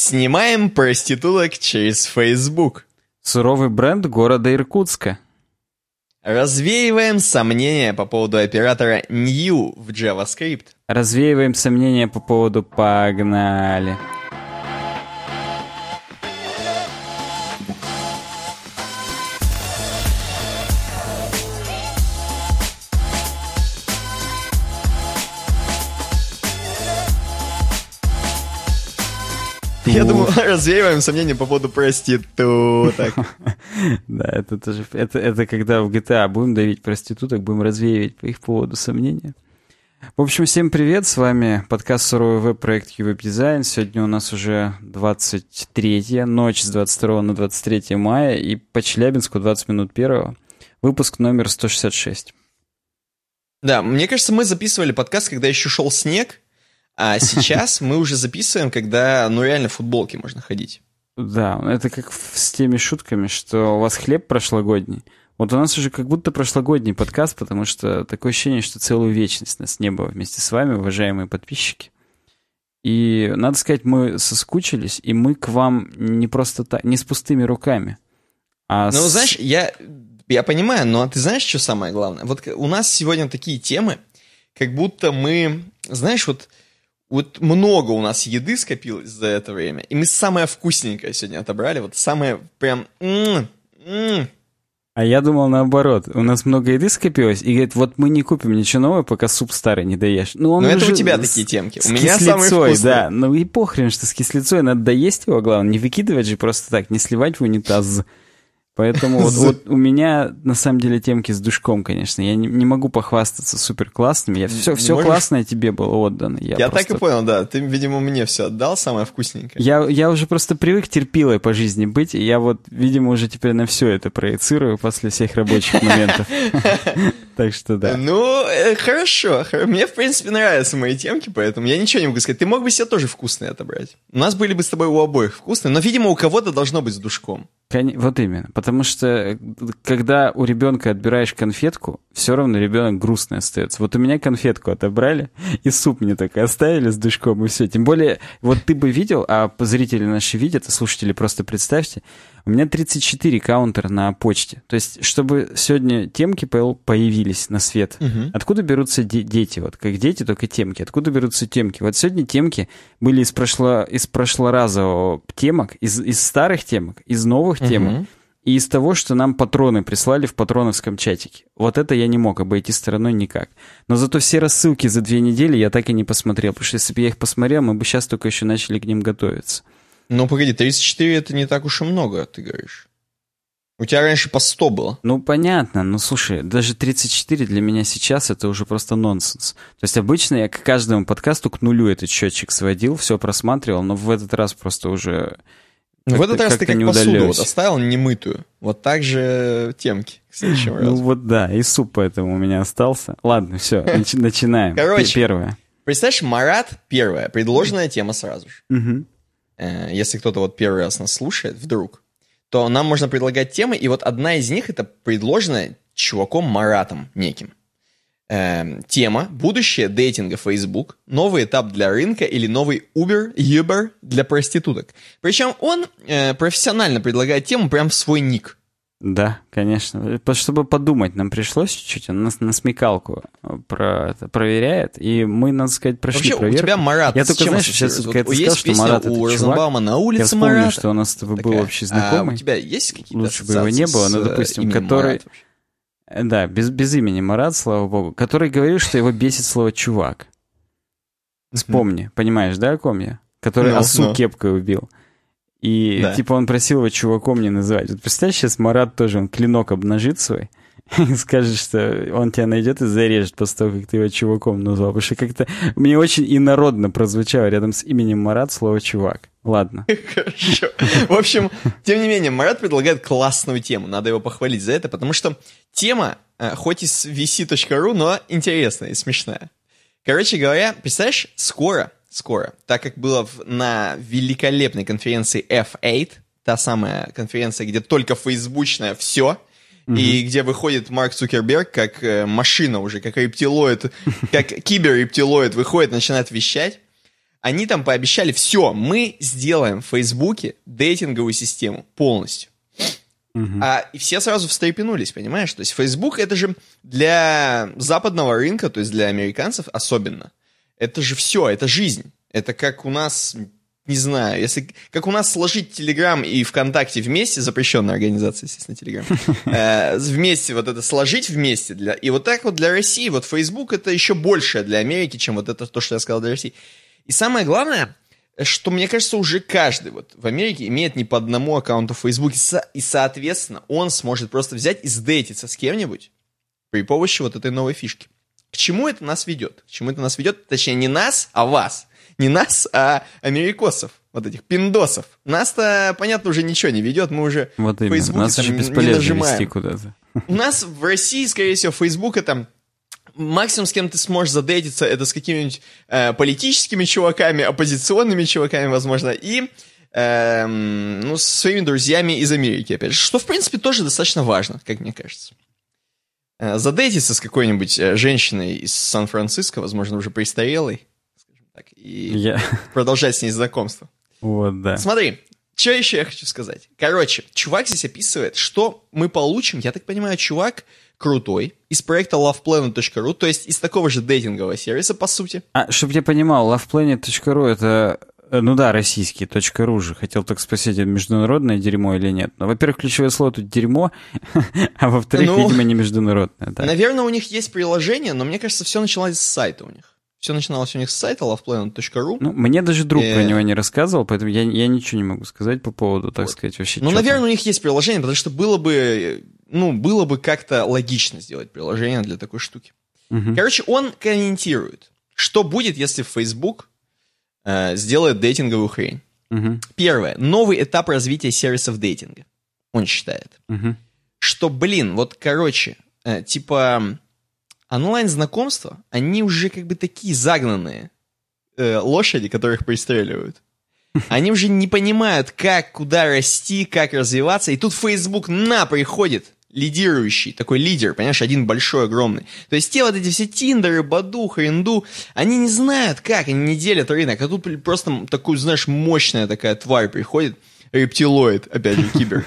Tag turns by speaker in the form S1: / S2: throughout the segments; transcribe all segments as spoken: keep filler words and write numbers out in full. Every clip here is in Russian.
S1: Снимаем проституток через Facebook.
S2: Суровый бренд города Иркутска.
S1: Развеиваем сомнения по поводу оператора New в JavaScript.
S2: Развеиваем сомнения по поводу «Погнали».
S1: Я думаю, развеиваем сомнения по поводу проституток.
S2: Да, это тоже, это, это когда в джи ти эй будем давить проституток, будем развеивать по их поводу сомнения. В общем, всем привет, с вами подкаст «Суровый веб», проект Q-Web Design. Сегодня у нас уже двадцать третья, ночь с двадцать второго на двадцать третье мая, и по Челябинску двадцать минут первого. Выпуск номер сто шестьдесят шесть.
S1: Да, мне кажется, мы записывали подкаст, когда еще шел снег, а сейчас мы уже записываем, когда, ну, реально в футболке можно ходить.
S2: Да, это как с теми шутками, что у вас хлеб прошлогодний. Вот у нас уже как будто прошлогодний подкаст, потому что такое ощущение, что целую вечность нас не было вместе с вами, уважаемые подписчики. И, надо сказать, мы соскучились, и мы к вам не просто так, не с пустыми руками. А
S1: ну,
S2: с...
S1: знаешь, я, я понимаю, но ты знаешь, что самое главное? Вот у нас сегодня такие темы, как будто мы, знаешь, вот... Вот много у нас еды скопилось за это время, и мы самое вкусненькое сегодня отобрали, вот самое прям... М-м, м-м.
S2: А я думал наоборот, у нас много еды скопилось, и говорит, вот мы не купим ничего нового, пока суп старый не доешь. Ну, он
S1: Но это
S2: уже
S1: у тебя
S2: с,
S1: такие темки,
S2: с
S1: у меня
S2: кислицой,
S1: самые вкусные.
S2: Да, ну и похрен, что с кислицой, надо доесть его, главное, не выкидывать же просто так, не сливать в унитаз. Поэтому вот, вот у меня, на самом деле, темки с душком, конечно. Я не, не могу похвастаться супер классными. Я, все все
S1: Можешь...
S2: классное тебе было отдано. Я,
S1: я
S2: просто...
S1: так и понял, да. Ты, видимо, мне все отдал, самое вкусненькое.
S2: Я, я уже просто привык терпилой по жизни быть, и я вот, видимо, уже теперь на все это проецирую после всех рабочих моментов. Так что да.
S1: Ну, хорошо. Мне, в принципе, нравятся мои темки, поэтому я ничего не могу сказать. Ты мог бы себе тоже вкусные отобрать. У нас были бы с тобой у обоих вкусные, но, видимо, у кого-то должно быть с душком.
S2: Вот именно. Потому что, когда у ребенка отбираешь конфетку, все равно ребенок грустный остается. Вот у меня конфетку отобрали, и суп мне только оставили с душком, и все. Тем более, вот ты бы видел, а зрители наши видят, а слушатели просто представьте, у меня тридцать четыре каунтера на почте. То есть, чтобы сегодня темки появились на свет. Угу. Откуда берутся де- дети? Вот как дети, только темки. Откуда берутся темки? Вот сегодня темки были из, прошло, из прошлоразового темок, из, из старых темок, из новых угу. темок, и из того, что нам патроны прислали в патроновском чатике. Вот это я не мог обойти стороной никак. Но зато все рассылки за две недели я так и не посмотрел. Потому что если бы я их посмотрел, мы бы сейчас только еще начали к ним готовиться.
S1: Ну, погоди, тридцать четыре это не так уж и много, ты говоришь. У тебя раньше по сто было.
S2: Ну, понятно. Ну, слушай, даже тридцать четыре для меня сейчас это уже просто нонсенс. То есть обычно я к каждому подкасту к нулю этот счетчик сводил, все просматривал, но в этот раз просто уже...
S1: В этот раз ты как посуду вот оставил немытую. Вот так же темки к следующему разу.
S2: Ну вот да, и суп поэтому у меня остался. Ладно, все, начинаем.
S1: Короче,
S2: первое.
S1: Представляешь, Марат, первая, предложенная тема сразу же. Если кто-то вот первый раз нас слушает, вдруг, то нам можно предлагать темы, и вот одна из них это предложенная чуваком Маратом неким. Э, тема «Будущее дейтинга Facebook. Новый этап для рынка или новый Uber, Uber для проституток». Причем он э, профессионально предлагает тему прям в свой ник.
S2: Да, конечно. Чтобы подумать, нам пришлось чуть-чуть, он нас на смекалку про это проверяет, и мы, надо сказать, прошли
S1: вообще,
S2: проверку.
S1: У тебя Марат
S2: я только, знаешь, сейчас вот, когда ты сказал, что Марат
S1: у
S2: это чувак,
S1: на улице
S2: я вспомнил,
S1: Марата.
S2: что у нас с тобой
S1: Такая.
S2: был общий знакомый.
S1: А у тебя есть какие-то
S2: лучше бы его не было, но, допустим, который... Да, без, без имени Марат, слава богу, который говорил, что его бесит слово «чувак». Вспомни, понимаешь, да, о ком я? Который no, осу no. кепкой убил. И, да. типа, он просил его чуваком не называть. Вот представь, сейчас Марат тоже, он клинок обнажит свой и скажет, что он тебя найдет и зарежет после того, как ты его чуваком назвал. Потому что как-то мне очень инородно прозвучало рядом с именем Марат слово «чувак». Ладно.
S1: Хорошо. В общем, тем не менее, Марат предлагает классную тему. Надо его похвалить за это, потому что тема, хоть и с ви си точка ру, но интересная и смешная. Короче говоря, представляешь, скоро... Скоро, так как было в, на великолепной конференции эф восемь, та самая конференция, где только фейсбучное все, mm-hmm. и где выходит Марк Цукерберг как э, машина уже, как рептилоид, как киберрептилоид выходит, начинает вещать. Они там пообещали, все, мы сделаем в Фейсбуке дейтинговую систему полностью. Uh-huh. А, и все сразу встрепенулись, понимаешь? То есть Facebook это же для западного рынка, то есть для американцев особенно, это же все, это жизнь. Это как у нас, не знаю, если как у нас сложить Telegram и ВКонтакте вместе, запрещенная организация, естественно, Telegram, э, вместе вот это сложить вместе. Для, и вот так вот для России, вот Facebook это еще большее для Америки, чем вот это то, что я сказал для России. И самое главное, что, мне кажется, уже каждый вот в Америке имеет не по одному аккаунту в Фейсбуке, и, соответственно, он сможет просто взять и сдейтиться с кем-нибудь при помощи вот этой новой фишки. К чему это нас ведет? К чему это нас ведет? Точнее, не нас, а вас. Не нас, а америкосов, вот этих пиндосов. Нас-то, понятно, уже ничего не ведет, мы уже
S2: вот именно.
S1: Facebook
S2: нас
S1: там
S2: уже
S1: не
S2: бесполезно
S1: нажимаем.
S2: Вести куда-то.
S1: У нас в России, скорее всего, Facebook это... Максимум, с кем ты сможешь задейтиться, это с какими-нибудь э, политическими чуваками, оппозиционными чуваками, возможно, и э, ну, с своими друзьями из Америки, опять же. Что, в принципе, тоже достаточно важно, как мне кажется. Э, задейтиться с какой-нибудь э, женщиной из Сан-Франциско, возможно, уже престарелой, скажем так, и
S2: я...
S1: продолжать с ней знакомство.
S2: Вот, да.
S1: Смотри, что еще я хочу сказать. Короче, чувак здесь описывает, что мы получим, я так понимаю, чувак... крутой, из проекта loveplanet точка ру, то есть из такого же дейтингового сервиса, по сути.
S2: А, чтобы я понимал, loveplanet точка ру это, ну да, российский, .ру же. Хотел так спросить, это международное дерьмо или нет? Но, во-первых, ключевое слово тут дерьмо, а во-вторых, ну, видимо, не международное. Да.
S1: Наверное, у них есть приложение, но мне кажется, все начиналось с сайта у них. Все начиналось у них с сайта loveplanet точка ру.
S2: Ну, мне даже друг э... про него не рассказывал, поэтому я, я ничего не могу сказать по поводу, так вот. сказать, вообще.
S1: Ну, наверное, там. У них есть приложение, потому что было бы, ну, было бы как-то логично сделать приложение для такой штуки. Угу. Короче, он комментирует, что будет, если Facebook э, сделает дейтинговую хрень. Угу. Первое. Новый этап развития сервисов дейтинга. Он считает. Угу. Что, блин, вот, короче, э, типа... онлайн-знакомства, они уже как бы такие загнанные э, лошади, которых пристреливают. Они уже не понимают, как, куда расти, как развиваться. И тут Facebook на приходит, лидирующий, такой лидер, понимаешь, один большой, огромный. То есть те вот эти все Тиндеры, Баду, Хренду, они не знают, как, они не делят рынок. А тут просто такой, знаешь, мощная такая тварь приходит, рептилоид, опять же, кибер,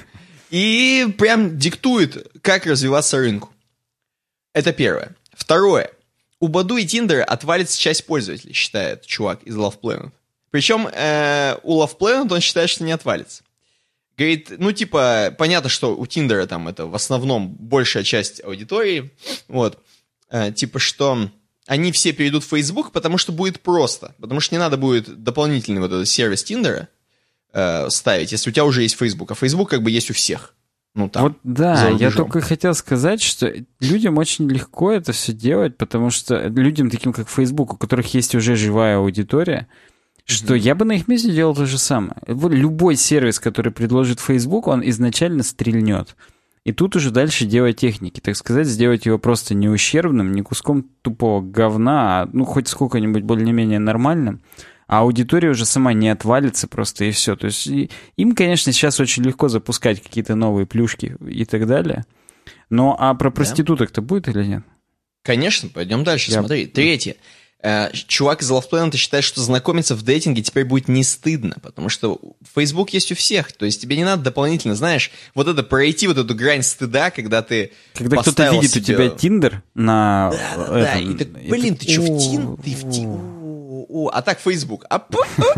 S1: и прям диктует, как развиваться рынку. Это первое. Второе. У Баду и Тиндера отвалится часть пользователей, считает чувак из loveplanet. Причем э, у loveplanet он считает, что не отвалится. Говорит, ну типа, понятно, что у Тиндера там это в основном большая часть аудитории. Вот. Э, типа, что они все перейдут в Facebook, потому что будет просто. Потому что не надо будет дополнительный вот этот сервис Тиндера э, ставить, если у тебя уже есть Facebook. А Facebook как бы есть у всех. Ну, там,
S2: вот да, я только хотел сказать, что людям очень легко это все делать, потому что людям, таким как Facebook, у которых есть уже живая аудитория, mm-hmm. что я бы на их месте делал то же самое. Любой сервис, который предложит Facebook, он изначально стрельнет. И тут уже дальше дело техники, так сказать, сделать его просто не ущербным, не куском тупого говна, а ну хоть сколько-нибудь более-менее нормальным. А аудитория уже сама не отвалится просто, и все. То есть им, конечно, сейчас очень легко запускать какие-то новые плюшки и так далее. Но а про проституток-то да. будет или нет?
S1: Конечно, пойдем дальше. Я... Смотри, третье. Чувак из loveplanet считает, что знакомиться в дейтинге теперь будет не стыдно, потому что Facebook есть у всех. То есть тебе не надо дополнительно, знаешь, вот это пройти вот эту грань стыда, когда ты
S2: Когда кто-то видит себе... у тебя Тиндер на...
S1: Да, да, да. И так, блин, ты что, в Тиндер? Ты в Тиндер? О, а так Facebook. А,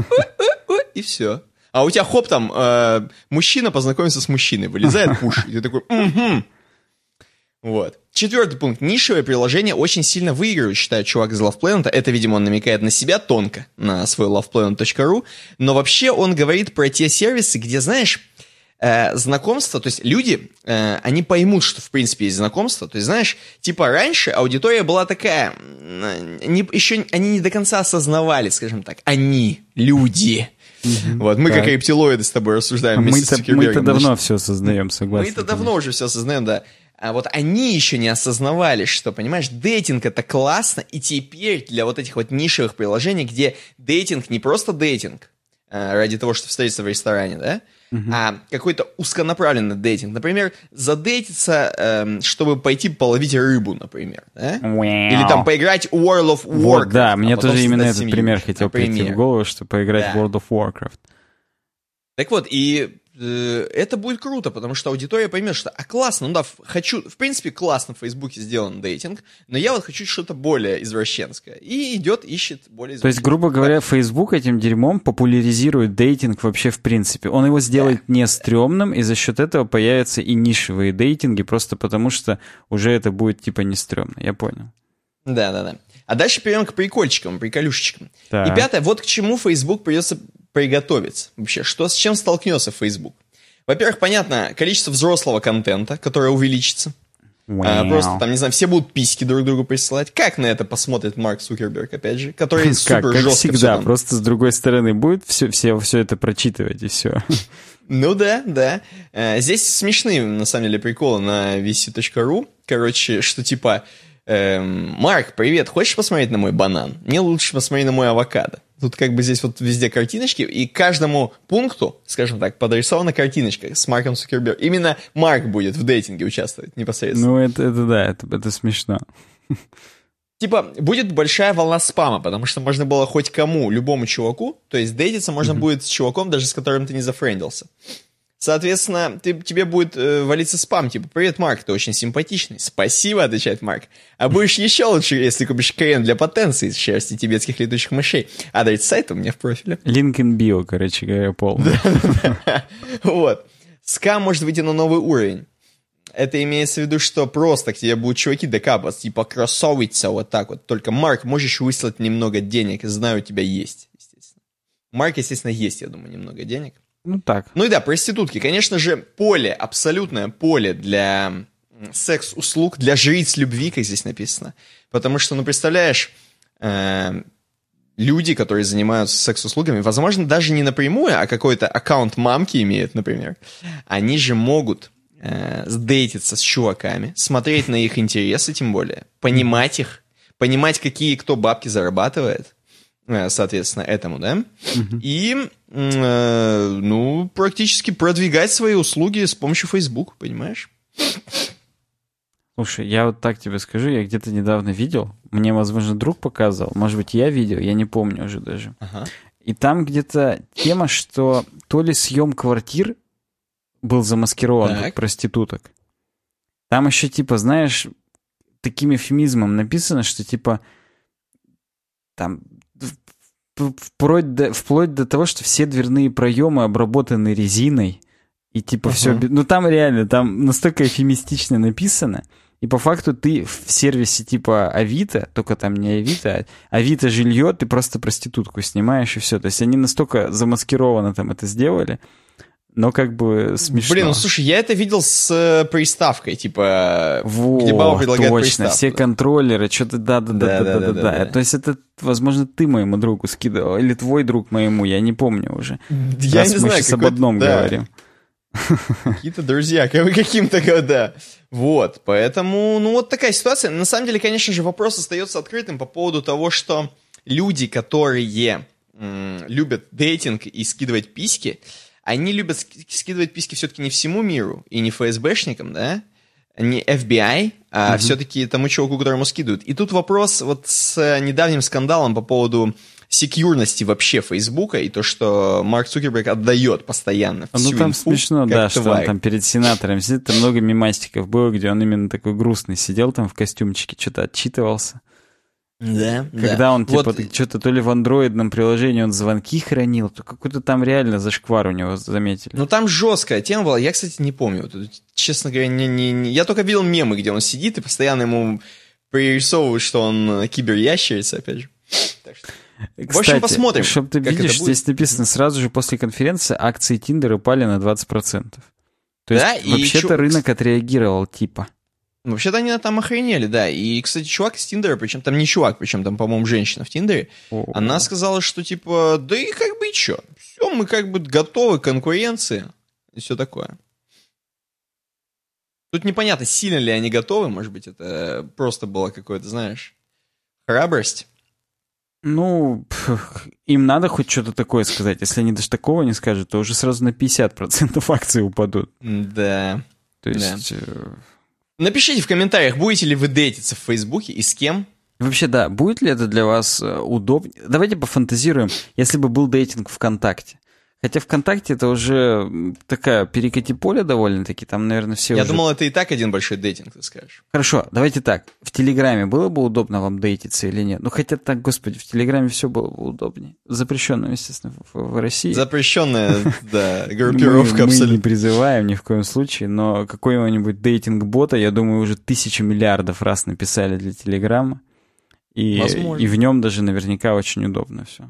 S1: и все. А у тебя хоп там, э, мужчина познакомится с мужчиной, вылезает пуш, и ты такой, угу. Вот. Четвертый пункт. Нишевое приложение очень сильно выигрывает, считает чувак из loveplanet. Это, видимо, он намекает на себя тонко, на свой loveplanet точка ру. Но вообще он говорит про те сервисы, где, знаешь, э, знакомство, то есть люди, э, они поймут, что, в принципе, есть знакомство. То есть, знаешь, типа раньше аудитория была такая, не, еще они не до конца осознавали, скажем так, они, люди. Mm-hmm. Вот, мы так. как рептилоиды с тобой рассуждаем вместе
S2: мы-то,
S1: с Цукербергом.
S2: Мы-то давно все осознаем, согласен.
S1: Мы-то давно уже все осознаем, да. А вот они еще не осознавали, что, понимаешь, дейтинг это классно, и теперь для вот этих вот нишевых приложений, где дейтинг не просто дейтинг, э, ради того, чтобы встретиться в ресторане, да?
S2: Мгм.
S1: А какой-то узконаправленный дейтинг. Например, задейтиться, эм, чтобы пойти половить рыбу, например, да? Или там поиграть в World of Warcraft.
S2: Вот, да, мне
S1: а потом
S2: тоже именно
S1: создать
S2: этот
S1: семью,
S2: пример хотел прийти
S1: например.
S2: в голову, что поиграть
S1: Да.
S2: в World of Warcraft.
S1: Так вот, и э, это будет круто, потому что аудитория поймет, что, а классно, ну да, в- хочу, в принципе, классно в Фейсбуке сделан дейтинг, но я вот хочу что-то более извращенское. И идет, ищет более
S2: То есть,
S1: извращенское.
S2: грубо говоря, Facebook этим дерьмом популяризирует дейтинг вообще в принципе. Он его сделает не стрёмным, и за счет этого появятся и нишевые дейтинги, просто потому что уже это будет типа не стрёмно. Я понял.
S1: Да-да-да. А дальше перейдем к прикольчикам, приколюшечкам.
S2: Так.
S1: И пятое, вот к чему Facebook придется приготовиться вообще. Что, с чем столкнется Facebook? Во-первых, понятно, количество взрослого контента, которое увеличится. А,
S2: Вау.
S1: просто там, не знаю, все будут письки друг другу присылать. Как на это посмотрит Марк Цукерберг, опять же, который супер
S2: Как, как
S1: жестко всё
S2: всегда,
S1: там-
S2: просто с другой стороны будет все, все, все это прочитывать, и все.
S1: Ну да, да. Э, Здесь смешные, на самом деле, приколы на ви си точка ру. Короче, что типа, эм, Марк, привет, хочешь посмотреть на мой банан? Мне лучше посмотреть на мой авокадо. Тут как бы здесь вот везде картиночки, и каждому пункту, скажем так, подрисована картиночка с Марком Цукербергом. Именно Марк будет в дейтинге участвовать непосредственно.
S2: Ну, это, это да, это, это смешно.
S1: Типа, будет большая волна спама, потому что можно было хоть кому, любому чуваку, то есть дейтиться можно будет с чуваком, даже с которым ты не зафрендился. Соответственно, ты, тебе будет э, валиться спам, типа, привет, Марк, ты очень симпатичный. Спасибо, отвечает Марк. А будешь еще лучше, если купишь крем для потенции из шерсти тибетских летучих мышей. Адрес сайта у меня в профиле.
S2: Link in bio, короче говоря, полный.
S1: Вот. Скам может выйти на новый уровень. Это имеется в виду, что просто к тебе будут чуваки докапываться, типа красавица, вот так вот. Только, Марк, можешь выслать немного денег, знаю, у тебя есть, естественно. Марк, естественно, есть, я думаю, немного денег.
S2: Ну так.
S1: Ну и да, проститутки. Конечно же, поле, абсолютное поле для м, секс-услуг, для жриц любви, как здесь написано. Потому что, ну, представляешь, э, люди, которые занимаются секс-услугами, возможно, даже не напрямую, а какой-то аккаунт мамки имеют, например, они же могут э, сдейтиться с чуваками, смотреть на их интересы, тем более, понимать их, понимать, какие кто бабки зарабатывает, э, соответственно, этому, да, и, э, ну, практически продвигать свои услуги с помощью Facebook, понимаешь?
S2: Слушай, я вот так тебе скажу, я где-то недавно видел, мне, возможно, друг показывал, может быть, я видел, я не помню уже даже.
S1: Ага.
S2: И там где-то тема, что то ли съем квартир был замаскирован
S1: Так.
S2: под проституток. Там еще, типа, знаешь, таким эвфемизмом написано, что, типа, там в- вплоть до, вплоть до того, что все дверные проемы обработаны резиной, и, типа, все...
S1: Ага.
S2: Ну, там реально, там настолько эвфемистично написано, и по факту ты в сервисе типа Авито, только там не Авито, а Авито жилье, ты просто проститутку снимаешь, и все. То есть они настолько замаскированно там это сделали, но как бы смешно.
S1: Блин, ну слушай, я это видел с э, приставкой, типа,
S2: Вот,
S1: где баба предлагает
S2: точно,
S1: приставку.
S2: все контроллеры, что-то да-да-да-да-да-да.
S1: Да-да-да-да-да.
S2: То есть это, возможно, ты моему другу скидывал, или твой друг моему, я не помню уже.
S1: Я
S2: Раз
S1: не
S2: мы
S1: знаю,
S2: сейчас об
S1: какой-то-
S2: одном
S1: да.
S2: говорим.
S1: Какие-то друзья, как- каким-то, да. Вот, поэтому, ну, вот такая ситуация. На самом деле, конечно же, вопрос остается открытым по поводу того, что люди, которые м, любят дейтинг и скидывать письки, они любят ски- скидывать письки все-таки не всему миру и не ФСБшникам, да, не эф би ай, а
S2: Мгм.
S1: все-таки тому чуваку, которому скидывают. И тут вопрос вот с недавним скандалом по поводу секьюрности вообще Фейсбука и то, что Марк Цукерберг отдает постоянно
S2: Ну,
S1: всю
S2: там
S1: инфу,
S2: смешно,
S1: как
S2: да, что он
S1: тварь.
S2: там перед сенатором сидит, там много мемастиков было, где он именно такой грустный сидел там в костюмчике, что-то отчитывался.
S1: Да,
S2: Когда
S1: да.
S2: он, типа,
S1: Вот,
S2: так что-то то ли в андроидном приложении он звонки хранил, то какой-то там реально зашквар у него заметили.
S1: ну там жесткая тема была, я, кстати, не помню. Вот, честно говоря, не, не, не- я только видел мемы, где он сидит и постоянно ему пририсовывают, что он э, киберящерица, опять же. Так что-
S2: Кстати,
S1: общем, посмотрим,
S2: чтобы ты
S1: как это
S2: видишь,
S1: будет.
S2: здесь написано, сразу же после конференции акции Тиндера упали на двадцать процентов. То
S1: Да,
S2: есть,
S1: и
S2: вообще-то
S1: чё-
S2: рынок отреагировал, типа.
S1: Вообще-то они там охренели, да. И, кстати, чувак из Тиндера, причем там не чувак, причем там, по-моему, женщина в Тиндере,
S2: О.
S1: она сказала, что типа, да и как бы и чё, все, мы как бы готовы к конкуренции и все такое. Тут непонятно, сильно ли они готовы, может быть, это просто было какое-то, знаешь, храбрость.
S2: Ну, им надо хоть что-то такое сказать. Если они даже такого не скажут, то уже сразу на пятьдесят процентов акций упадут.
S1: Да.
S2: То есть...
S1: Да. Напишите в комментариях, будете ли вы дейтиться в Фейсбуке и с кем?
S2: Вообще, да, будет ли это для вас удобнее? Давайте пофантазируем, если бы был дейтинг ВКонтакте. Хотя ВКонтакте это уже такая перекати поле довольно-таки, там, наверное, все
S1: Я
S2: уже...
S1: думал, это и так один большой дейтинг, ты скажешь.
S2: Хорошо, давайте так. В Телеграме было бы удобно вам дейтиться или нет? Ну, хотя так, господи, в Телеграме все было бы удобнее. Запрещенное, естественно, в, в России.
S1: Запрещенная, да, группировка абсолютно.
S2: Мы не призываем ни в коем случае, но какой-нибудь дейтинг-бота, я думаю, уже тысячи миллиардов раз написали для Телеграма. И, и в нем даже наверняка очень удобно все.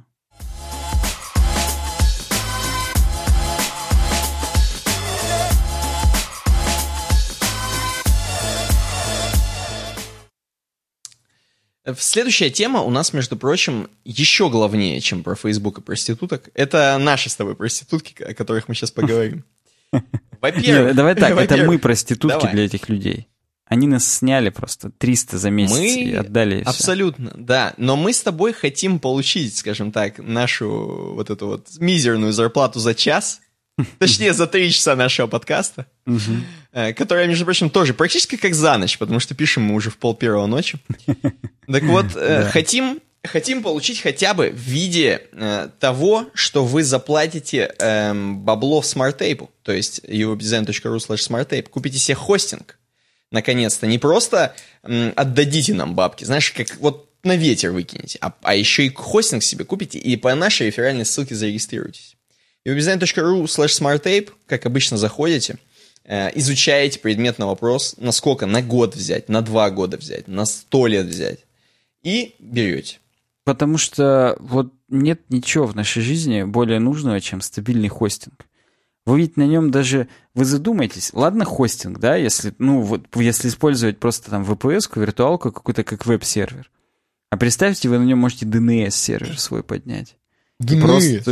S1: Следующая тема у нас, между прочим, еще главнее, чем про Facebook и проституток. Это наши с тобой проститутки, о которых мы сейчас поговорим.
S2: Во-первых... Давай так, это мы проститутки для этих людей. Они нас сняли просто триста за месяц и отдали.
S1: Абсолютно, да. Но мы с тобой хотим получить, скажем так, нашу вот эту вот мизерную зарплату за час. Точнее, за три часа нашего подкаста, uh-huh. которая, между прочим, тоже практически как за ночь, потому что пишем мы уже в пол первого ночи. Так вот, да. хотим, хотим получить хотя бы в виде э, того, что вы заплатите э, бабло в SmartTape, то есть uwebdesign.ru slash smarttape, купите себе хостинг, наконец-то. Не просто э, отдадите нам бабки, знаешь, как вот на ветер выкинете, а, а еще и хостинг себе купите и по нашей реферальной ссылке зарегистрируйтесь. uwebdesign.ru slash smarttape, как обычно, заходите, э, изучаете предметный вопрос, на сколько, на год взять, на два года взять, на сто лет взять, и берете.
S2: Потому что вот нет ничего в нашей жизни более нужного, чем стабильный хостинг. Вы ведь на нем даже, вы задумаетесь, ладно хостинг, да, если, ну, вот, если использовать просто там ви пи эс-ку, виртуалку какую-то как веб-сервер. А представьте, вы на нем можете ди эн эс-сервер свой поднять. И просто,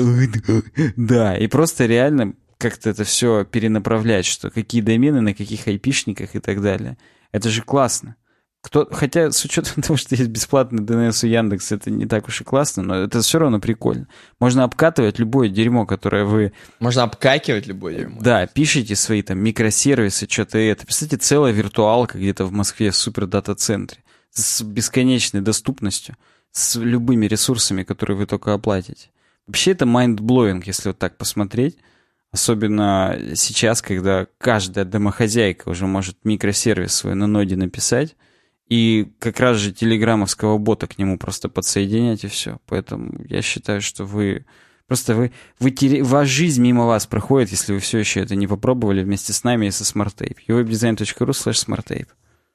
S2: да, и просто реально как-то это все перенаправлять, что какие домены, на каких айпишниках и так далее. Это же классно. Кто, хотя с учетом того, что есть бесплатный ди эн эс у Яндекса, это не так уж и классно, но это все равно прикольно. Можно обкатывать любое дерьмо, которое вы...
S1: Можно обкакивать любое дерьмо.
S2: Да, пишите свои там микросервисы, что-то это. Представьте, целая виртуалка где-то в Москве в супердата-центре с бесконечной доступностью, с любыми ресурсами, которые вы только оплатите. Вообще это mind-blowing, если вот так посмотреть. Особенно сейчас, когда каждая домохозяйка уже может микросервис свой на ноде написать, и как раз же телеграммовского бота к нему просто подсоединять и все. Поэтому я считаю, что вы... Просто вы, вы тере... ваша жизнь мимо вас проходит, если вы все еще это не попробовали вместе с нами и со SmartTape. uwebdesign.ru slash smarttape.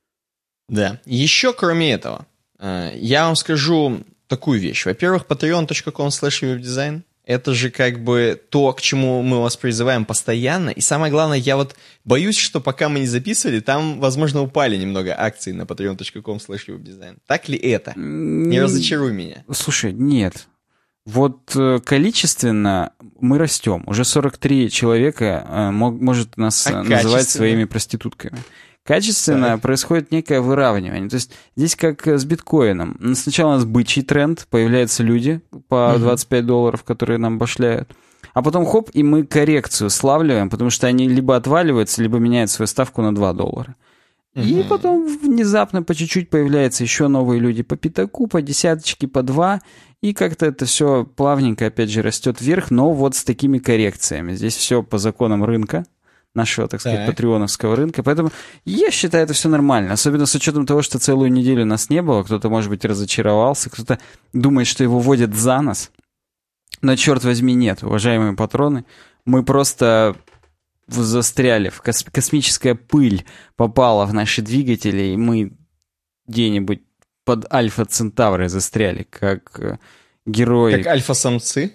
S1: Да. Еще кроме этого, я вам скажу такую вещь. Во-первых, patreon.com slash uwebdesign. Это же как бы то, к чему мы вас призываем постоянно. И самое главное, я вот боюсь, что пока мы не записывали, там, возможно, упали немного акции на patreon.com slash uwebdesign. Так ли это? Не разочаруй меня.
S2: Слушай, нет. Вот количественно мы растем. Уже сорок три человека э, может нас а называть своими проститутками. Качественно так. Происходит некое выравнивание. То есть здесь как с биткоином. Сначала у нас бычий тренд, появляются люди по двадцать пять долларов, которые нам башляют. А потом хоп, и мы коррекцию славливаем, потому что они либо отваливаются, либо меняют свою ставку на два доллара. Uh-huh. И потом внезапно по чуть-чуть появляются еще новые люди по пятаку, по десяточке, по два. И как-то это все плавненько опять же растет вверх, но вот с такими коррекциями. Здесь все по законам рынка. Нашего, так сказать, так. патреоновского рынка. Поэтому я считаю, это все нормально. Особенно с учетом того, что целую неделю нас не было. Кто-то, может быть, разочаровался. Кто-то думает, что его водят за нос. Но, черт возьми, нет, уважаемые патроны. Мы просто застряли. В кос- космическая пыль попала в наши двигатели, и мы где-нибудь под Альфа-Центаврой застряли, как герои...
S1: Как альфа-самцы?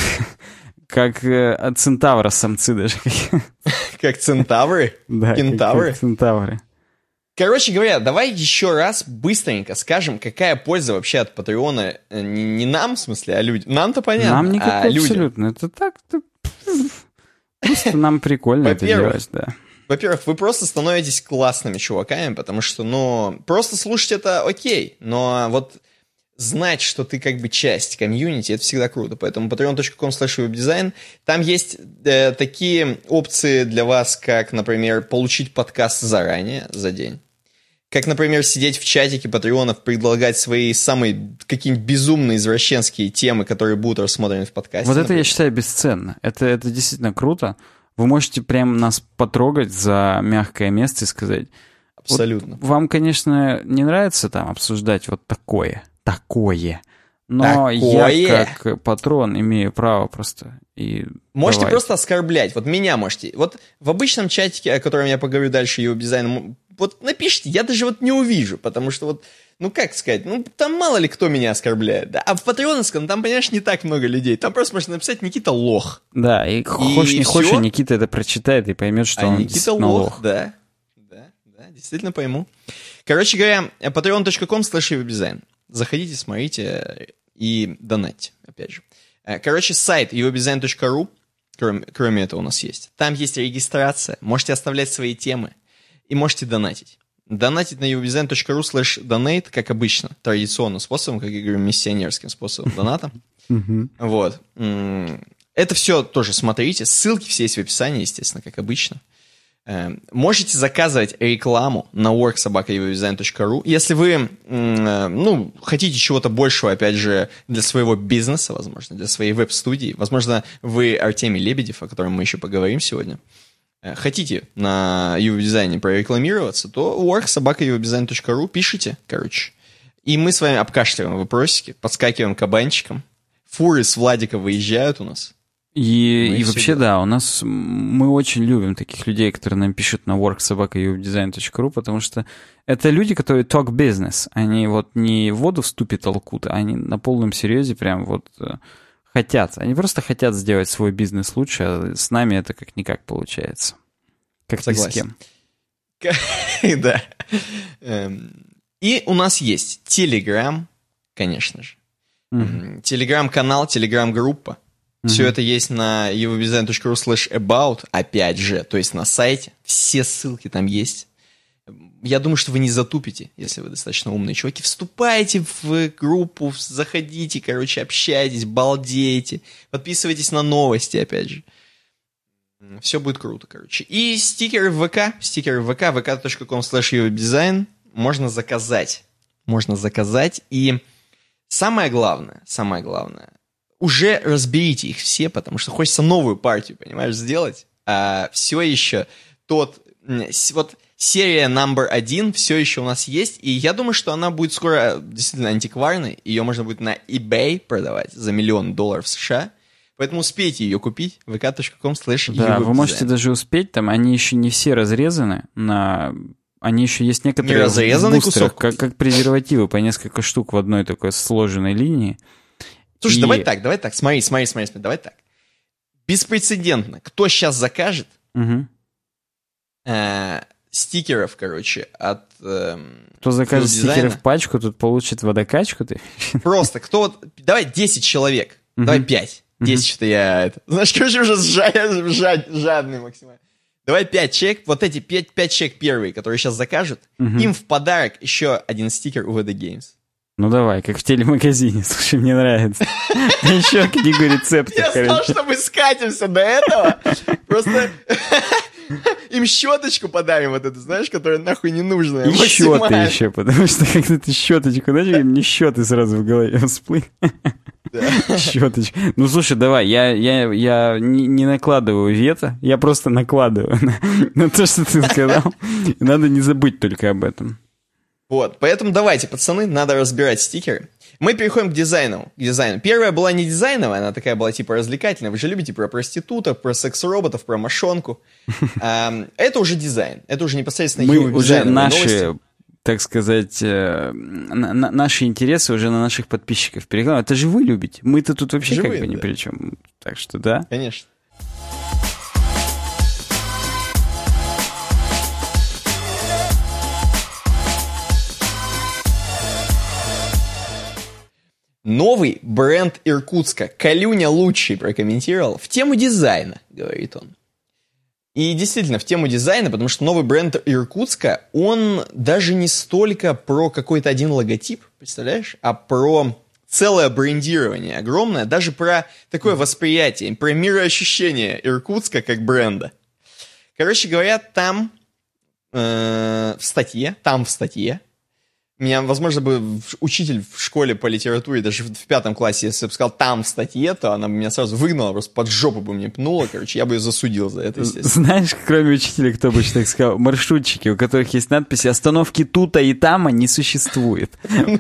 S2: Как э, центавра самцы даже.
S1: Как центавры?
S2: Да,
S1: кентавры?
S2: Как центавры.
S1: Короче говоря, давай еще раз быстренько скажем, какая польза вообще от Патреона не, не нам, в смысле, а людям. Нам-то понятно,
S2: нам никакой,
S1: а людям.
S2: Абсолютно. Это так, это... просто нам прикольно это делать, да.
S1: Во-первых, вы просто становитесь классными чуваками, потому что, ну, просто слушать это окей, но вот знать, что ты как бы часть комьюнити, это всегда круто. Поэтому patreon точка ком слэш вебдизайн. Там есть э, такие опции для вас, как, например, получить подкаст заранее, за день. Как, например, сидеть в чатике патреонов, предлагать свои самые какие-нибудь безумные извращенские темы, которые будут рассмотрены в подкасте.
S2: Вот
S1: например.
S2: Это, я считаю, бесценно. Это, это действительно круто. Вы можете прям нас потрогать за мягкое место и сказать...
S1: Абсолютно.
S2: Вот вам, конечно, не нравится там обсуждать вот такое, такое, но
S1: такое.
S2: Я как патрон имею право просто и
S1: можете
S2: давайте.
S1: Просто оскорблять. Вот меня можете. Вот в обычном чатике, о котором я поговорю дальше, его дизайном, вот напишите, я даже вот не увижу, потому что вот, ну как сказать, ну там мало ли кто меня оскорбляет, да, а в патреоновском там, понимаешь, не так много людей, там просто можно написать «Никита лох».
S2: Да, и, и хочешь не хочешь, Никита это прочитает и поймет, что
S1: а
S2: он
S1: Никита лох, лох, да, да, да, действительно пойму. Короче говоря, patreon точка ком слэш вебдизайн. Заходите, смотрите и донатьте, опять же. Короче, сайт вебдизайн точка ру, кроме, кроме этого у нас есть. Там есть регистрация, можете оставлять свои темы. И можете донатить. Донатить на webdesign точка ру слэш donate, как обычно, традиционным способом, как я говорю, миссионерским способом доната. Вот. Это все тоже смотрите. Ссылки все есть в описании, естественно, как обычно. Можете заказывать рекламу на work собака webdesign точка ру. Если вы, ну, хотите чего-то большего, опять же, для своего бизнеса, возможно, для своей веб-студии. Возможно, вы Артемий Лебедев, о котором мы еще поговорим сегодня. Хотите на веб-дизайне прорекламироваться, то work собака webdesign точка ру пишите, короче. И мы с вами обкашливаем вопросики, подскакиваем кабанчиком. Фуры с Владика выезжают у нас.
S2: И, и вообще, да, у нас мы очень любим таких людей, которые нам пишут на work собака webdesign точка ру, потому что это люди, которые talk business. Они вот не в воду в ступе толкут, а они на полном серьезе прям вот... Хотят. Они просто хотят сделать свой бизнес лучше, а с нами это как-никак получается. Как ни с кем.
S1: Да. И у нас есть Telegram, конечно же. Телеграм-канал, телеграм-группа. Все это есть на webdesign точка ру слэш about, опять же, то есть на сайте. Все ссылки там есть. Я думаю, что вы не затупите, если вы достаточно умные чуваки. Вступайте в группу, заходите, короче, общайтесь, балдейте. Подписывайтесь на новости, опять же. Все будет круто, короче. И стикеры в ВК, стикеры в ВК, vk точка ком слэш webdesign можно заказать. Можно заказать. И самое главное, самое главное, уже разберите их все, потому что хочется новую партию, понимаешь, сделать. А все еще тот... Вот... Серия номер один все еще у нас есть, и я думаю, что она будет скоро действительно антикварной. Ее можно будет на eBay продавать за миллион долларов США. Поэтому успейте ее купить. vk точка ком слэш webdesign.
S2: Да, вы можете даже успеть, там они еще не все разрезаны. На... Они еще есть некоторые
S1: не разрезанный в бустерах,
S2: кусок, как, как презервативы, по несколько штук в одной такой сложенной линии.
S1: Слушай,
S2: и...
S1: давай так, давай так, смотри, смотри, смотри, смотри, давай так. Беспрецедентно. Кто сейчас закажет...
S2: Угу.
S1: Э- стикеров, короче, от эм,
S2: кто закажет стикеров пачку, тут получит водокачку. Ты?
S1: Просто, кто вот... Давай десять человек, uh-huh. давай пять. десять, uh-huh. что я... Это, знаешь, короче, уже жад, жад, жадный максимально. Давай пять человек, вот эти пять, пять человек первые, которые сейчас закажут, uh-huh. им в подарок еще один стикер у ви ди Games.
S2: Ну давай, как в телемагазине, слушай, мне нравится. Еще книгу рецептов.
S1: Я знал, что мы скатимся до этого. Просто... Им щеточку подарим вот эту, знаешь, которая нахуй не нужная.
S2: И счеты еще, потому что когда ты щеточку начали, мне счеты сразу в голове всплыли. Да. Щеточка. Ну, слушай, давай, я, я, я не, не накладываю вето, я просто накладываю на, на то, что ты сказал. Надо не забыть только об этом.
S1: Вот, поэтому давайте, пацаны, надо разбирать стикеры. Мы переходим к дизайну. К дизайну. Первая была не дизайновая, она такая была типа развлекательная. Вы же любите про проституток, про секс-роботов, про мошонку. Это уже дизайн. Это уже непосредственно
S2: мы уже наши, так сказать, наши интересы уже на наших подписчиков перекладываем. Это же вы любите. Мы-то тут вообще как бы ни при чем. Так что да.
S1: Конечно. Новый бренд Иркутска. Калюня лучший прокомментировал в тему дизайна, говорит он. И действительно, в тему дизайна, потому что новый бренд Иркутска, он даже не столько про какой-то один логотип, представляешь, а про целое брендирование огромное, даже про такое восприятие, про мироощущение Иркутска как бренда. Короче говоря, там э, в статье, там в статье, меня, возможно, бы учитель в школе по литературе, даже в пятом классе, если бы сказал «там в статье», то она бы меня сразу выгнала, просто под жопу бы мне пнула, короче, я бы ее засудил за это, естественно.
S2: Знаешь, кроме учителя, кто бы так сказал, маршрутчики, у которых есть надписи «Остановки тута и тама не существует».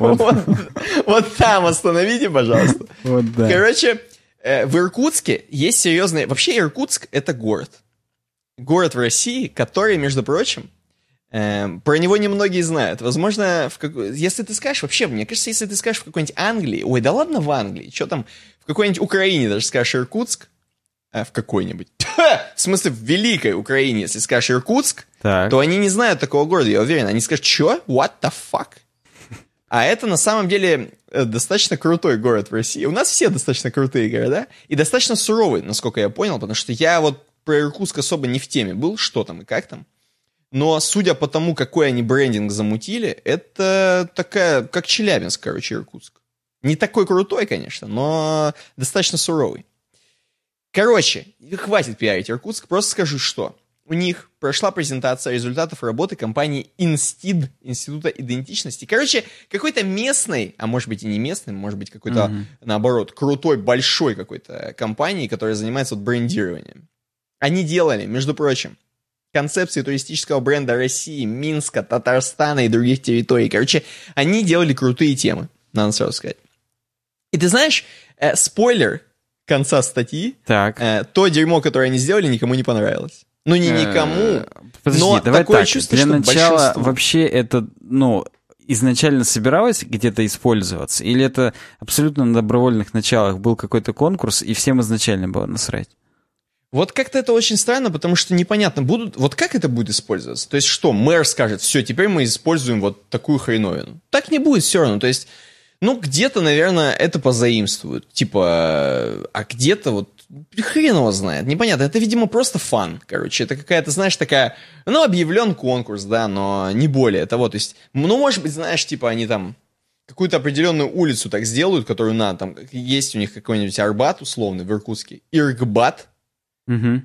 S1: Вот там остановите, пожалуйста. Короче, в Иркутске есть серьезные... Вообще Иркутск — это город. Город в России, который, между прочим, Эм, про него немногие знают. Возможно, в как... если ты скажешь, вообще, мне кажется, если ты скажешь в какой-нибудь Англии, ой, да ладно в Англии, что там, в какой-нибудь Украине даже скажешь Иркутск, а, в какой-нибудь, в смысле, в великой Украине, если скажешь Иркутск, так. то они не знают такого города, я уверен. Они скажут, что? What the fuck? А это на самом деле достаточно крутой город в России. У нас все достаточно крутые города и достаточно суровые, насколько я понял, потому что я вот про Иркутск особо не в теме был, что там и как там. Но судя по тому, какой они брендинг замутили, это такая, как Челябинск, короче, Иркутск. Не такой крутой, конечно, но достаточно суровый. Короче, хватит пиарить Иркутск, просто скажу, что у них прошла презентация результатов работы компании Инстид, Института идентичности. Короче, какой-то местной, а может быть и не местной, может быть какой-то, mm-hmm. наоборот, крутой, большой какой-то компании, которая занимается вот брендированием. Они делали, между прочим, концепции туристического бренда России, Минска, Татарстана и других территорий. Короче, они делали крутые темы, надо сразу сказать. И ты знаешь, э, спойлер конца статьи, так. Э, то дерьмо, которое они сделали, никому не понравилось. Ну, не никому,
S2: Подожди,
S1: но
S2: давай
S1: такое
S2: так.
S1: чувство,
S2: Для
S1: что
S2: начала
S1: большинству.
S2: Вообще это, ну, изначально собиралось где-то использоваться? Или это абсолютно на добровольных началах был какой-то конкурс, и всем изначально было насрать?
S1: Вот как-то это очень странно, потому что непонятно, будут, вот как это будет использоваться? То есть что, мэр скажет, все, теперь мы используем вот такую хреновину. Так не будет все равно, то есть, ну, где-то, наверное, это позаимствуют, типа, а где-то вот, хрен его знает, непонятно, это, видимо, просто фан, короче, это какая-то, знаешь, такая, ну, объявлен конкурс, да, но не более того, то есть, ну, может быть, знаешь, типа, они там какую-то определенную улицу так сделают, которую надо, там, есть у них какой-нибудь Арбат, условный, в Иркутске, Иркбат.
S2: Угу.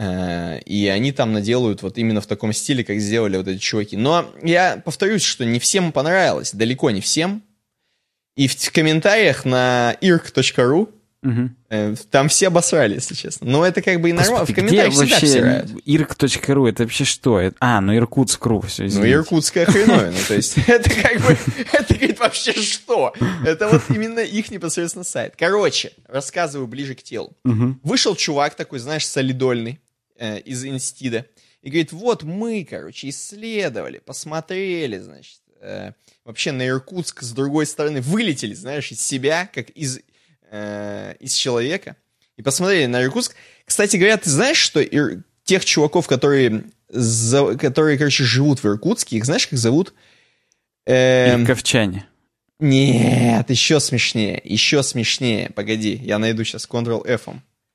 S1: И они там наделают вот именно в таком стиле, как сделали вот эти чуваки. Но я повторюсь, что не всем понравилось, далеко не всем. И в комментариях на ирк точка ру угу. там все обосрали, если честно. Но это как бы и нормально. В комментариях всегда обсирают.
S2: ирк точка ру, это вообще что? А, ну Иркутск.ру, все, извините.
S1: Ну, иркутская хреновина. То есть это как бы, это говорит вообще что? Это вот именно их непосредственно сайт. Короче, рассказываю ближе к телу. Вышел чувак такой, знаешь, солидольный из Инстида. И говорит, вот мы, короче, исследовали, посмотрели, значит, вообще на Иркутск с другой стороны, вылетели, знаешь, из себя, как из... из человека, и посмотрели на Иркутск. Кстати говоря, ты знаешь, что ир... тех чуваков, которые, за... которые, короче, живут в Иркутске, их знаешь, как зовут?
S2: Эм... Ирковчане.
S1: Нет, еще смешнее, еще смешнее. Погоди, я найду сейчас контрол-эф.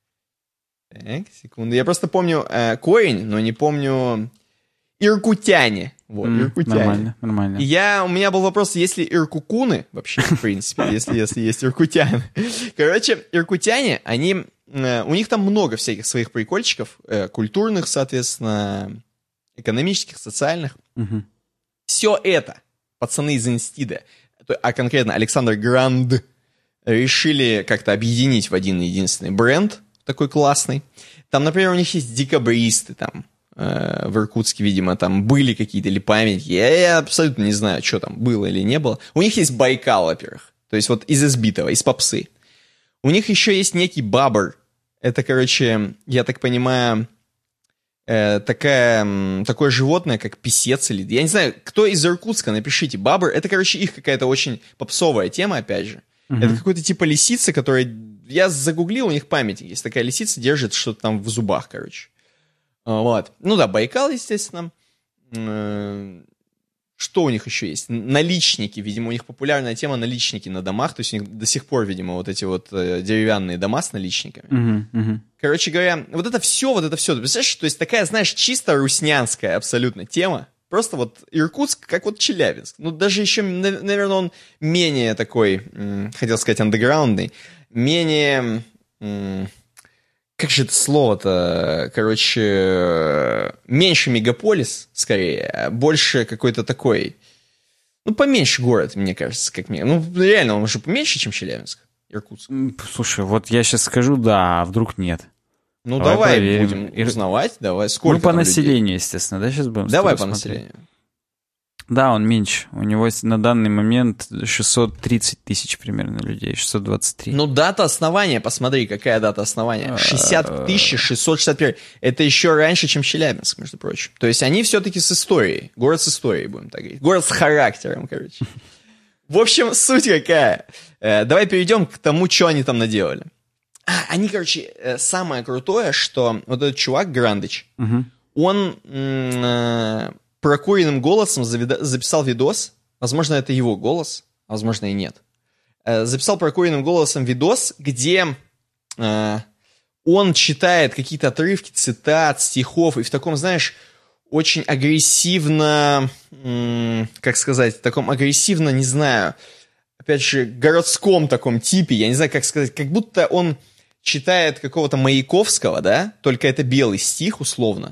S1: Так, секунду. Я просто помню э, корень, но не помню... Иркутяне. Вот, mm, иркутяне.
S2: Нормально, нормально.
S1: И я, у меня был вопрос, есть ли иркукуны вообще, в принципе, если, если есть иркутяне. Короче, иркутяне, они, э, у них там много всяких своих прикольчиков, э, культурных, соответственно, экономических, социальных. Mm-hmm. Все это пацаны из Инстида, а конкретно Александр Гранд, решили как-то объединить в один единственный бренд, такой классный. Там, например, у них есть декабристы, там, в Иркутске, видимо, там были какие-то или памятники. Я, я абсолютно не знаю, что там было или не было. У них есть Байкал, во-первых. То есть вот из избитого, из попсы. У них еще есть некий бабр. Это, короче, я так понимаю, э, такая, такое животное, как писец или... Я не знаю, кто из Иркутска, напишите. Бабр, это, короче, их какая-то очень попсовая тема, опять же. Mm-hmm. Это какой-то типа лисица, которая... Я загуглил, у них памятник есть. Такая лисица держит что-то там в зубах, короче. Вот. Ну да, Байкал, естественно. Что у них еще есть? Наличники, видимо, у них популярная тема наличники на домах, то есть у них до сих пор, видимо, вот эти вот э, деревянные дома с наличниками.
S2: Uh-huh, uh-huh.
S1: Короче говоря, вот это все, вот это все, ты представляешь, то есть такая, знаешь, чисто руснянская абсолютно тема, просто вот Иркутск, как вот Челябинск, ну даже еще, наверное, он менее такой, м- хотел сказать, андеграундный, менее... М- Как же это слово-то? Короче, меньше мегаполис, скорее, больше какой-то такой... Ну, поменьше город, мне кажется, как мне. Ну, реально, он же поменьше, чем Челябинск, Иркутск.
S2: Слушай, вот я сейчас скажу да, а вдруг нет.
S1: Ну,
S2: давай,
S1: давай
S2: проверим.
S1: будем узнавать, давай. Сколько
S2: ну, по
S1: там
S2: населению,
S1: людей?
S2: естественно, да, сейчас будем
S1: Давай по
S2: смотреть.
S1: населению.
S2: Да, он меньше. У него на данный момент шестьсот тридцать тысяч примерно людей, шестьсот двадцать три.
S1: Ну, дата основания, посмотри, какая дата основания. шестьдесят тысяч шестьсот шестьдесят один. Это еще раньше, чем Челябинск, между прочим. То есть они все-таки с историей. Город с историей, будем так говорить. Город с характером, короче. В общем, суть какая. Давай перейдем к тому, что они там наделали. А, они, короче, самое крутое, что вот этот чувак, Грандыч,
S2: Угу.
S1: он... М- прокуренным голосом завида- записал видос, возможно, это его голос, возможно, и нет, э, записал прокуренным голосом видос, где э, он читает какие-то отрывки, цитат, стихов, и в таком, знаешь, очень агрессивно, м- как сказать, в таком агрессивно, не знаю, опять же, городском таком типе, я не знаю, как сказать, как будто он читает какого-то Маяковского, да, только это белый стих, условно.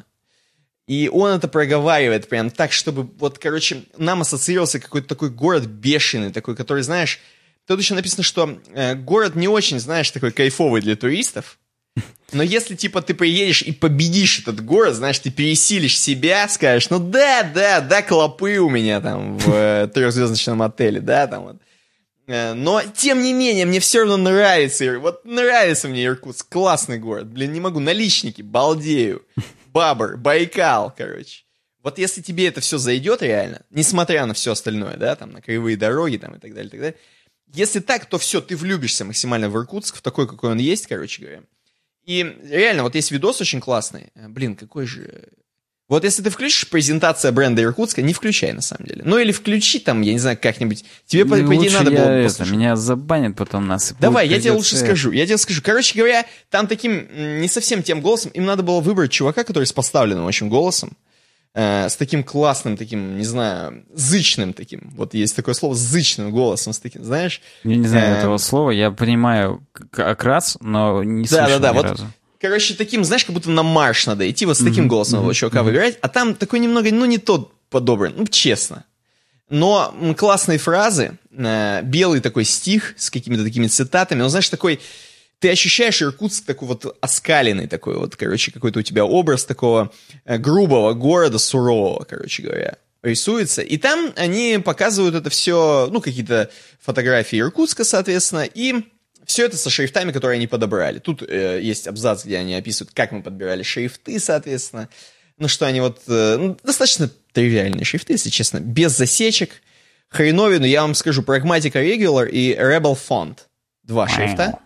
S1: И он это проговаривает прям так, чтобы, вот, короче, нам ассоциировался какой-то такой город бешеный, такой, который, знаешь, тут еще написано, что э, город не очень, знаешь, такой кайфовый для туристов, но если, типа, ты приедешь и победишь этот город, знаешь, ты пересилишь себя, скажешь, ну да, да, да, клопы у меня там в э, трехзвездочном отеле, да, там вот. Э, но, тем не менее, мне все равно нравится, вот нравится мне Иркутск, классный город, блин, не могу, наличники, балдею. Бабр, Байкал, короче. Вот если тебе это все зайдет реально, несмотря на все остальное, да, там, на кривые дороги, там, и так далее, и так далее, если так, то все, ты влюбишься максимально в Иркутск, в такой, какой он есть, короче говоря. И реально, вот есть видос очень классный. Блин, какой же... Вот если ты включишь презентация бренда Иркутска, не включай, на самом деле. Ну, или включи там, я не знаю, как-нибудь. Тебе, по, по идее, надо было
S2: это, меня забанят потом нас.
S1: Давай, я тебе лучше скажу. Я тебе скажу. Короче говоря, там таким, не совсем тем голосом, им надо было выбрать чувака, который с поставленным очень голосом, э, с таким классным, таким, не знаю, зычным таким. Вот есть такое слово, зычным голосом, с таким, знаешь?
S2: Я не знаю э, этого слова, я понимаю окрас, но не слышал
S1: да, да,
S2: ни
S1: да,
S2: разу.
S1: Вот, короче, таким, знаешь, как будто на марш надо идти, вот с таким mm-hmm, голосом mm-hmm, чувака mm-hmm. выбирать, а там такой немного, ну, не тот подобран, ну, честно. Но классные фразы, э, белый такой стих с какими-то такими цитатами, он, знаешь, такой, ты ощущаешь Иркутск такой вот оскаленный такой вот, короче, какой-то у тебя образ такого э, грубого города, сурового, короче говоря, рисуется. И там они показывают это все, ну, какие-то фотографии Иркутска, соответственно, и все это со шрифтами, которые они подобрали. Тут э, есть абзац, где они описывают, как мы подбирали шрифты, соответственно. Ну, что они вот... Э, ну, достаточно тривиальные шрифты, если честно. Без засечек. Хреновину, я вам скажу, Pragmatica Regular и Rebel Font. Два шрифта.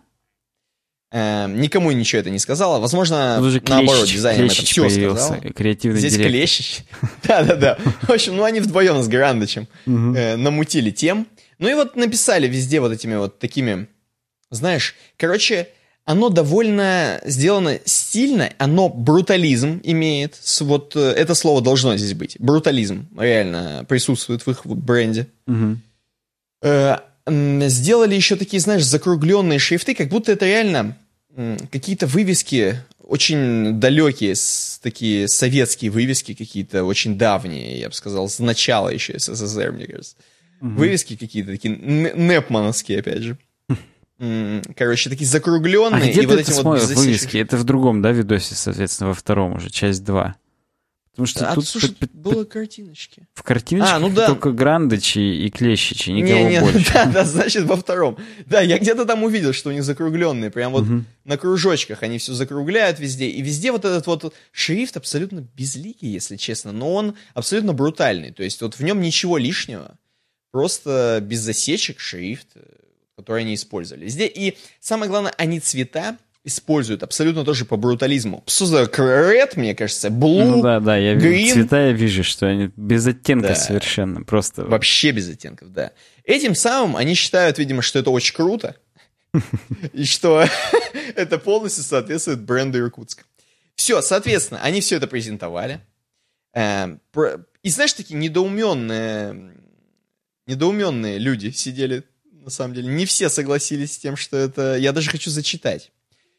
S1: Э, никому ничего это не сказала. Возможно, наоборот, дизайнер это все сказал.
S2: Креативный
S1: Здесь
S2: директор.
S1: Клещич. Да-да-да. В общем, ну, они вдвоем с Грандычем э, намутили тем. Ну, и вот написали везде вот этими вот такими... Знаешь, короче, оно довольно сделано стильно, оно брутализм имеет. Вот это слово должно здесь быть. Брутализм реально присутствует в их бренде.
S2: Угу.
S1: Э, сделали еще такие, знаешь, закругленные шрифты, как будто это реально какие-то вывески очень далекие, такие советские вывески какие-то, очень давние, я бы сказал, с начала еще СССР, мне кажется. Угу. Вывески какие-то такие непмановские, опять же. Короче, такие закругленные.
S2: А где
S1: и
S2: ты
S1: вот
S2: это
S1: этим
S2: смотришь,
S1: вот
S2: вывески? Это в другом, да, видосе, соответственно, во втором уже, часть два. Потому что
S1: а,
S2: тут
S1: слушай,
S2: п- п-
S1: было картиночки.
S2: В картиночках
S1: а, ну да.
S2: только Грандычи и Клещичи, никого
S1: не, не,
S2: больше.
S1: Да, да, значит, во втором. Да, я где-то там увидел, что у них закругленные. Прям вот угу. на кружочках они все закругляют везде. И везде вот этот вот шрифт абсолютно безликий, если честно. Но он абсолютно брутальный. То есть вот в нем ничего лишнего. Просто без засечек шрифт, который они использовали. Везде. И самое главное, они цвета используют абсолютно тоже по брутализму. Что за red, мне кажется, blue,
S2: ну, да, да, я
S1: green.
S2: Цвета я вижу, что они без оттенка
S1: да.
S2: совершенно, просто...
S1: Вообще без оттенков, да. Этим самым они считают, видимо, что это очень круто, и что это полностью соответствует бренду Иркутска. Все, соответственно, они все это презентовали. И знаешь, такие недоуменные, недоуменные люди сидели, на самом деле. Не все согласились с тем, что это... Я даже хочу зачитать.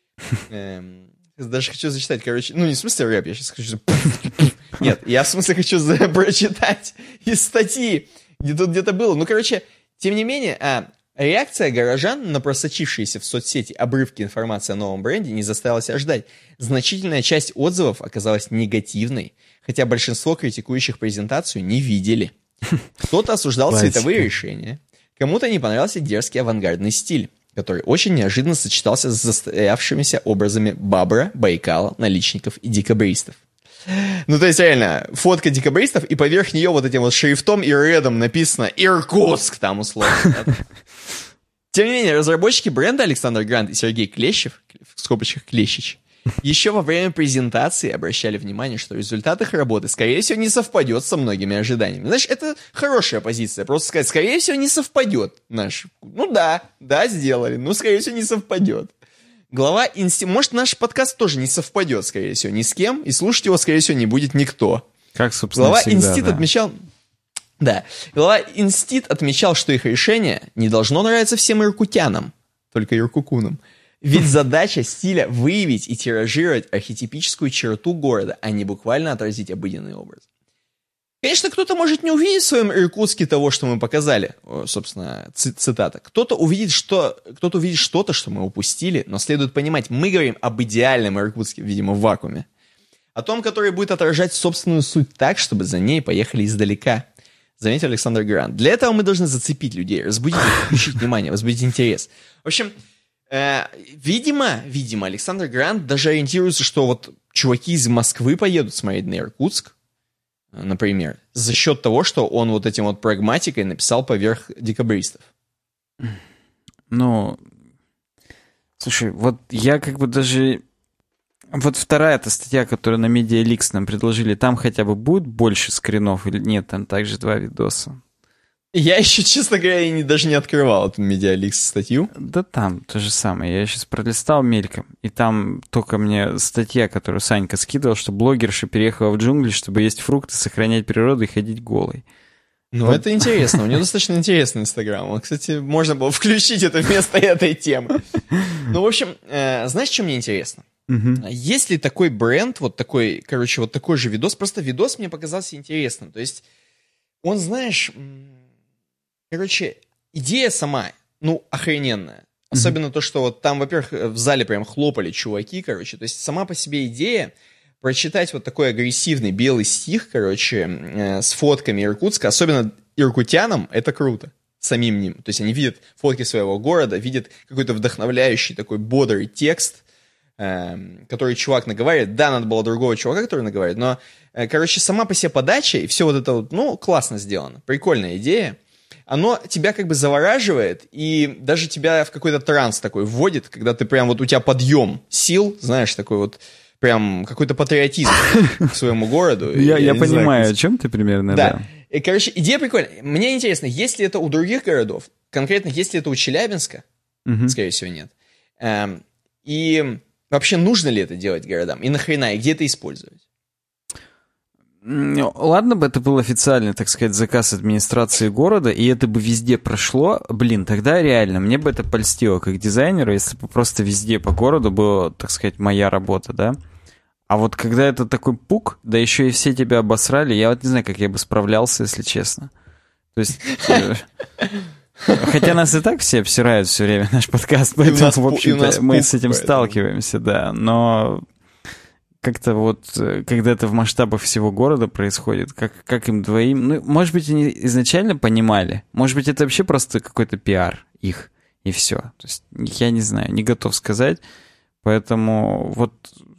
S1: Даже хочу зачитать, короче... Ну, не в смысле рэп, я сейчас хочу... Нет, я в смысле хочу прочитать из статьи, где тут где-то было. Ну, короче, тем не менее... Реакция горожан на просочившиеся в соцсети обрывки информации о новом бренде не заставила себя ждать. Значительная часть отзывов оказалась негативной, хотя большинство критикующих презентацию не видели. Кто-то осуждал цветовые решения, кому-то не понравился дерзкий авангардный стиль, который очень неожиданно сочетался с застоявшимися образами Бабра, Байкала, наличников и декабристов. Ну, то есть, реально, фотка декабристов, и поверх нее вот этим вот шрифтом и редом написано «Иркутск» там условно. Тем не менее, разработчики бренда Александр Грант и Сергей Клещев, в скобочках Клещич, еще во время презентации обращали внимание, что результат их работы, скорее всего, не совпадет со многими ожиданиями. Знаешь, это хорошая позиция, просто сказать, скорее всего, не совпадет наш. Ну да, да, сделали, но, скорее всего, не совпадет. Глава института... Может, наш подкаст тоже не совпадет, скорее всего, ни с кем, и слушать его, скорее всего, не будет никто.
S2: Как, собственно,
S1: Глава
S2: всегда,
S1: института
S2: да.
S1: отмечал... Да. Глава института отмечал, что их решение не должно нравиться всем иркутянам, только иркукунам. Ведь задача стиля выявить и тиражировать архетипическую черту города, а не буквально отразить обыденный образ. Конечно, кто-то может не увидеть в своем Иркутске того, что мы показали, собственно, цитата. Кто-то увидит, что, кто-то увидит что-то, что мы упустили, но следует понимать, мы говорим об идеальном Иркутске, видимо, в вакууме. О том, который будет отражать собственную суть так, чтобы за ней поехали издалека. Заметил Александр Грант. Для этого мы должны зацепить людей, разбудить их, включить внимание, возбудить интерес. В общем, э, видимо, видимо, Александр Грант даже ориентируется, что вот чуваки из Москвы поедут смотреть на Иркутск, например, за счет того, что он вот этим вот прагматикой написал поверх декабристов.
S2: Ну, слушай, вот я как бы даже... Вот вторая эта статья, которую на MediaLeaks нам предложили, там хотя бы будет больше скринов или нет? Там также два видоса.
S1: Я еще, честно говоря, и не, даже не открывал эту MediaLeaks статью.
S2: Да там то же самое. Я сейчас пролистал мельком, и там только мне статья, которую Санька скидывал, что блогерша переехала в джунгли, чтобы есть фрукты, сохранять природу и ходить голой.
S1: Ну, вот. Это интересно. У нее достаточно интересный Инстаграм. Кстати, можно было включить это вместо этой темы. Ну, в общем, э, знаешь, что мне интересно? Uh-huh. Есть ли такой бренд, вот такой, короче, вот такой же видос? Просто видос мне показался интересным. То есть он, знаешь, короче, идея сама, ну, охрененная. Особенно uh-huh. то, что вот там, во-первых, в зале прям хлопали чуваки, короче. То есть сама по себе идея прочитать вот такой агрессивный белый стих, короче, э, с фотками Иркутска, особенно иркутянам, это круто. Самим ним. То есть они видят фотки своего города, видят какой-то вдохновляющий такой бодрый текст, который чувак наговаривает. Да, надо было другого чувака, который наговаривает, но, короче, сама по себе подача и все вот это вот, ну, классно сделано. Прикольная идея. Оно тебя как бы завораживает и даже тебя в какой-то транс такой вводит, когда ты прям вот у тебя подъем сил, знаешь, такой вот прям какой-то патриотизм к своему городу.
S2: Я, я, я понимаю, знаю, о чем ты примерно, да.
S1: да. И, короче, идея прикольная. Мне интересно, есть ли это у других городов? Конкретно, есть ли это у Челябинска? Угу. Скорее всего, нет. Эм, и вообще, нужно ли это делать городам? И нахрена? И где это использовать?
S2: Ну, ладно бы это был официальный, так сказать, заказ администрации города, и это бы везде прошло. Блин, тогда реально, мне бы это польстило как дизайнеру, если бы просто везде по городу была, так сказать, моя работа, да? А вот когда это такой пук, да еще и все тебя обосрали, я вот не знаю, как я бы справлялся, если честно. То есть... Хотя нас и так все обсирают все время, наш подкаст, поэтому, в общем-то, мы с этим сталкиваемся, да. Но как-то вот, когда это в масштабах всего города происходит, как, как им двоим... Ну, может быть, они изначально понимали, может быть, это вообще просто какой-то пиар их, и все. То есть, я не знаю, не готов сказать, поэтому вот...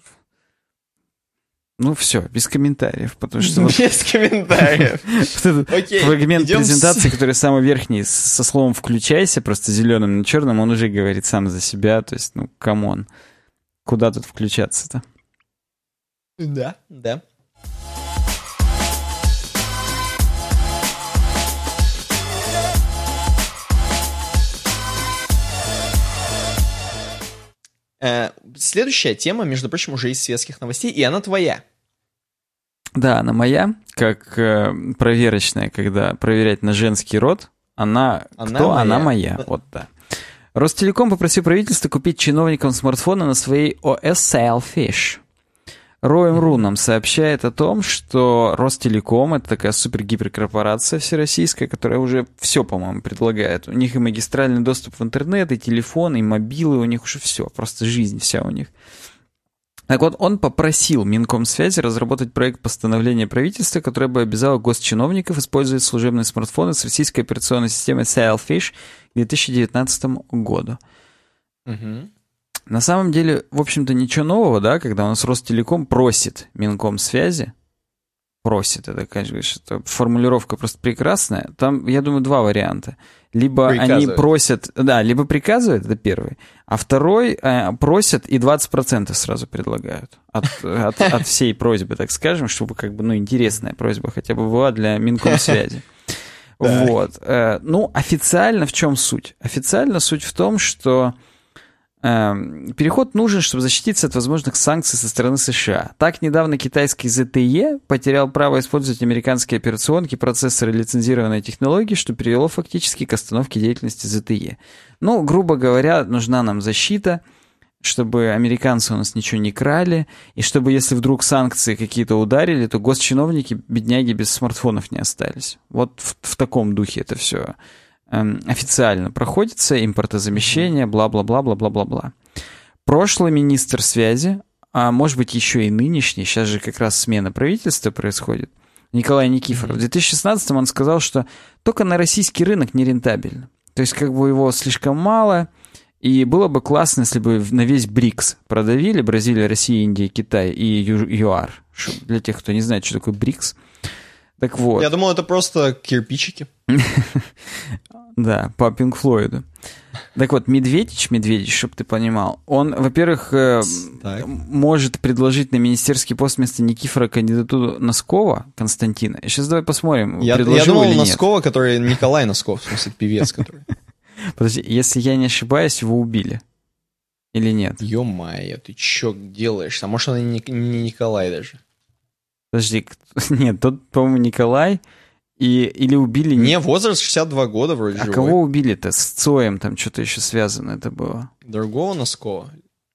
S2: Ну все, без комментариев, потому что...
S1: Без комментариев.
S2: Фрагмент презентации, который самый верхний, со словом «включайся», просто зеленым на черном, он уже говорит сам за себя, то есть, ну, камон. куда тут включаться-то?
S1: Да, да. Следующая тема, между прочим, уже из светских новостей, и она твоя.
S2: Да, она моя, как э, проверочная, когда проверять на женский род, она, она кто? Моя. Она моя, вот да. Ростелеком попросил правительство купить чиновникам смартфоны на своей о эс Sailfish. Роем.ру нам сообщает о том, что Ростелеком — это такая супер-гиперкорпорация всероссийская, которая уже все, по-моему, предлагает. У них и магистральный доступ в интернет, и телефон, и мобилы, у них уже все, просто жизнь вся у них. Так вот, он попросил Минкомсвязи разработать проект постановления правительства, которое бы обязало госчиновников использовать служебные смартфоны с российской операционной системой Sailfish к две тысячи девятнадцатому году.
S1: Угу.
S2: На самом деле, в общем-то, ничего нового, да, когда у нас Ростелеком просит Минкомсвязи, просит, это, конечно, это формулировка просто прекрасная, там, я думаю, два варианта. Либо они просят, да, либо приказывают, это первый, а второй э, просят и двадцать процентов сразу предлагают от, от, от всей просьбы, так скажем, чтобы как бы, ну, интересная просьба хотя бы была для Минкомсвязи. Вот. Ну, официально в чем суть? Официально суть в том, что переход нужен, чтобы защититься от возможных санкций со стороны США. Так, недавно китайский зет тэ и потерял право использовать американские операционки, процессоры лицензированной технологии, что привело фактически к остановке деятельности зет тэ и. Ну, грубо говоря, нужна нам защита, чтобы американцы у нас ничего не крали, и чтобы, если вдруг санкции какие-то ударили, то госчиновники, бедняги, без смартфонов не остались. Вот в, в таком духе это все официально проходится, импортозамещение, бла-бла-бла-бла-бла-бла-бла. Прошлый министр связи, а может быть еще и нынешний, сейчас же как раз смена правительства происходит, Николай Никифоров, в две тысячи шестнадцатом он сказал, что только на российский рынок нерентабельно. То есть как бы его слишком мало, и было бы классно, если бы на весь БРИКС продавили, Бразилия, Россия, Индия, Китай и ЮАР. Для тех, кто не знает, что такое БРИКС. Так вот.
S1: Я думал, это просто кирпичики.
S2: Да, по Пинк Флойду. Так вот, Медведич, Медведич, чтобы ты понимал, он, во-первых, так. может предложить на министерский пост вместо Никифора кандидатуру Носкова Константина. И сейчас давай посмотрим,
S1: я, я думал, Носкова, нет. который Николай Носков, в смысле, певец, который...
S2: Подожди, если я не ошибаюсь, его убили. Или нет?
S1: Ё-моё, ты чё делаешь? А может, он не, не Николай даже?
S2: Подожди, нет, тот, по-моему, Николай... И, или убили...
S1: Не, возраст шестьдесят два года вроде
S2: А
S1: живой.
S2: кого убили-то? С Цоем там что-то еще связано это было.
S1: Другого Носкова?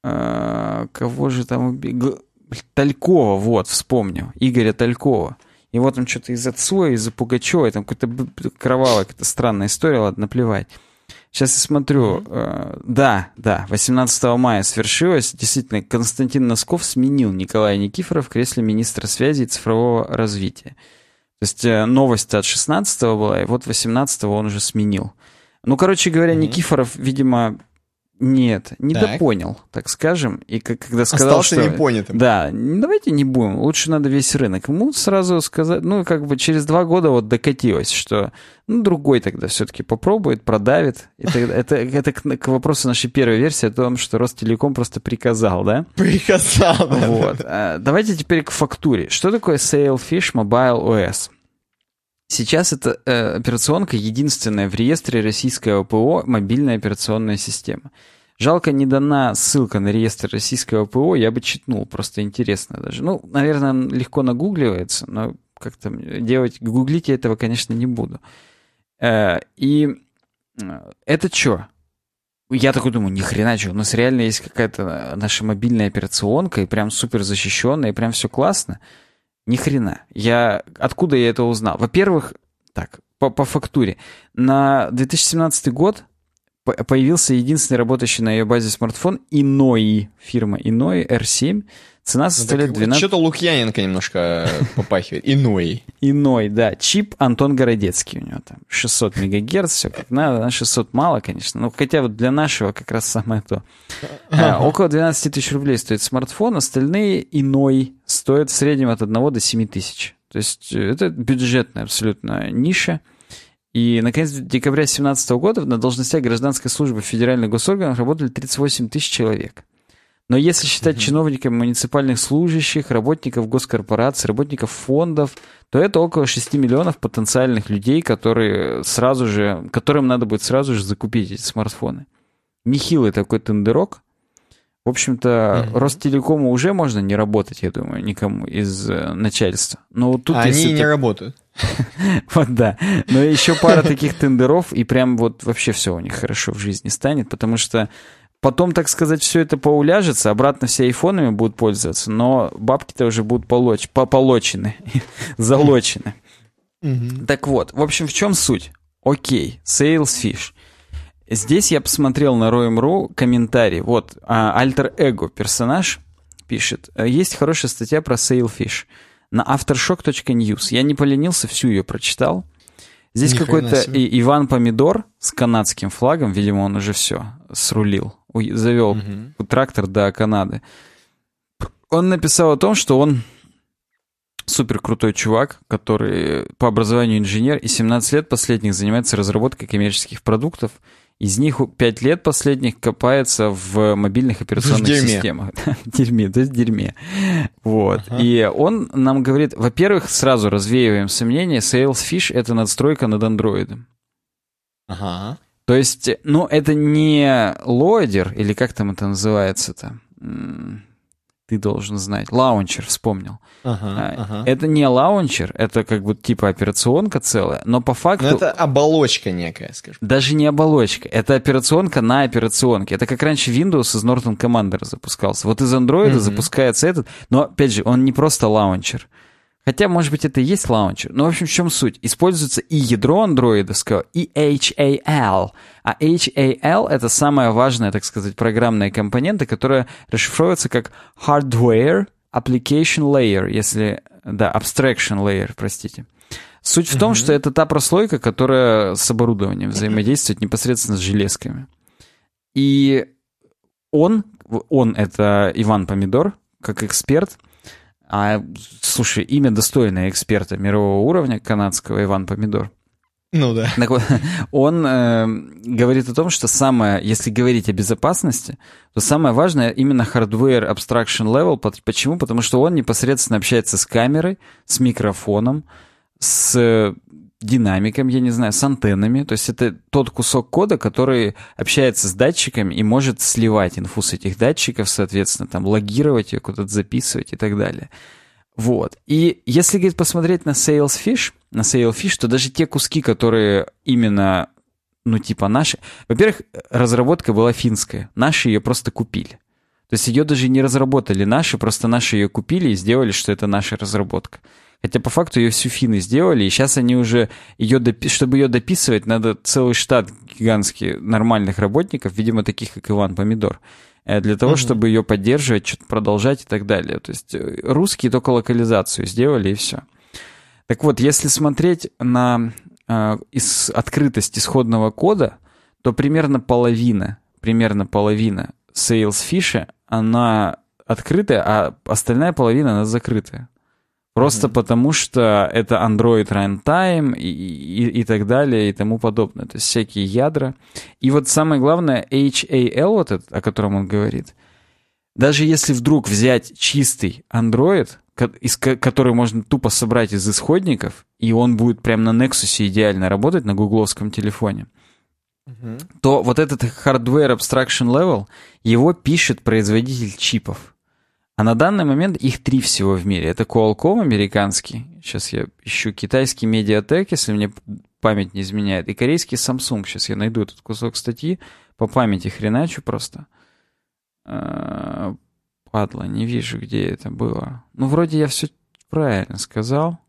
S2: А, кого же там убили? Талькова, вот, вспомнил. Игоря Талькова. И вот там что-то из-за Цоя, из-за Пугачева, там какая-то кровавая, какая-то странная история, ладно, плевать. Сейчас я смотрю. Mm-hmm. Да, да, восемнадцатого мая свершилось. Действительно, Константин Носков сменил Николая Никифорова в кресле министра связи и цифрового развития. То есть новость от шестнадцатого была, и вот восемнадцатого он уже сменил. Ну, короче говоря, mm-hmm. Никифоров, видимо, нет, недопонял, так. так скажем. И как, когда сказал,
S1: Остался
S2: что...
S1: непонятым.
S2: Да, давайте не будем, лучше надо весь рынок. Ему сразу сказать, ну, как бы через два года вот докатилось, что ну, другой тогда все-таки попробует, продавит. Это, это, это к, к вопросу нашей первой версии о том, что Ростелеком просто приказал, да?
S1: Приказал, да.
S2: Вот. А, давайте теперь к фактуре. Что такое Sailfish Mobile о эс? Сейчас эта э, операционка единственная в реестре российского ПО мобильная операционная система. Жалко, не дана ссылка на реестр российского ПО, я бы читнул, просто интересно даже. Ну, наверное, легко нагугливается, но как-то делать, гуглить я этого, конечно, не буду. Э, и это что? Я такой думаю, ни хрена что, у нас реально есть какая-то наша мобильная операционка, и прям супер защищенная, и прям все классно. Ни хрена. Я... Откуда я это узнал? Во-первых, так, по, по фактуре. На две тысячи семнадцатый год появился единственный работающий на ее базе смартфон Иной, фирма Иной эр семь. Цена составляет двенадцать...
S1: Что-то Лукьяненко немножко попахивает. Иной.
S2: Иной, да. Чип Антон Городецкий у него там. шестьсот мегагерц, все как надо. На шестьсот мало, конечно. Но хотя вот для нашего как раз самое то. А, около двенадцать тысяч рублей стоит смартфон. Остальные Иной стоят в среднем от одного до семи тысяч. То есть это бюджетная абсолютно ниша. И, наконец, в декабре две тысячи семнадцатого года на должностях гражданской службы в федеральных госорганах работали тридцать восемь тысяч человек. Но если считать mm-hmm. чиновниками муниципальных служащих, работников госкорпораций, работников фондов, то это около шести миллионов потенциальных людей, которые сразу же, которым надо будет сразу же закупить эти смартфоны. Нехилый такой тендерок. В общем-то, mm-hmm. Ростелекому уже можно не работать, я думаю, никому из э, начальства. Но вот тут,
S1: а они не
S2: так...
S1: работают.
S2: Вот да. Но еще пара таких тендеров, и прям вот вообще все у них хорошо в жизни станет, потому что потом, так сказать, все это поуляжется, обратно все айфонами будут пользоваться, но бабки-то уже будут полоч... пополочены, залочены. Mm-hmm. Так вот, в общем, в чем суть? Окей, Salesfish. Здесь я посмотрел на Roam.ru комментарий. Вот, Alter Ego персонаж пишет. Есть хорошая статья про Sailfish на aftershock точка news. Я не поленился, всю ее прочитал. Здесь Ни какой-то и, Иван Помидор с канадским флагом, видимо, он уже все срулил, завел угу. трактор до Канады. Он написал о том, что он супер крутой чувак, который по образованию инженер, и семнадцать лет последних занимается разработкой коммерческих продуктов. Из них пять лет последних копается в мобильных операционных в системах. В дерьме, то есть в дерьме. Вот. Ага. И он нам говорит, во-первых, сразу развеиваем сомнения, Salesfish — это надстройка над андроидом.
S1: Ага.
S2: То есть, ну, это не лоадер, или как там это называется-то? Ты должен знать. Лаунчер, вспомнил.
S1: Ага, ага.
S2: Это не лаунчер, это как бы типа операционка целая, но по факту...
S1: Но это оболочка некая, скажем.
S2: Даже не оболочка, это операционка на операционке. Это как раньше Windows из Norton Commander запускался. Вот из Android mm-hmm. запускается этот, но, опять же, он не просто лаунчер. Хотя, может быть, это и есть лаунчер. Но, в общем, в чем суть? Используется и ядро андроидовского, и эйч эй эл. А эйч эй эл — это самая важная, так сказать, программная компонента, которая расшифровывается как Hardware Application Layer, если... Да, Abstraction Layer, простите. Суть в том, mm-hmm. что это та прослойка, которая с оборудованием взаимодействует непосредственно с железками. И он, он — это Иван Помидор, как эксперт. А, слушай, имя достойное эксперта мирового уровня, канадского, Иван Помидор.
S1: Ну да.
S2: Так вот, он э, говорит о том, что самое, если говорить о безопасности, то самое важное именно hardware abstraction level. Почему? Потому что он непосредственно общается с камерой, с микрофоном, с динамиком, я не знаю, с антеннами. То есть это тот кусок кода, который общается с датчиками и может сливать инфу с этих датчиков, соответственно, там логировать ее, куда-то записывать и так далее. Вот. И если, говорит, посмотреть на Salesfish, на Sailfish, то даже те куски, которые именно, ну, типа наши... Во-первых, разработка была финская. Наши ее просто купили. То есть ее даже не разработали наши, просто наши ее купили и сделали, что это наша разработка. Хотя по факту ее всю финны сделали, и сейчас они уже ее, допи... чтобы ее дописывать, надо целый штат гигантский нормальных работников, видимо, таких, как Иван Помидор, для того, mm-hmm. чтобы ее поддерживать, что-то продолжать и так далее. То есть русские только локализацию сделали, и все. Так вот, если смотреть на э, из, открытость исходного кода, то примерно половина, примерно половина Salesfish, она открытая, а остальная половина, она закрытая. Просто mm-hmm. потому, что это Android Runtime и, и, и так далее, и тому подобное. То есть всякие ядра. И вот самое главное, эйч эй эл, вот этот, о котором он говорит, даже если вдруг взять чистый Android, из, который можно тупо собрать из исходников, и он будет прямо на Nexus идеально работать на гугловском телефоне, mm-hmm. то вот этот Hardware Abstraction Level, его пишет производитель чипов. А на данный момент их три всего в мире. Это Qualcomm американский, сейчас я ищу китайский Mediatek, если мне память не изменяет, и корейский Samsung. Сейчас я найду этот кусок статьи, по памяти хреначу просто. Падла, не вижу, где это было. Ну, вроде я все правильно сказал.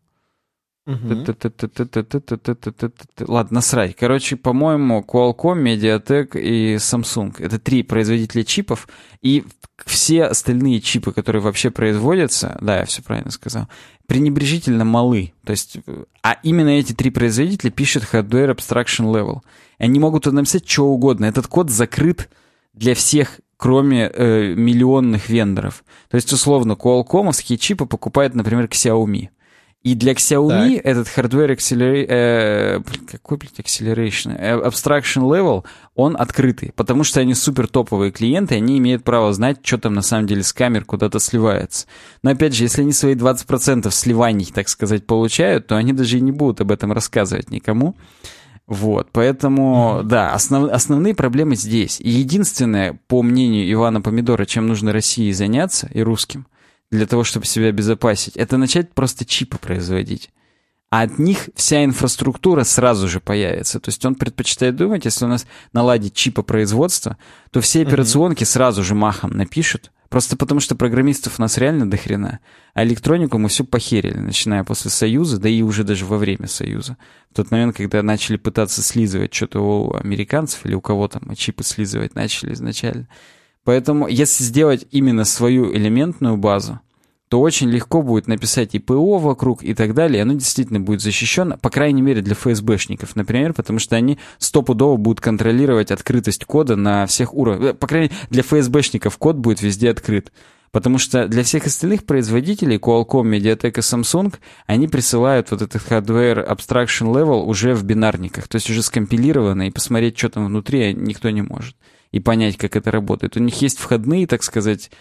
S2: Ладно, насрать. Короче, по-моему, Qualcomm, Mediatek и Samsung. Это три производителя чипов. И все остальные чипы, которые вообще производятся, да, я все правильно сказал, пренебрежительно малы. То есть, а именно эти три производителя пишут Hardware Abstraction Level. И они могут написать что угодно. Этот код закрыт для всех, кроме э, миллионных вендоров. То есть, условно, Qualcomm-овские чипы покупают, например, Xiaomi. И для Xiaomi так. этот hardware acceleration, э, какой, блядь, acceleration, abstraction level, он открытый, потому что они супер топовые клиенты, они имеют право знать, что там на самом деле с камер куда-то сливается. Но опять же, если они свои двадцать процентов сливаний, так сказать, получают, то они даже и не будут об этом рассказывать никому. Вот, поэтому, mm-hmm. да, основ, основные проблемы здесь. И единственное, по мнению Ивана Помидора, чем нужно России заняться, и русским, для того, чтобы себя обезопасить, это начать просто чипы производить. А от них вся инфраструктура сразу же появится. То есть он предпочитает думать, если у нас наладить чипопроизводство, то все операционки mm-hmm. сразу же махом напишут. Просто потому, что программистов у нас реально дохрена. А электронику мы все похерили, начиная после Союза, да и уже даже во время Союза. В тот момент, когда начали пытаться слизывать что-то у американцев или у кого там чипы слизывать начали изначально. Поэтому, если сделать именно свою элементную базу, то очень легко будет написать и ПО вокруг и так далее, и оно действительно будет защищено, по крайней мере, для ФСБшников, например, потому что они стопудово будут контролировать открытость кода на всех уровнях. По крайней мере, для ФСБшников код будет везде открыт. Потому что для всех остальных производителей, Qualcomm, Mediatek и Samsung, они присылают вот этот hardware abstraction level уже в бинарниках, то есть уже скомпилированно, и посмотреть, что там внутри, никто не может. И понять, как это работает. У них есть входные, так сказать,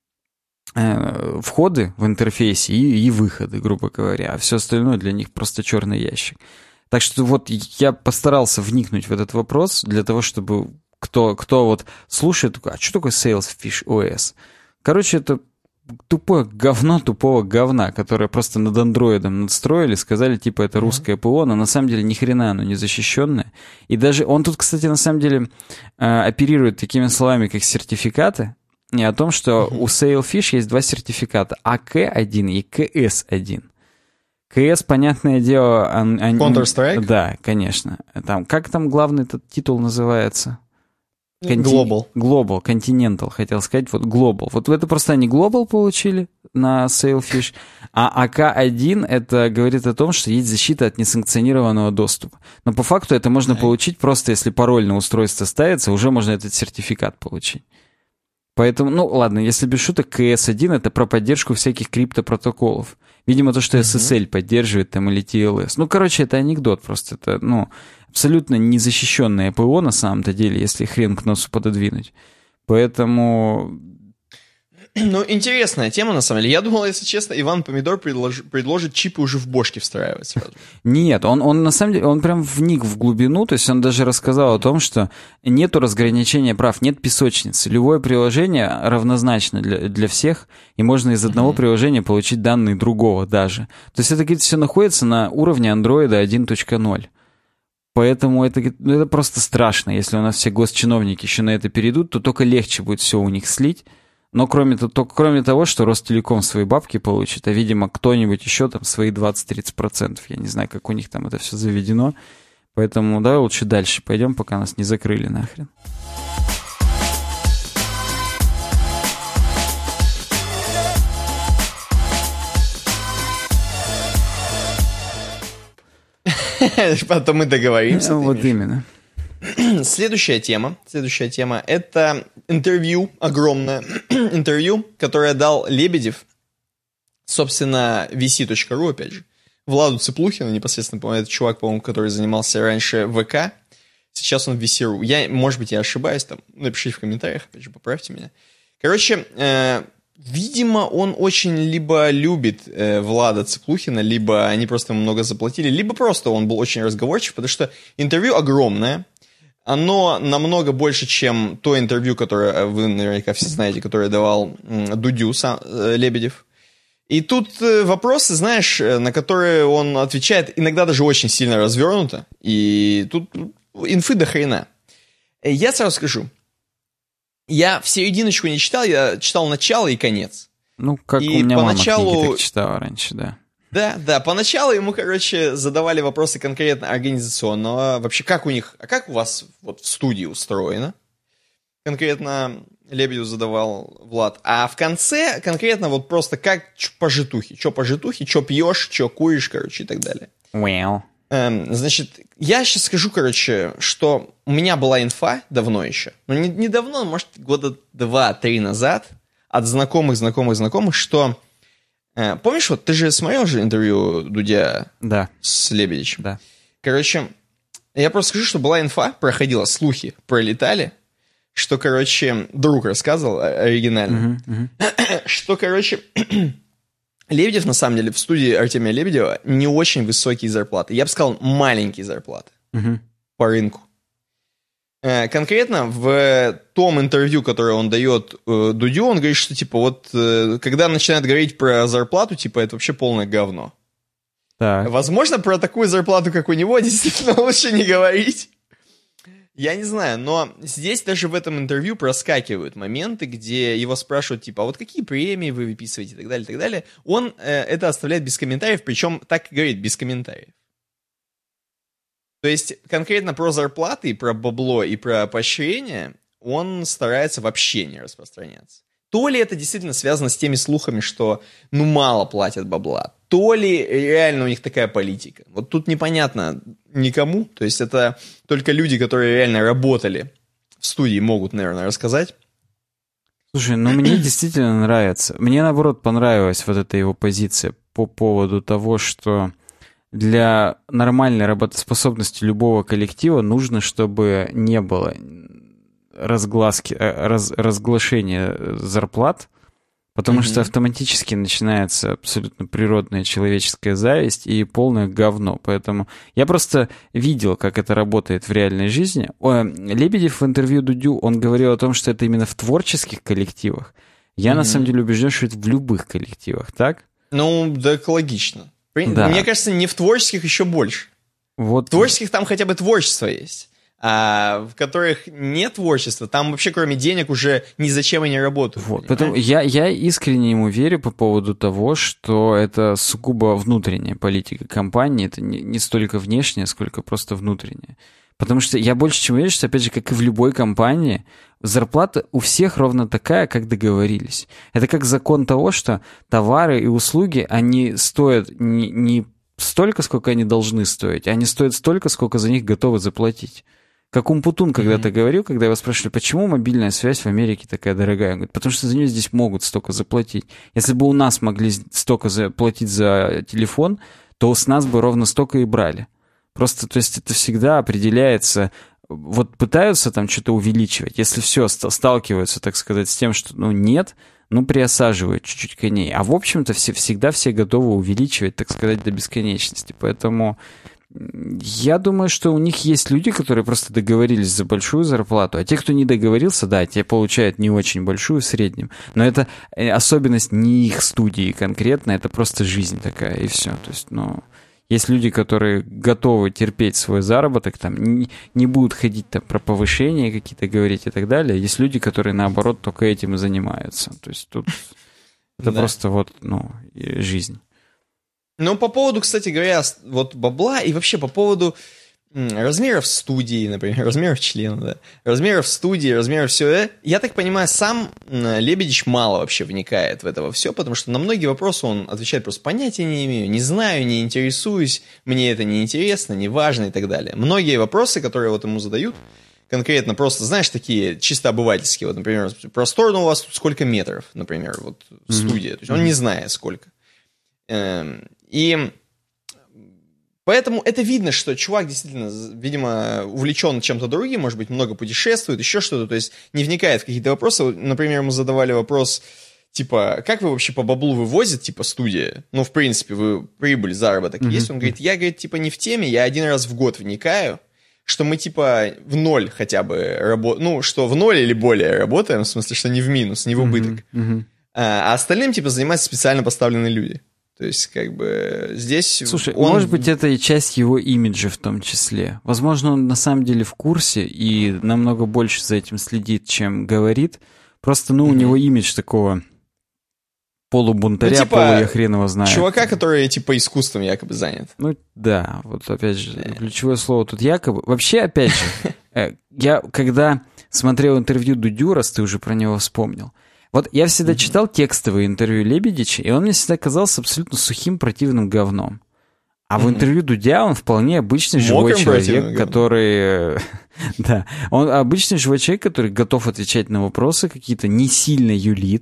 S2: э, входы в интерфейсе и, и выходы, грубо говоря, а все остальное для них просто черный ящик. Так что вот я постарался вникнуть в этот вопрос для того, чтобы кто, кто вот слушает, а что такое Sailfish о эс? Короче, это тупое говно тупого говна, которое просто над андроидом надстроили, сказали, типа, это русское ПО, но на самом деле ни хрена оно не защищенное. И даже он тут, кстати, на самом деле э, оперирует такими словами, как сертификаты, и о том, что uh-huh. у Sailfish есть два сертификата, эй кей один и кей эс один. кей эс, понятное дело... Он, он,
S1: Counter-Strike?
S2: Да, конечно. Там, как там главный этот титул называется? Конти...
S1: Global.
S2: Global, Continental, хотел сказать, вот Global. Вот это просто они Global получили на Sailfish, а эй кей один это говорит о том, что есть защита от несанкционированного доступа. Но по факту это можно получить просто, если пароль на устройство ставится, уже можно этот сертификат получить. Поэтому, ну ладно, если без шуток, кей эс один это про поддержку всяких криптопротоколов. Видимо, то, что эс эс эль mm-hmm. поддерживает там или ти эл эс. Ну, короче, это анекдот просто. Это, ну, абсолютно незащищенное ПО на самом-то деле, если хрен к носу пододвинуть. Поэтому...
S1: Ну, интересная тема, на самом деле. Я думал, если честно, Иван Помидор предлож... предложит чипы уже в бошки встраивать сразу. Нет,
S2: он, он на самом деле, он прям вник в глубину, то есть он даже рассказал о том, что нету разграничения прав, нет песочницы. Любое приложение равнозначно для, для всех, и можно из одного mm-hmm. приложения получить данные другого даже. То есть это, говорит, все находится на уровне Android один точка ноль. Поэтому это, ну, это просто страшно. Если у нас все госчиновники еще на это перейдут, то только легче будет все у них слить. Но кроме, то, кроме того, что Ростелеком свои бабки получит, а, видимо, кто-нибудь еще там свои двадцать-тридцать процентов. Я не знаю, как у них там это все заведено. Поэтому давай лучше дальше пойдем, пока нас не закрыли нахрен.
S1: Потом мы договоримся.
S2: Вот именно.
S1: Следующая тема, следующая тема – это интервью, огромное интервью, которое дал Лебедев, собственно, ви си точка ру, опять же, Владу Цыплухину, непосредственно, по-моему, это чувак, по-моему, который занимался раньше ВК, сейчас он в ви си точка ру. Я, может быть, я ошибаюсь, там, напишите в комментариях, опять же, поправьте меня. Короче, э, видимо, он очень либо любит э, Влада Цыплухина, либо они просто ему много заплатили, либо просто он был очень разговорчив, потому что интервью огромное. Оно намного больше, чем то интервью, которое вы наверняка все знаете, которое давал Дудю сам, э, Лебедев. И тут э, вопросы, знаешь, на которые он отвечает иногда даже очень сильно развернуто. И тут инфы до хрена. Я сразу скажу. Я в серединочку не читал, я читал начало и конец.
S2: Ну, как и у меня поначалу... мама книги так читала раньше, да.
S1: Да, да, поначалу ему, короче, задавали вопросы конкретно организационного. Вообще, как у них, а как у вас вот в студии устроено? Конкретно Лебедев задавал Влад. А в конце конкретно вот просто как по житухе. Что по житухе, что пьешь, что куришь, короче, и так далее.
S2: Well.
S1: Эм, значит, я сейчас скажу, короче, что у меня была инфа давно еще. Ну, не, не давно, может, года два-три назад от знакомых, знакомых, знакомых, что... Помнишь, вот ты же смотрел же интервью Дудя
S2: да.
S1: с Лебедичем?
S2: Да.
S1: Короче, я просто скажу, что была инфа, проходила, слухи пролетали, что, короче, друг рассказывал оригинально, uh-huh, uh-huh. что, короче, Лебедев, на самом деле, в студии Артемия Лебедева не очень высокие зарплаты. Я бы сказал, маленькие зарплаты uh-huh. по рынку. Конкретно в том интервью, которое он дает э, Дудю, он говорит, что, типа, вот, э, когда начинает говорить про зарплату, типа, это вообще полное говно.
S2: Так.
S1: Возможно, про такую зарплату, как у него, действительно лучше не говорить. Я не знаю, но здесь даже в этом интервью проскакивают моменты, где его спрашивают, типа, а вот какие премии вы выписываете и так далее, и так далее. Он э, это оставляет без комментариев, причем так и говорит, без комментариев. То есть конкретно про зарплаты, и про бабло и про поощрение он старается вообще не распространяться. То ли это действительно связано с теми слухами, что ну мало платят бабла, то ли реально у них такая политика. Вот тут непонятно никому. То есть это только люди, которые реально работали в студии, могут, наверное, рассказать.
S2: Слушай, ну мне действительно нравится. Мне, наоборот, понравилась вот эта его позиция по поводу того, что для нормальной работоспособности любого коллектива нужно, чтобы не было разгласки, раз, разглашения зарплат, потому mm-hmm. что автоматически начинается абсолютно природная человеческая зависть и полное говно. Поэтому я просто видел, как это работает в реальной жизни. О, Лебедев в интервью Дудю, он говорил о том, что это именно в творческих коллективах. Я mm-hmm. на самом деле убежден, что это в любых коллективах, так?
S1: Ну, да, логично. Да. Мне кажется, не в творческих еще больше.
S2: Вот.
S1: В творческих там хотя бы творчество есть. А в которых нет творчества, там вообще кроме денег уже ни зачем и не работают.
S2: Вот. Поэтому я, я искренне ему верю по поводу того, что это сугубо внутренняя политика компании, это не, не столько внешняя, сколько просто внутренняя. Потому что я больше чем уверен, что, опять же, как и в любой компании, зарплата у всех ровно такая, как договорились. Это как закон того, что товары и услуги, они стоят не, не столько, сколько они должны стоить, они стоят столько, сколько за них готовы заплатить. Как Умпутун когда-то mm-hmm. говорил, когда его спрашивали, почему мобильная связь в Америке такая дорогая? Он говорит, потому что за нее здесь могут столько заплатить. Если бы у нас могли столько заплатить за телефон, то с нас бы ровно столько и брали. Просто, то есть это всегда определяется, вот пытаются там что-то увеличивать, если все сталкиваются, так сказать, с тем, что ну нет, ну приосаживают чуть-чуть коней. А в общем-то все, всегда все готовы увеличивать, так сказать, до бесконечности. Поэтому я думаю, что у них есть люди, которые просто договорились за большую зарплату, а те, кто не договорился, да, те получают не очень большую в среднем, но это особенность не их студии конкретно, это просто жизнь такая, и все. То есть, ну, есть люди, которые готовы терпеть свой заработок, там, не, не будут ходить там про повышения какие-то говорить и так далее. Есть люди, которые, наоборот, только этим и занимаются. То есть тут это да. просто вот, ну, жизнь.
S1: Ну, по поводу, кстати говоря, вот бабла и вообще по поводу размеров студии, например, размеров члена, да, размеров студии, размеров всего, я так понимаю, сам Лебедич мало вообще вникает в это все, потому что на многие вопросы он отвечает просто понятия не имею, не знаю, не интересуюсь, мне это не интересно, не важно и так далее. Многие вопросы, которые вот ему задают, конкретно просто, знаешь, такие чисто обывательские, вот, например, просторно у вас тут сколько метров, например, вот студия, mm-hmm. то есть он не знает сколько. И поэтому это видно, что чувак действительно, видимо, увлечен чем-то другим, может быть, много путешествует, еще что-то, то есть не вникает в какие-то вопросы. Например, ему задавали вопрос, типа, как вы вообще по баблу вывозите, типа, студия? Ну, в принципе, вы прибыль, заработок mm-hmm. есть? Он говорит, я, говорит, типа, не в теме, я один раз в год вникаю, что мы, типа, в ноль хотя бы работаем, ну, что в ноль или более работаем, в смысле, что не в минус, не в убыток. Mm-hmm. Mm-hmm. А, а остальным, типа, занимаются специально поставленные люди. То есть, как бы, здесь...
S2: Слушай,
S1: он...
S2: может быть, это и часть его имиджа в том числе. Возможно, он на самом деле в курсе и намного больше за этим следит, чем говорит. Просто, ну, mm-hmm. у него имидж такого полубунтаря, ну, типа, полу я хрен его знаю.
S1: Чувака, который, типа, искусством якобы занят.
S2: Ну, да, вот опять же, yeah. ключевое слово тут якобы. Вообще, опять же, я когда смотрел интервью Дудю, раз ты уже про него вспомнил, вот я всегда mm-hmm. читал текстовые интервью Лебедича, и он мне всегда казался абсолютно сухим, противным говном. А mm-hmm. в интервью Дудя он вполне обычный живой
S1: Мокрым
S2: человек, который... да, он обычный живой человек, который готов отвечать на вопросы какие-то, не сильно юлит.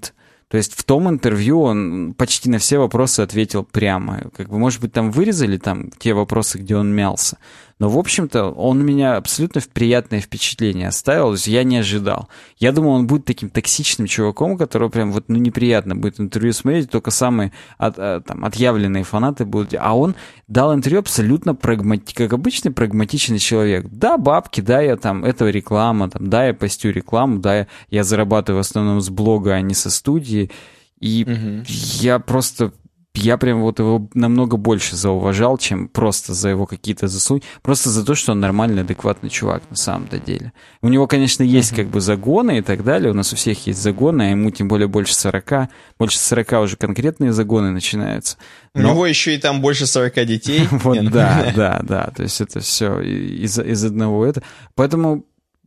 S2: То есть в том интервью он почти на все вопросы ответил прямо. Как бы, может быть, там вырезали там те вопросы, где он мялся. Но, в общем-то, он меня абсолютно приятное впечатление оставил. То есть я не ожидал. Я думал, он будет таким токсичным чуваком, которого прям вот ну, неприятно будет интервью смотреть, только самые от, там, отъявленные фанаты будут. А он дал интервью абсолютно прагмати... как обычный прагматичный человек. Да, бабки, да, я там, это реклама, там, да, я постю рекламу, да, я, я зарабатываю в основном с блога, а не со студии. И угу. я просто, я прям вот его намного больше зауважал, чем просто за его какие-то заслуги. Просто за то, что он нормальный, адекватный чувак на самом-то деле. У него, конечно, есть угу. как бы загоны и так далее. У нас у всех есть загоны, а ему тем более больше сорока. Больше сорока уже конкретные загоны начинаются.
S1: Но... У него еще и там больше сорока детей.
S2: Вот, да, да, да. То есть это все из, из одного этого. Поэтому,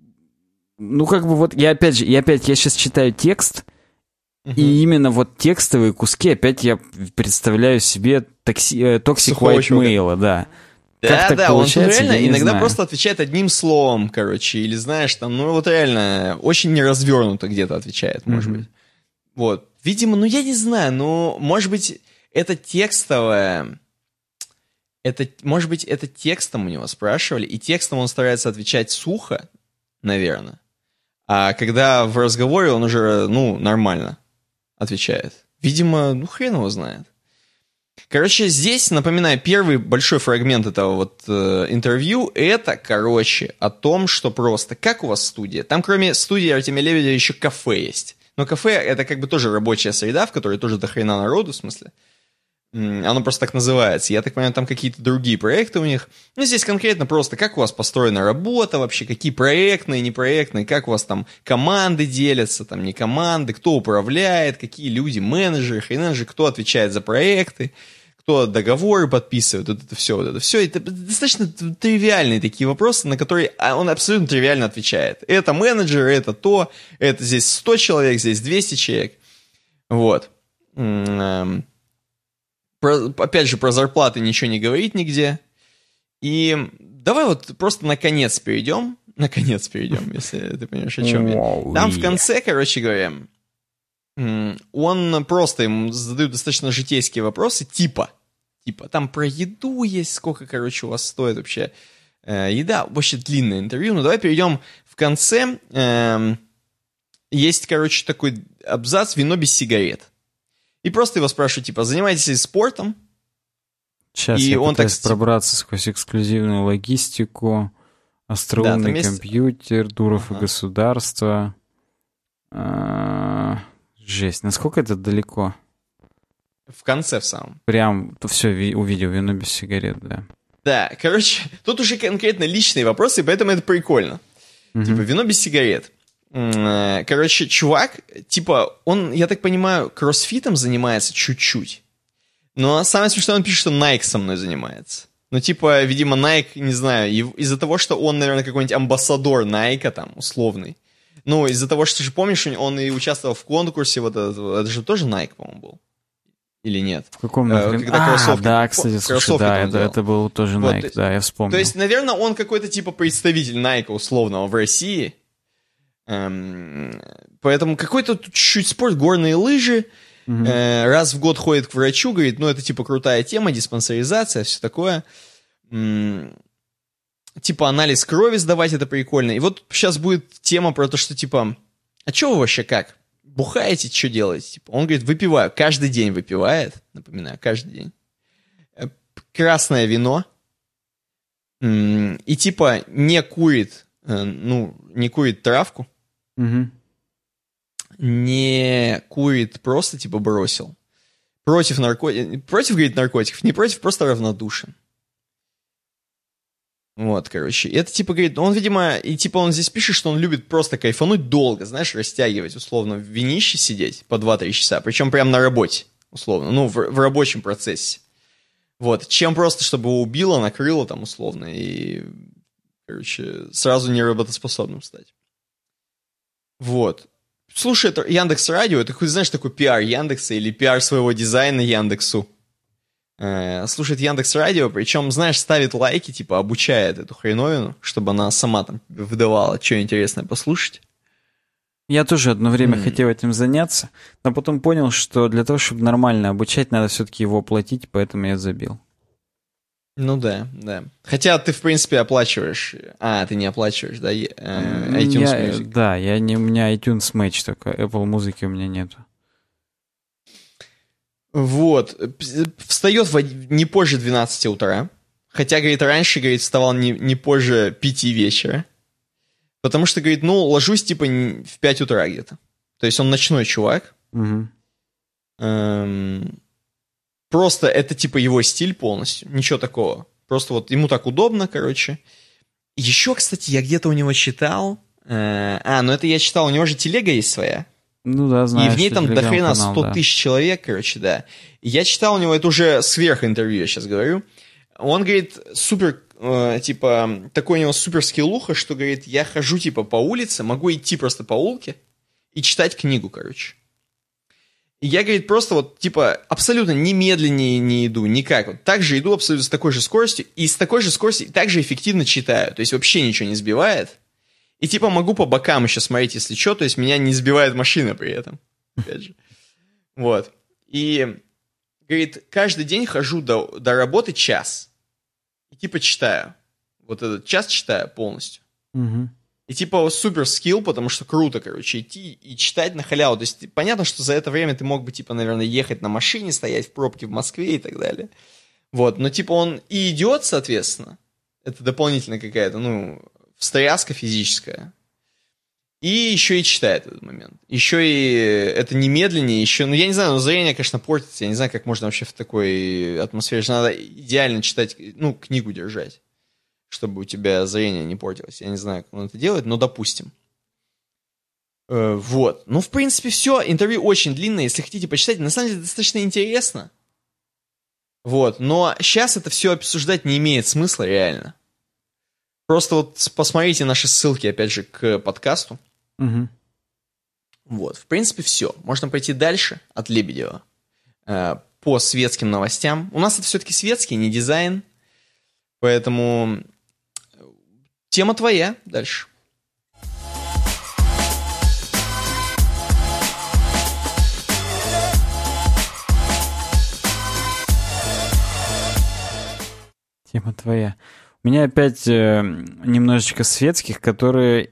S2: ну как бы вот, я опять же, я опять, я сейчас читаю текст, Uh-huh. и именно вот текстовые куски, опять я представляю себе токси, токсик white male, да.
S1: Да, да, он реально иногда знаю. Просто отвечает одним словом, короче, или знаешь, там, ну вот реально очень неразвернуто где-то отвечает, может uh-huh. быть. Вот, видимо, ну я не знаю, ну, может быть, это текстовое, это, может быть, это текстом у него спрашивали, и текстом он старается отвечать сухо, наверное, а когда в разговоре он уже, ну, нормально отвечает. Видимо, ну, хрен его знает. Короче, здесь, напоминаю, первый большой фрагмент этого вот э, интервью, это, короче, о том, что просто, как у вас студия? Там, кроме студии Артемия Лебедя, еще кафе есть. Но кафе — это как бы тоже рабочая среда, в которой тоже до хрена народу, в смысле. Оно просто так называется. Я так понимаю, там какие-то другие проекты у них. Ну, здесь конкретно просто, как у вас построена работа вообще, какие проектные, непроектные, как у вас там команды делятся, там не команды, кто управляет, какие люди, менеджеры, хрененджеры, кто отвечает за проекты, кто договоры подписывает, вот это все, вот это все. Это достаточно тривиальные такие вопросы, на которые он абсолютно тривиально отвечает. Это менеджер, это то, это здесь сто человек, здесь двести человек. Вот. Про, опять же, про зарплаты ничего не говорит нигде. И давай вот просто наконец перейдем. Наконец перейдем, если ты понимаешь, о чем я. Там в конце, короче говоря, он просто, ему задают достаточно житейские вопросы, типа, типа, там про еду есть, сколько, короче, у вас стоит вообще э, еда. Вообще длинное интервью. Ну, давай перейдем в конце. Э, есть, короче, такой абзац «Вино без сигарет». И просто его спрашивают, типа, занимаетесь ли спортом?
S2: Сейчас и я он пытаюсь так... пробраться сквозь эксклюзивную логистику, остроумный да, компьютер, есть... Дуров ага. и государство. А... Жесть, насколько это далеко?
S1: В конце в самом.
S2: Прям, то все, увидел, вино без сигарет, да.
S1: Да, короче, тут уже конкретно личные вопросы, и поэтому это прикольно. Угу. Типа, вино без сигарет. Короче, чувак, типа, он, я так понимаю, кроссфитом занимается чуть-чуть. Но самое смешное, он пишет, что Nike со мной занимается. Ну, типа, видимо, Nike, не знаю, из-за того, что он, наверное, какой-нибудь амбассадор Nike там, условный. Ну, из-за того, что, ты же помнишь, он и участвовал в конкурсе, вот это, это же тоже Nike, по-моему, был. Или нет?
S2: В каком напрямке? А, да, кстати, слушай, да, это, это был тоже Nike, вот, да, я вспомнил.
S1: То есть, наверное, он какой-то, типа, представитель Nike условного в России. Эм, поэтому какой-то чуть-чуть спорт, горные лыжи, угу. э, раз в год ходит к врачу, говорит, ну это типа крутая тема, диспансеризация, все такое, М- типа анализ крови сдавать, это прикольно. И вот сейчас будет тема про то, что типа, а что вы вообще как, бухаете, что делаете? Типа, он говорит, выпиваю, каждый день выпивает, напоминаю, каждый день, э, красное вино, М- и типа не курит, э, ну, не курит травку,
S2: Угу.
S1: не курит, просто типа бросил. Против наркотиков, против, говорит, наркотиков, не против, просто равнодушен. Вот, короче. Это типа, говорит, он, видимо, и типа он здесь пишет, что он любит просто кайфануть долго, знаешь, растягивать, условно, в винище сидеть по два-три часа, причем прям на работе, условно, ну, в, в рабочем процессе. Вот, чем просто, чтобы его убило, накрыло там, условно, и, короче, сразу неработоспособным стать. Вот. Слушает Яндекс Радио, это, знаешь, такой пиар Яндекса или пиар своего дизайна Яндексу. Э, слушает Яндекс Радио, причем, знаешь, ставит лайки, типа обучает эту хреновину, чтобы она сама там выдавала, что интересное послушать.
S2: Я тоже одно время
S1: Mm.
S2: хотел этим заняться, но потом понял, что для того, чтобы нормально обучать, надо все-таки его оплатить, поэтому я забил.
S1: Ну да, да. Хотя ты, в принципе, оплачиваешь... А, ты не оплачиваешь, да, э, iTunes
S2: я,
S1: Music?
S2: Да, я не, у меня iTunes Match только, Apple музыки у меня нету.
S1: Вот. Встает в, не позже двенадцати утра. Хотя, говорит, раньше, говорит, вставал не, не позже пяти вечера. Потому что, говорит, ну, ложусь, типа, в пять утра где-то. То есть он ночной чувак.
S2: Угу.
S1: Эм... Просто это, типа, его стиль полностью. Ничего такого. Просто вот ему так удобно, короче. Еще, кстати, я где-то у него читал... Э... А, ну это я читал, у него же телега есть своя.
S2: Ну да, знаю.
S1: И в ней там до хрена сто
S2: да.
S1: тысяч человек, короче, да. И я читал у него, это уже сверх интервью, я сейчас говорю. Он говорит, супер, э, типа, такой у него супер скиллуха, что, говорит, я хожу, типа, по улице, могу идти просто по улке и читать книгу, короче. И я, говорит, просто вот, типа, абсолютно ни медленнее не иду, никак. Вот так же иду абсолютно с такой же скоростью, и с такой же скоростью так же эффективно читаю. То есть вообще ничего не сбивает. И, типа, могу по бокам еще смотреть, если что, то есть меня не сбивает машина при этом. Опять же. Вот. И, говорит, каждый день хожу до, до работы час. И, типа, читаю. Вот этот час читаю полностью.
S2: Угу.
S1: И типа супер скилл, потому что круто, короче, идти и читать на халяву. То есть понятно, что за это время ты мог бы, типа, наверное, ехать на машине, стоять в пробке в Москве и так далее. Вот, но типа он и идет, соответственно. Это дополнительная какая-то, ну, встряска физическая. И еще и читает в этот момент. Еще и это немедленнее, еще, ну, я не знаю, но зрение, конечно, портится. Я не знаю, как можно вообще в такой атмосфере. Что надо идеально читать, ну, книгу держать, чтобы у тебя зрение не портилось. Я не знаю, как он это делает, но допустим. Э, вот. Ну, в принципе, все. Интервью очень длинное. Если хотите почитать, на самом деле достаточно интересно. Вот. Но сейчас это все обсуждать не имеет смысла реально. Просто вот посмотрите наши ссылки, опять же, к подкасту.
S2: Угу.
S1: Вот. В принципе, все. Можно пойти дальше от Лебедева э, по светским новостям. У нас это все-таки светский, не дизайн. Поэтому... Тема твоя. Дальше.
S2: Тема твоя. У меня опять э, немножечко светских, которые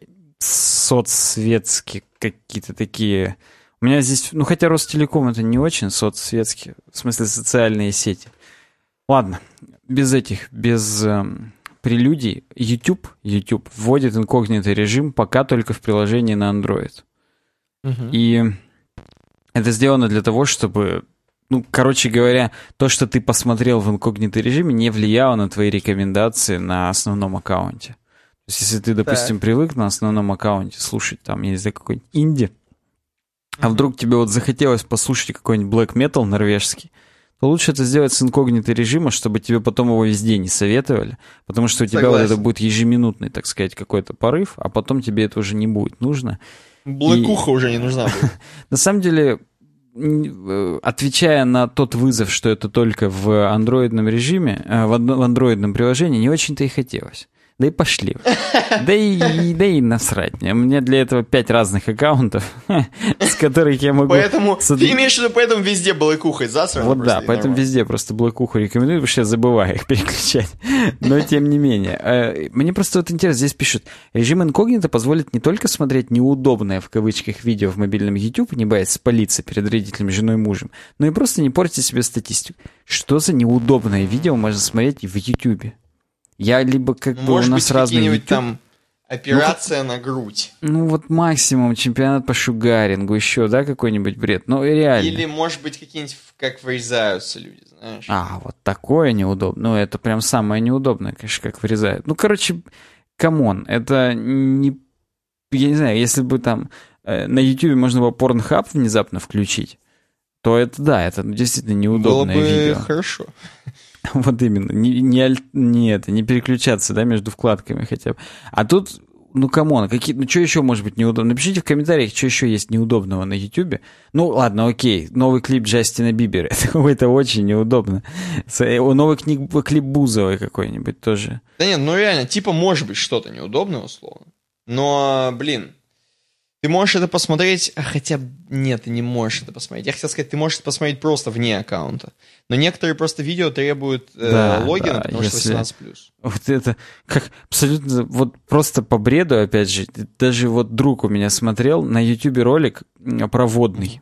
S2: соцсветские какие-то такие. У меня здесь, ну хотя Ростелеком это не очень соцсветские, в смысле социальные сети. Ладно, без этих, без... Э, прелюдий, YouTube, YouTube вводит инкогнито режим пока только в приложении на Android. Uh-huh. И это сделано для того, чтобы, ну, короче говоря, то, что ты посмотрел в инкогнито режиме, не влияло на твои рекомендации на основном аккаунте. То есть, если ты, допустим, так. привык на основном аккаунте слушать там, я не знаю, какой-нибудь инди, uh-huh. а вдруг тебе вот захотелось послушать какой-нибудь black metal норвежский, то лучше это сделать с инкогнито режима, чтобы тебе потом его везде не советовали, потому что у тебя Согласен. Вот это будет ежеминутный, так сказать, какой-то порыв, а потом тебе это уже не будет нужно.
S1: Блэкуха и... уже не нужна будет.
S2: На самом деле, отвечая на тот вызов, что это только в андроидном режиме, в андроидном приложении, не очень-то и хотелось. Да и пошли. Да и, да и насрать мне. У меня для этого пять разных аккаунтов, с которых я могу...
S1: Поэтому, ты имеешь в виду, поэтому везде блэкухой засрано?
S2: Вот да, поэтому нормально. Везде просто блэкуху рекомендую, потому что я забываю их переключать. Но тем не менее. Мне просто вот интересно, здесь пишут, режим инкогнито позволит не только смотреть неудобное, в кавычках, видео в мобильном YouTube, не боясь спалиться перед родителями, женой и мужем, но и просто не портить себе статистику. Что за неудобное видео можно смотреть в YouTube? Я либо как бы
S1: Может
S2: у нас
S1: быть,
S2: разные
S1: какие-нибудь
S2: YouTube...
S1: там операция ну, на грудь.
S2: Ну вот максимум чемпионат по шугарингу, еще, да, какой-нибудь бред. Ну реально.
S1: Или, может быть, какие-нибудь, как врезаются люди, знаешь.
S2: А, вот такое неудобно. Ну это прям самое неудобное, конечно, как врезают. Ну, короче, камон, это не... Я не знаю, если бы там э, на YouTube можно было Pornhub внезапно включить, то это, да, это действительно неудобное
S1: видео. Было бы
S2: видео.
S1: хорошо.
S2: Вот именно. Не, не, не, это, не переключаться, да, между вкладками хотя бы. А тут, ну, камон, какие, ну, что еще может быть неудобно? Напишите в комментариях, что еще есть неудобного на Ютубе. Ну, ладно, окей, новый клип Джастина Бибера. Это, это очень неудобно. Новый книг, клип Бузовой какой-нибудь тоже.
S1: Да нет, ну реально, типа может быть что-то неудобное, условно. Но, блин, Ты можешь это посмотреть, хотя нет, ты не можешь это посмотреть. Я хотел сказать, ты можешь это посмотреть просто вне аккаунта. Но некоторые просто видео требуют э,
S2: Да,
S1: логина,
S2: да,
S1: потому
S2: если-
S1: что восемнадцать плюс.
S2: Вот это как абсолютно, вот просто по бреду, опять же, даже вот друг у меня смотрел на Ютубе ролик м, про водный.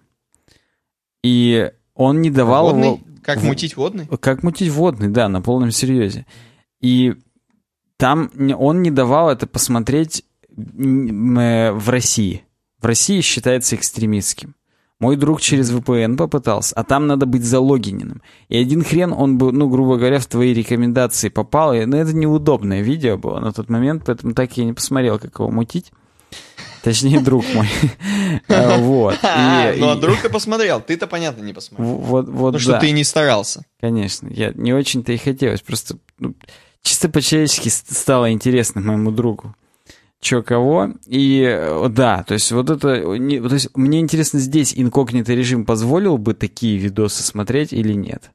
S2: И он не давал
S1: Водный?
S2: его...
S1: Как
S2: в-
S1: мутить водный?
S2: Как мутить водный, да, на полном серьезе. И там не- он не давал это посмотреть м, э, в России. В России считается экстремистским. Мой друг через ви пи эн попытался, а там надо быть залогиненным. И один хрен он бы, ну, грубо говоря, в твои рекомендации попал. И, ну, это неудобное видео было на тот момент, поэтому так я не посмотрел, как его мутить. Точнее, друг мой. А, Вот.
S1: А,
S2: И-
S1: ну а
S2: и-
S1: друг ты посмотрел, ты-то, понятно, не посмотрел.
S2: в- Вот, вот,
S1: Потому что
S2: да.
S1: ты не старался.
S2: Конечно, я не очень-то и хотелось, просто ну, чисто по-человечески с- стало интересно моему другу, чё кого, и э, да, то есть вот это, не- то есть мне интересно, здесь инкогнито режим позволил бы такие видосы смотреть или нет?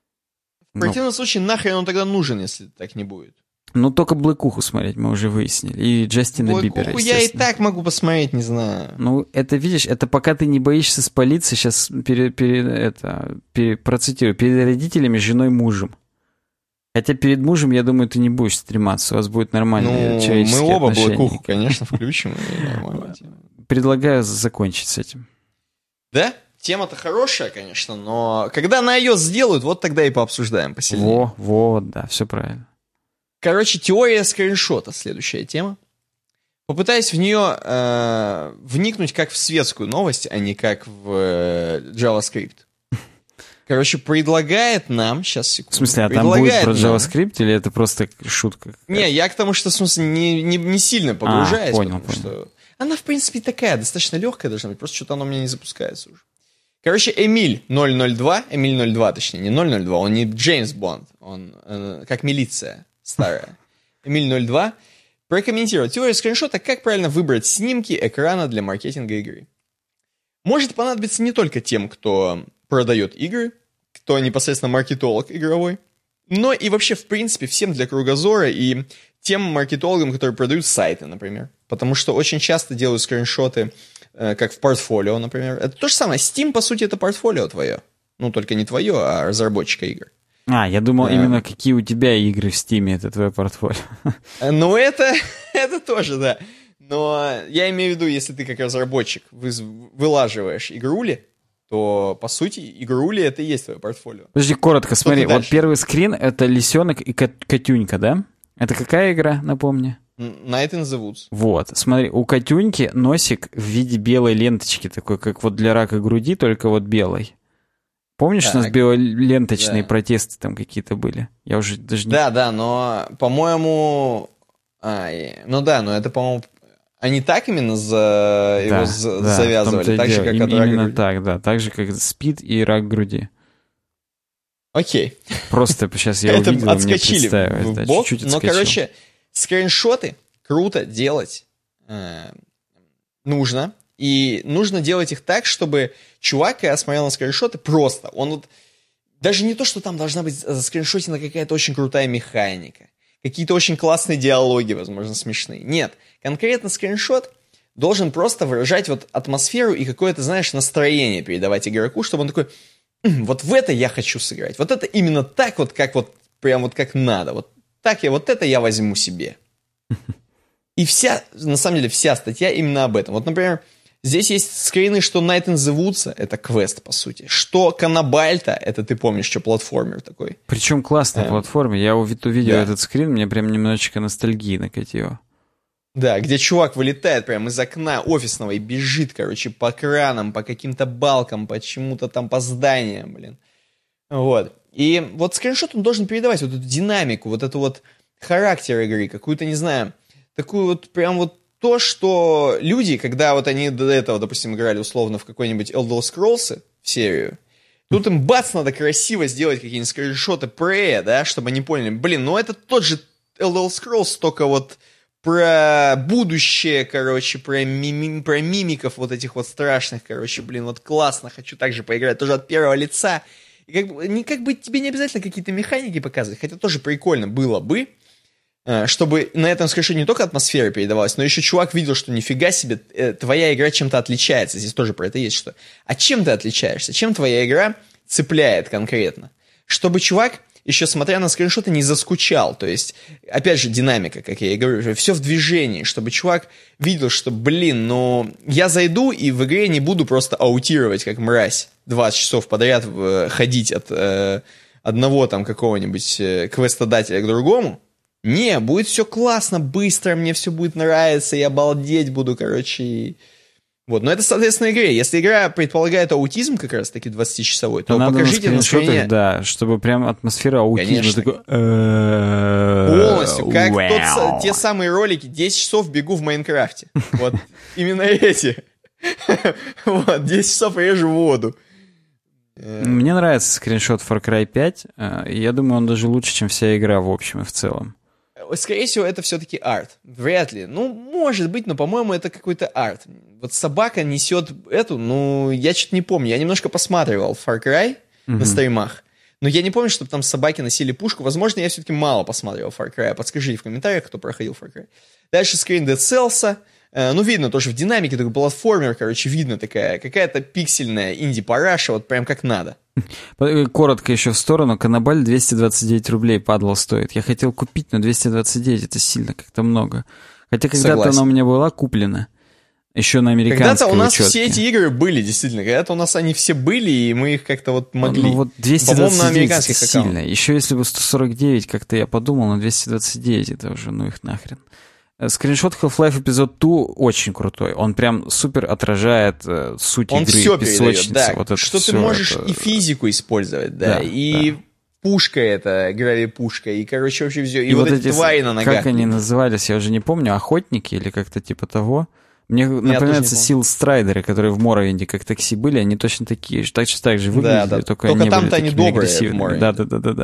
S1: В
S2: Ну,
S1: противном случае, нахрен он тогда нужен, если так не будет?
S2: ну, только Блэкуху смотреть мы уже выяснили, и Джастина
S1: Ой,
S2: Бибера,
S1: куху я и
S2: естественно.
S1: так могу посмотреть, не знаю.
S2: Ну, это, видишь, это пока ты не боишься спалиться, сейчас перед, перед, это, пере- процитирую, перед родителями, женой, мужем. Хотя перед мужем, я думаю, ты не будешь стрематься, у вас будет нормальные
S1: Ну, мы
S2: человеческие
S1: оба
S2: отношения.
S1: Блэкуху, конечно, включим. и нормально.
S2: Предлагаю закончить с этим.
S1: Да? Тема-то хорошая, конечно, но когда на iOS сделают, вот тогда и пообсуждаем посильнее.
S2: Во, вот, да, все правильно.
S1: Короче, теория скриншота, следующая тема. Попытаюсь в нее э, вникнуть как в светскую новость, а не как в э, JavaScript. Короче, предлагает нам... Сейчас, секунду.
S2: В смысле, а там будет
S1: предлагает
S2: про
S1: нам-
S2: JavaScript или это просто шутка?
S1: Не, я к тому, что, в смысле, не, не, не сильно погружаюсь.
S2: А, понял,
S1: потому
S2: понял.
S1: что она, в принципе, такая, достаточно легкая должна быть, просто что-то оно у меня не запускается уже. Короче, Эмиль ноль ноль два, Эмиль ноль два, точнее, не ноль ноль два, он не Джеймс Бонд, он э, как милиция старая. Эмиль ноль два прокомментировал теорию скриншота, как правильно выбрать снимки экрана для маркетинга игры. Может понадобиться не только тем, кто продает игры, кто непосредственно маркетолог игровой, но и вообще, в принципе, всем для кругозора и тем маркетологам, которые продают сайты, например. Потому что очень часто делают скриншоты, э, как в портфолио, например. Это то же самое. Steam, по сути, это портфолио твое. Ну, только не твое, а разработчика игр.
S2: А, я думал
S1: Да.
S2: именно какие у тебя игры в Steam, это твое портфолио.
S1: Э, Ну, это, это тоже, да. Но я имею в виду, если ты как разработчик выз- вылаживаешь игрули, то, по сути, игрули — это и есть твое портфолио.
S2: Подожди, коротко,
S1: Что
S2: смотри,
S1: ты
S2: вот
S1: дальше?
S2: первый скрин — это лисенок и кот- Катюнька, да? Это какая игра, напомни?
S1: Night in the Woods.
S2: Вот, смотри, у Катюньки носик в виде белой ленточки, такой, как вот для рака груди, только вот белой. Помнишь, у нас
S1: Так.
S2: белоленточные
S1: Да.
S2: протесты там какие-то были? Я уже даже не...
S1: Да, да, но, по-моему... А, и- ну да, но это, по-моему... Они так именно за... его
S2: Да,
S1: за-
S2: да, в
S1: завязывали,
S2: том-то и
S1: так же,
S2: дело.
S1: как
S2: Им-
S1: от рака
S2: Именно
S1: груди.
S2: так, да, так же, как СПИД и рак груди.
S1: Окей.
S2: Просто сейчас я
S1: Это
S2: увидел, мне
S1: отскочили
S2: представилось,
S1: в
S2: да,
S1: бок.
S2: чуть-чуть
S1: Но,
S2: отскочил.
S1: короче, скриншоты круто делать э, нужно. И нужно делать их так, чтобы чувак, когда смотрел на скриншоты, просто, он вот... Даже не то, что там должна быть заскриншотена какая-то очень крутая механика, какие-то очень классные диалоги, возможно, смешные. Нет, конкретно скриншот должен просто выражать вот атмосферу и какое-то, знаешь, настроение передавать игроку, чтобы он такой, «М, вот в это я хочу сыграть, вот это именно так вот, как вот, прям вот как надо, вот так я, вот это я возьму себе». И вся, на самом деле, вся статья именно об этом. Вот, например, здесь есть скрины, что Night in the Woods — это квест, по сути. Что Канабальта — это, ты помнишь, что платформер такой.
S2: Причем классная
S1: Эм,
S2: платформа. Я увид- увидел
S1: да.
S2: этот скрин, мне прям немножечко ностальгии накатило.
S1: Да, где чувак вылетает прямо из окна офисного и бежит, короче, по кранам, по каким-то балкам, по чему-то там, по зданиям, блин. Вот. И вот скриншот, он должен передавать вот эту динамику, вот эту вот характер игры, какую-то, не знаю, такую вот прям вот то, что люди, когда вот они до этого, допустим, играли условно в какой-нибудь Elder Scrolls в серию, тут им бац, надо красиво сделать какие-нибудь скриншоты Prey, да, чтобы они поняли, блин, ну это тот же Elder Scrolls, только вот про будущее, короче, про, мими, про мимиков вот этих вот страшных, короче, блин, вот классно, хочу также поиграть, тоже от первого лица. И как бы, не, как бы тебе не обязательно какие-то механики показывать, хотя тоже прикольно было бы, чтобы на этом скриншоте не только атмосфера передавалась, но еще чувак видел, что нифига себе, твоя игра чем-то отличается. Здесь тоже про это есть что. А чем ты отличаешься? Чем твоя игра цепляет конкретно? Чтобы чувак, еще смотря на скриншоты, не заскучал. То есть, опять же, динамика, как я и говорю, все в движении. Чтобы чувак видел, что, блин, ну, я зайду и в игре не буду просто аутировать, как мразь, двадцать часов подряд ходить от э, одного там какого-нибудь э, квестодателя к другому. Не, будет все классно, быстро, мне все будет нравиться, я обалдеть буду, короче. И... Вот, но это, соответственно, игре. Если игра предполагает аутизм как раз-таки двадцатичасовой, то
S2: надо
S1: покажите на скрине...
S2: Да, чтобы прям атмосфера аутизма. Такой...
S1: Полностью, как тот, те самые ролики «десять часов бегу в Майнкрафте». Вот, именно эти. Вот, десять часов режу воду.
S2: Мне нравится скриншот Far Cry пять. Я думаю, он даже лучше, чем вся игра в общем и в целом.
S1: Скорее всего, это все-таки арт. Вряд ли. Ну, может быть, но, по-моему, это какой-то арт. Вот собака несет эту, ну, я что-то не помню. Я немножко посматривал Far Cry mm-hmm. на стримах, но я не помню, чтобы там собаки носили пушку. Возможно, я все-таки мало посматривал Far Cry. Подскажите в комментариях, кто проходил Far Cry. Дальше скрин Dead Cells. Ну, видно тоже в динамике, такой платформер, короче, видно такая, какая-то пиксельная инди-параша, вот прям как надо.
S2: Коротко еще в сторону, Каннабаль двести двадцать девять рублей падла стоит. Я хотел купить, но двести двадцать девять это сильно как-то много. Хотя когда-то Согласен. Она у меня была куплена. Еще на американской
S1: Когда-то у нас
S2: учетке.
S1: Все эти игры были, действительно. Когда-то у нас они все были, и мы их как-то вот могли.
S2: Ну вот двести двадцать девять это сильно. Еще если бы сто сорок девять, как-то я подумал, но двести двадцать девять это уже, ну их нахрен. Скриншот Half-Life эпизод два очень крутой. Он прям супер отражает э, суть
S1: Он
S2: игры.
S1: Он все передает, да.
S2: Вот
S1: что ты можешь это... и физику использовать, да, да и... Да. Пушка это, гравипушка, и, короче, вообще все. И, и вот, вот эти твари на ногах.
S2: Как они назывались, я уже не помню, охотники или как-то типа того. Мне я напоминается Сил Страйдеры, которые в Моровинде как такси были, они точно такие же, точно так же выглядели,
S1: да, да.
S2: только,
S1: только
S2: они
S1: там-то
S2: были
S1: они добрые в
S2: Моровинде. Да-да-да-да.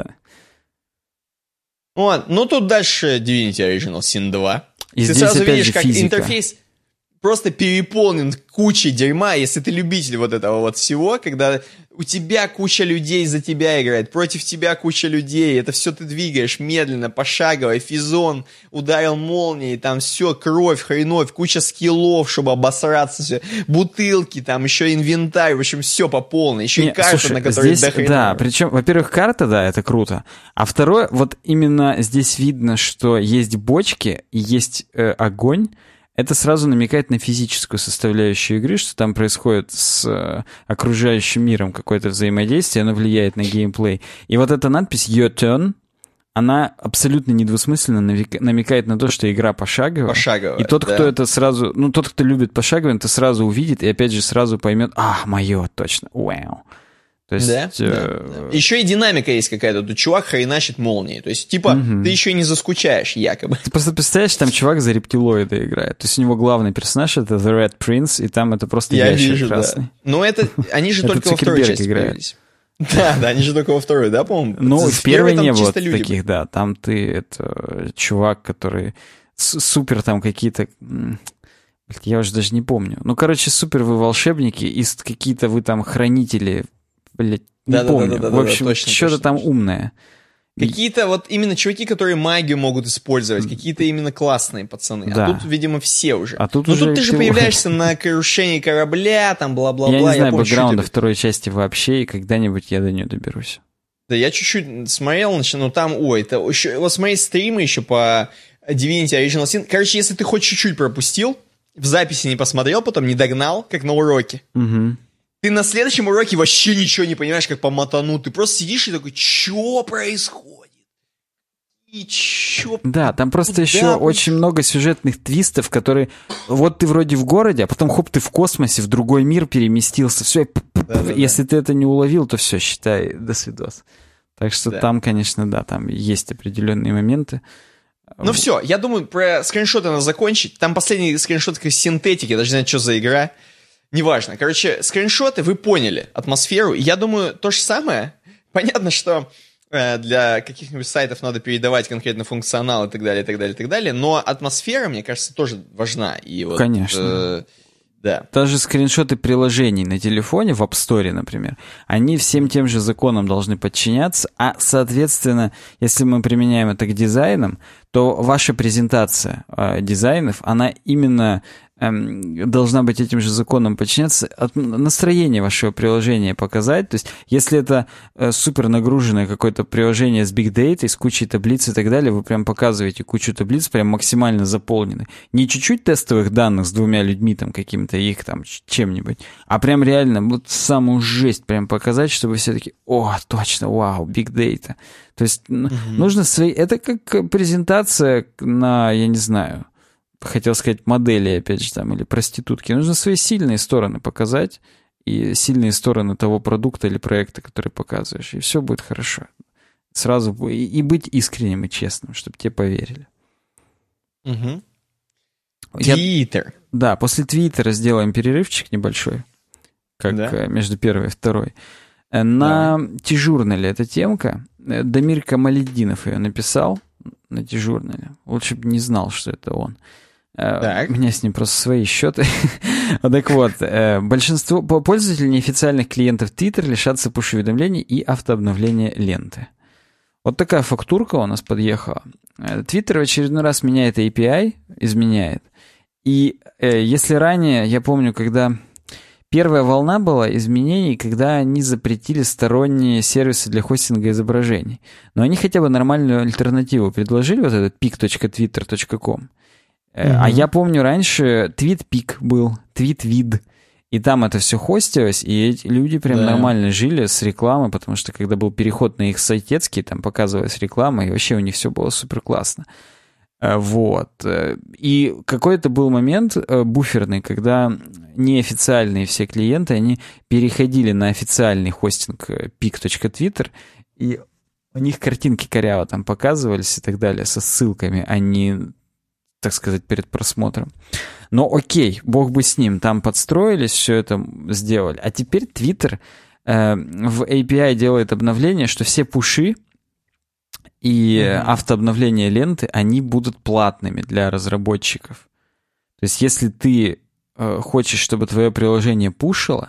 S1: Вот, ну тут дальше Divinity Original Sin два.
S2: И
S1: ты сразу видишь, как физика. Интерфейс просто переполнен кучей дерьма, если ты любитель вот этого вот всего, когда у тебя куча людей за тебя играет, против тебя куча людей, это все ты двигаешь медленно, пошагово, физон, ударил молнией, там все, кровь, хреновь, куча скиллов, чтобы обосраться, все, бутылки, там еще инвентарь, в общем, все по полной, еще Не, и карта, слушай, на которой
S2: здесь,
S1: дохрена.
S2: Да, причем, во-первых, карта, да, это круто, а второе, вот именно здесь видно, что есть бочки, есть э, огонь. Это сразу намекает на физическую составляющую игры, что там происходит с э, окружающим миром какое-то взаимодействие, оно влияет на геймплей. И вот эта надпись «Your turn», она абсолютно недвусмысленно намекает на то, что игра пошаговая.
S1: Пошаговая,
S2: И тот,
S1: да.
S2: кто это сразу... Ну, тот, кто любит пошаговое, это сразу увидит и, опять же, сразу поймет, а, мое, точно, вау. То есть,
S1: да,
S2: э...
S1: да, да. Еще и динамика есть какая-то. Тут чувак хреначит молнией. То есть, типа, угу. ты еще и не заскучаешь, якобы.
S2: Ты просто представляешь, там чувак за рептилоида играет. То есть у него главный персонаж — это The Red Prince, и там это просто
S1: Я
S2: ящик
S1: вижу,
S2: красный.
S1: Да. Но это... Они же только во второй части появились. Да, да, они же только во второй, да, по-моему?
S2: Ну, в первой не было таких, да. Там ты, это, чувак, который супер там какие-то... Я уже даже не помню. Ну, короче, супер вы волшебники, и какие-то вы там хранители... Блять, не
S1: да,
S2: помню.
S1: Да, да, да,
S2: в общем,
S1: да, точно,
S2: что-то
S1: точно,
S2: там
S1: точно.
S2: умное.
S1: Какие-то вот именно чуваки, которые магию могут использовать, какие-то именно классные пацаны.
S2: Да.
S1: А тут, видимо, все уже.
S2: А тут
S1: ну
S2: уже
S1: тут ты же появляешься на крушении корабля, там бла-бла-бла.
S2: Я не знаю
S1: я
S2: бэкграунда второй части вообще, и когда-нибудь я до нее доберусь.
S1: Да я чуть-чуть смотрел, ну там, ой, это еще, вот смотри стримы еще по Divinity Original Sin. Короче, если ты хоть чуть-чуть пропустил, в записи не посмотрел, потом не догнал, как на уроке.
S2: Угу.
S1: Ты на следующем уроке вообще ничего не понимаешь, как по мотану. Ты просто сидишь и такой, что происходит? И чё?
S2: Да, там просто
S1: Куда
S2: еще
S1: вы...
S2: очень много сюжетных твистов, которые... Вот ты вроде в городе, а потом хоп, ты в космосе, в другой мир переместился. Все, да, да, если да. ты это не уловил, то все, считай, до свидос. Так что да. там, конечно, да, там есть определенные моменты.
S1: Ну все, я думаю, про скриншоты надо закончить. Там последний скриншот как синтетики, даже не знаю, что за игра. Неважно. Короче, скриншоты, вы поняли атмосферу. И я думаю, то же самое. Понятно, что э, для каких-нибудь сайтов надо передавать конкретно функционал и так далее, и так далее, и так далее. Но атмосфера, мне кажется, тоже важна. И вот,
S2: конечно.
S1: Э, да.
S2: Даже скриншоты приложений на телефоне, в App Store, например, они всем тем же законам должны подчиняться, а, соответственно, если мы применяем это к дизайнам, то ваша презентация э, дизайнов, она именно должна быть этим же законом подчиняться, от настроения вашего приложения показать. То есть, если это э, супер нагруженное какое-то приложение с big data, с кучей таблиц и так далее, вы прям показываете кучу таблиц, прям максимально заполнены. Не чуть-чуть тестовых данных с двумя людьми там каким-то, их там чем-нибудь, а прям реально вот самую жесть прям показать, чтобы все таки о, точно, вау, big data. То есть, mm-hmm. нужно свои... Это как презентация на, я не знаю... хотел сказать, модели, опять же, там, или проститутки. Нужно свои сильные стороны показать и сильные стороны того продукта или проекта, который показываешь, и все будет хорошо. Сразу и, и быть искренним и честным, чтобы тебе поверили.
S1: Угу. Твиттер.
S2: Да, после Твиттера сделаем перерывчик небольшой, как да? между первой и второй. На да. T-журнале эта темка. Дамир Камалетдинов ее написал на T-журнале. Лучше бы не знал, что это он. Так. У меня с ним просто свои счеты. Так вот, большинство пользователей неофициальных клиентов Twitter лишатся пуш-уведомлений и автообновления ленты. Вот такая фактурка у нас подъехала. Twitter в очередной раз меняет эй пи ай, изменяет. И если ранее, я помню, когда первая волна была изменений, когда они запретили сторонние сервисы для хостинга изображений. Но они хотя бы нормальную альтернативу предложили, вот этот пик точка твиттер точка ком. Mm-hmm. А я помню, раньше TweetPic был, TweetVid, и там это все хостилось, и эти люди прям да. нормально жили с рекламой, потому что когда был переход на их сайтецкий, там показывалась реклама, и вообще у них все было супер классно. Вот. И какой-то был момент буферный, когда неофициальные все клиенты, они переходили на официальный хостинг пик точка твиттер, и у них картинки коряво там показывались и так далее, со ссылками, а не, так сказать, перед просмотром. Но окей, бог бы с ним, там подстроились, все это сделали. А теперь Twitter э, в эй пи ай делает обновление, что все пуши и mm-hmm. автообновление ленты, они будут платными для разработчиков. То есть если ты э, хочешь, чтобы твое приложение пушило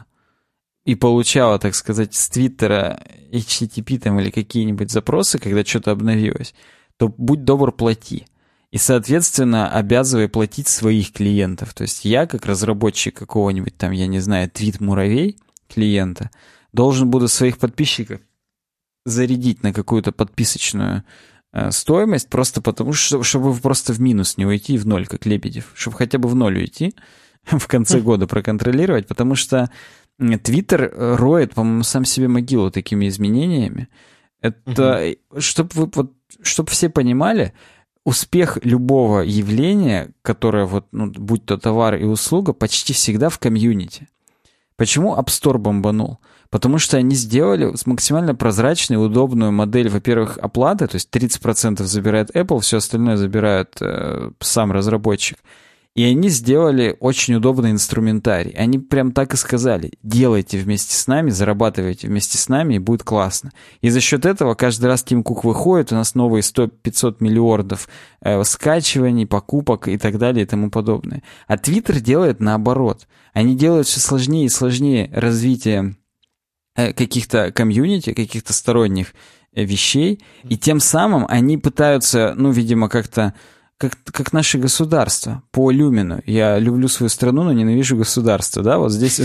S2: и получало, так сказать, с Твиттера эйч ти ти пи там, или какие-нибудь запросы, когда что-то обновилось, то будь добр, плати. И, соответственно, обязывай платить своих клиентов. То есть я, как разработчик какого-нибудь там, я не знаю, твит-муравей клиента, должен буду своих подписчиков зарядить на какую-то подписочную э, стоимость, просто потому что, чтобы просто в минус не уйти, в ноль, как Лебедев. Чтобы хотя бы в ноль уйти, в конце года проконтролировать, потому что Твиттер роет, по-моему, сам себе могилу такими изменениями. Это, чтобы вы, вот, чтобы все понимали, успех любого явления, которое, вот, ну, будь то товар и услуга, почти всегда в комьюнити. Почему App Store бомбанул? Потому что они сделали максимально прозрачную, удобную модель, во-первых, оплаты, то есть тридцать процентов забирает Apple, все остальное забирает э, сам разработчик. И они сделали очень удобный инструментарий. Они прям так и сказали: делайте вместе с нами, зарабатывайте вместе с нами, и будет классно. И за счет этого каждый раз Тим Кук выходит, у нас новые сто-пятьсот миллиардов э, скачиваний, покупок и так далее и тому подобное. А Twitter делает наоборот. Они делают все сложнее и сложнее развитие э, каких-то комьюнити, каких-то сторонних э, вещей, и тем самым они пытаются, ну, видимо, как-то Как, как наше государство по люмину. Я люблю свою страну, но ненавижу государство, да, вот здесь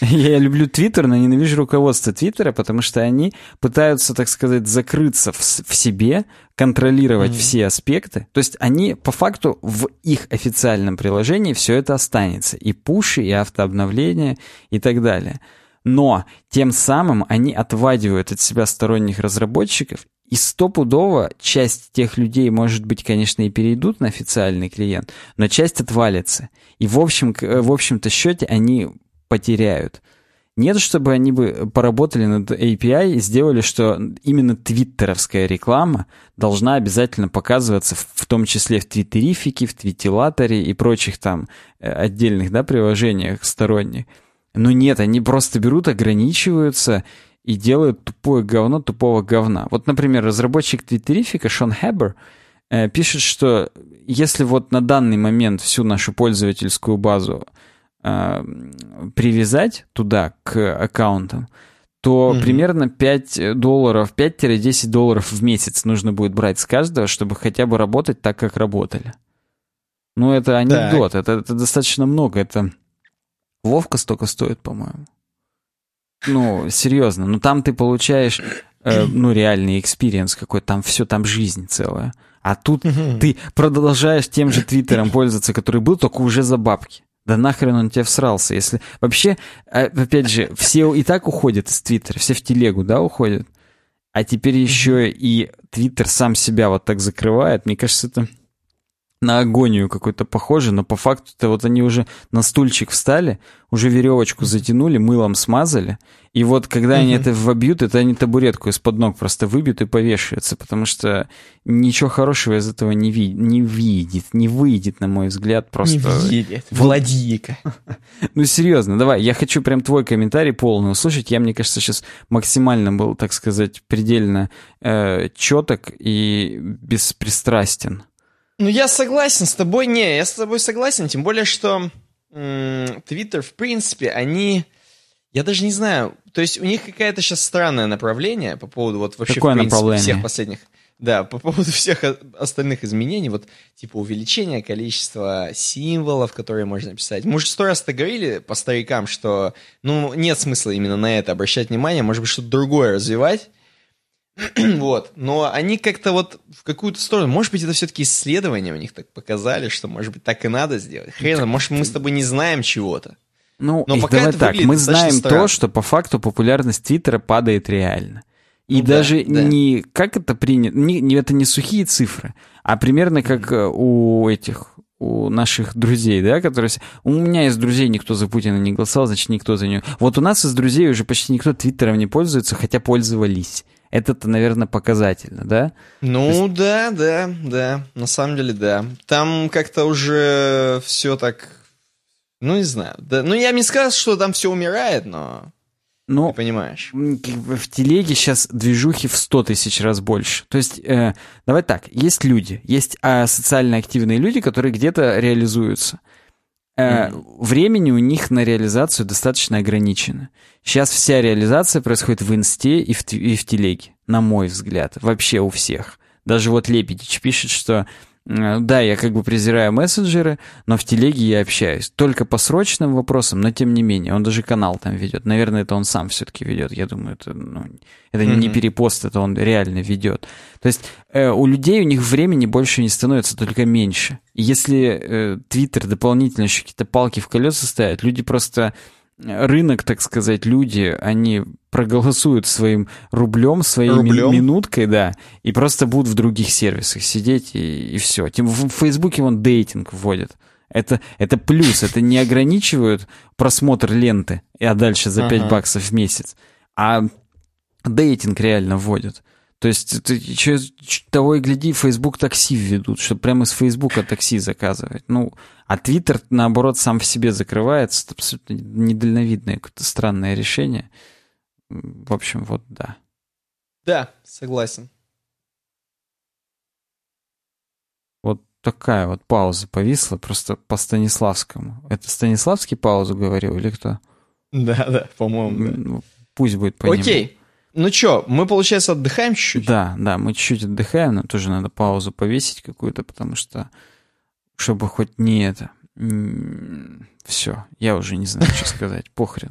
S2: я люблю Твиттер, но ненавижу руководство Твиттера, потому что они пытаются, так сказать, закрыться в, в себе, контролировать mm-hmm. все аспекты. То есть они, по факту, в их официальном приложении все это останется. И пуши, и автообновления, и так далее. Но тем самым они отвадивают от себя сторонних разработчиков. И стопудово часть тех людей, может быть, конечно, и перейдут на официальный клиент, но часть отвалится. И в общем, в общем-то счете они потеряют. Нет, чтобы они бы поработали над эй пи ай и сделали, что именно твиттеровская реклама должна обязательно показываться, в том числе в Твиттерифике, в Твитилаторе и прочих там отдельных, да, приложениях сторонних. Но нет, они просто берут, ограничиваются и делают тупое говно тупого говна. Вот, например, разработчик Твиттерифика Шон Хэббер э, пишет, что если вот на данный момент всю нашу пользовательскую базу э, привязать туда, к аккаунтам, то
S1: Мгм.
S2: примерно пять долларов, пять-десять долларов в месяц нужно будет брать с каждого, чтобы хотя бы работать так, как работали. Ну, это анекдот, это, это достаточно много, это Вовка столько стоит, по-моему. Ну, серьезно, ну там ты получаешь, э, ну, реальный экспириенс какой-то, там все, там жизнь целая. А тут ты продолжаешь тем же Твиттером пользоваться, который был, только уже за бабки. Да нахрен он тебе всрался, если... Вообще, опять же, все и так уходят из Твиттера, все в телегу, да, уходят? А теперь еще и Твиттер сам себя вот так закрывает. Мне кажется, это на агонию какой-то похоже, но по факту-то вот они уже на стульчик встали, уже веревочку затянули, мылом смазали, и вот когда они это вобьют, это они табуретку из-под ног просто выбьют и повешаются, потому что ничего хорошего из этого не, ви- не видит, не выйдет, на мой взгляд, просто...
S1: Не видит. Владика.
S2: Ну, серьезно, давай, я хочу прям твой комментарий полный услышать. Я, мне кажется, сейчас максимально был, так сказать, предельно э, четок и беспристрастен.
S1: Ну, я согласен с тобой. Не, я с тобой согласен. Тем более, что Твиттер, в принципе, они... Я даже не знаю. То есть у них какое-то сейчас странное направление по поводу вот вообще,
S2: Какое
S1: в принципе,
S2: направление?
S1: всех последних... Да, по поводу всех остальных изменений. Вот, типа, увеличения количества символов, которые можно писать. Мы уже сто раз это говорили по старикам, что, ну, нет смысла именно на это обращать внимание. Может быть, что-то другое развивать. Вот, но они как-то вот в какую-то сторону, может быть, это все-таки исследования у них так показали, что, может быть, так и надо сделать. Хрен, может, мы с тобой не знаем чего-то.
S2: Ну,
S1: но
S2: и
S1: пока
S2: давай
S1: это
S2: так, мы знаем
S1: странно.
S2: то, что по факту популярность Твиттера падает реально. И
S1: Ну,
S2: даже
S1: да, да.
S2: не, как это принято, не, не, это не сухие цифры, а примерно как mm-hmm. у этих, у наших друзей, да, которые... У меня из друзей никто за Путина не голосовал, значит, никто за него... Вот у нас из друзей уже почти никто Твиттером не пользуется, хотя пользовались. Это-то, наверное, показательно, да?
S1: Ну,
S2: есть...
S1: да, да, да, на самом деле, да. Там как-то уже все так, ну, не знаю. Да, ну, я бы не сказал, что там все умирает, но
S2: ну,
S1: ты понимаешь.
S2: В телеге сейчас движухи в сто тысяч раз больше. То есть, э, давай так, есть люди, есть а, социально активные люди, которые где-то реализуются. Э, mm-hmm. Времени у них на реализацию достаточно ограничено. Сейчас вся реализация происходит в Инсте и в, и в телеге, на мой взгляд, вообще у всех. Даже вот Лебедич пишет, что э, да, я как бы презираю мессенджеры, но в телеге я общаюсь. Только по срочным вопросам, но тем не менее. Он даже канал там ведет. Наверное, это он сам все-таки ведет. Я думаю, это, ну, это mm-hmm. не перепост, это он реально ведет. То есть э, у людей, у них времени больше не становится, только меньше. И если Твиттер э, дополнительно еще какие-то палки в колеса ставит, люди просто... Рынок, так сказать, люди, они проголосуют своим рублем, своей
S1: рублем?
S2: минуткой, да, и просто будут в других сервисах сидеть, и, и все. Тем в Фейсбуке вон дейтинг вводят. Это, это плюс, это не ограничивают просмотр ленты, а дальше за пять ага. баксов в месяц, а дейтинг реально вводят. То есть ты, че, того и гляди, Facebook такси введут, чтобы прямо из Фейсбука такси заказывать. Ну, а Твиттер, наоборот, сам в себе закрывается. Это абсолютно недальновидное какое-то странное решение. В общем, вот да.
S1: Да, согласен.
S2: Вот такая вот пауза повисла, просто по Станиславскому. Это Станиславский паузу говорил или кто?
S1: Да, да, по-моему, да.
S2: Ну, пусть будет по нему.
S1: Окей. Ну что, мы, получается, отдыхаем чуть-чуть?
S2: Да, да, мы чуть-чуть отдыхаем, но тоже надо паузу повесить какую-то, потому что, чтобы хоть не это... Все, я уже не знаю, что сказать, похрен.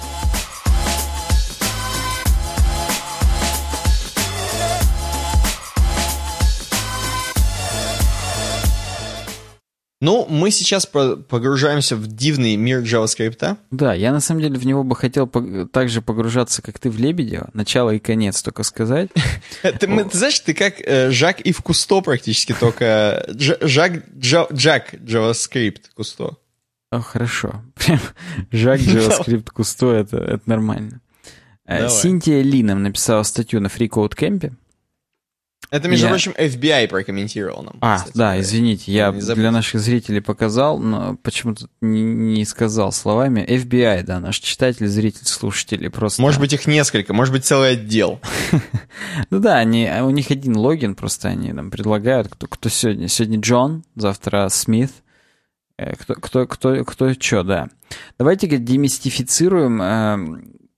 S1: Ну, мы сейчас погружаемся в дивный мир JavaScript.
S2: Да, я на самом деле в него бы хотел так же погружаться, как ты в Лебедева. Начало и конец только сказать.
S1: Ты знаешь, ты как Жак и в Кусто практически, только Жак JavaScript Кусто.
S2: О, хорошо. Прям Жак JavaScript Кусто, это нормально. Синтия Ли нам написала статью на FreeCodeCamp.
S1: Это, между
S2: я...
S1: прочим, эф би ай прокомментировал нам.
S2: А,
S1: кстати,
S2: да, извините, я
S1: для
S2: забыл. Наших зрителей показал, но почему-то не, не сказал словами. эф би ай, да, наш читатель, зритель, слушатель, просто...
S1: Может быть, их несколько, может быть, целый отдел.
S2: Ну да, они, у них один логин, просто они нам предлагают, кто, кто сегодня. Сегодня Джон, завтра Смит. Кто, кто, кто, кто что, да. Давайте-ка демистифицируем...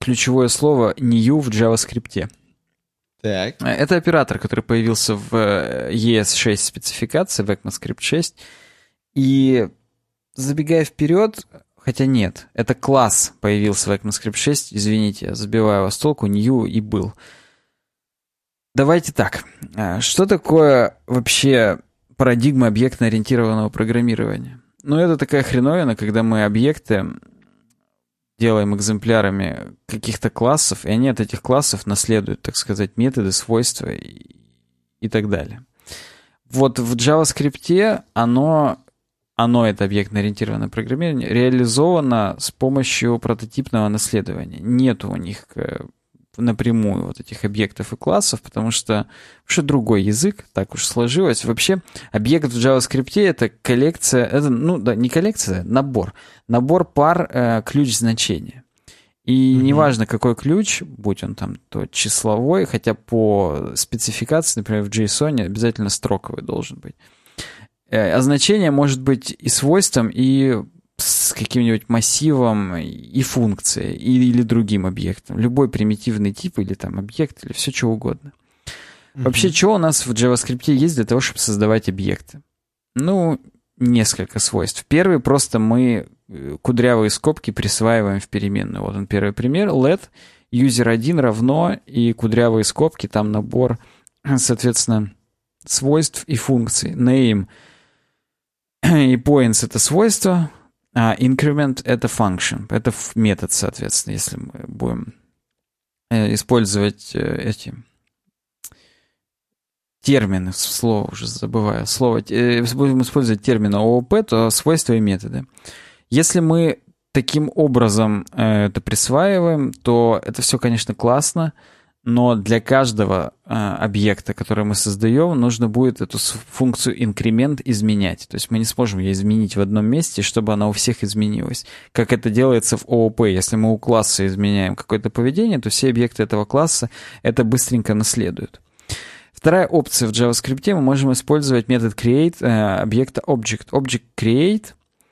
S2: ключевое слово new в JavaScript.
S1: Так.
S2: Это оператор, который появился в и эс шесть спецификации, в ECMAScript шесть. И забегая вперед, хотя нет, это класс появился в ECMAScript шесть, извините, я забиваю вас с толку, new и был. Давайте так, что такое вообще парадигма объектно-ориентированного программирования? Ну, это такая хреновина, когда мы объекты делаем экземплярами каких-то классов, и они от этих классов наследуют, так сказать, методы, свойства и, и так далее. Вот в JavaScript оно, оно, это объектно-ориентированное программирование, реализовано с помощью прототипного наследования. Нет у них напрямую вот этих объектов и классов, потому что вообще другой язык, так уж сложилось. Вообще объект в JavaScript — это коллекция, это, ну да, не коллекция, набор. Набор пар э, ключ-значения. И mm-hmm. неважно, какой ключ, будь он там то числовой, хотя по спецификации, например, в JSON обязательно строковый должен быть. Э, а значение может быть и свойством, и с каким-нибудь массивом, и функцией, или другим объектом. Любой примитивный тип, или там объект, или все что угодно. Mm-hmm. Вообще, что у нас в JavaScript есть для того, чтобы создавать объекты? Ну, несколько свойств. Первый, просто мы кудрявые скобки присваиваем в переменную. Вот он первый пример. Let user один равно, и кудрявые скобки, там набор, соответственно, свойств и функций. Name и points — это свойства, а increment — это function, это метод, соответственно, если мы будем использовать эти термины, слово уже забываю, слово, будем использовать термины ООП, то свойства и методы. Если мы таким образом это присваиваем, то это все, конечно, классно, но для каждого э, объекта, который мы создаем, нужно будет эту функцию increment изменять. То есть мы не сможем ее изменить в одном месте, чтобы она у всех изменилась. Как это делается в ООП. Если мы у класса изменяем какое-то поведение, то все объекты этого класса это быстренько наследуют. Вторая опция в JavaScript: мы можем использовать метод create э, объекта object. Object create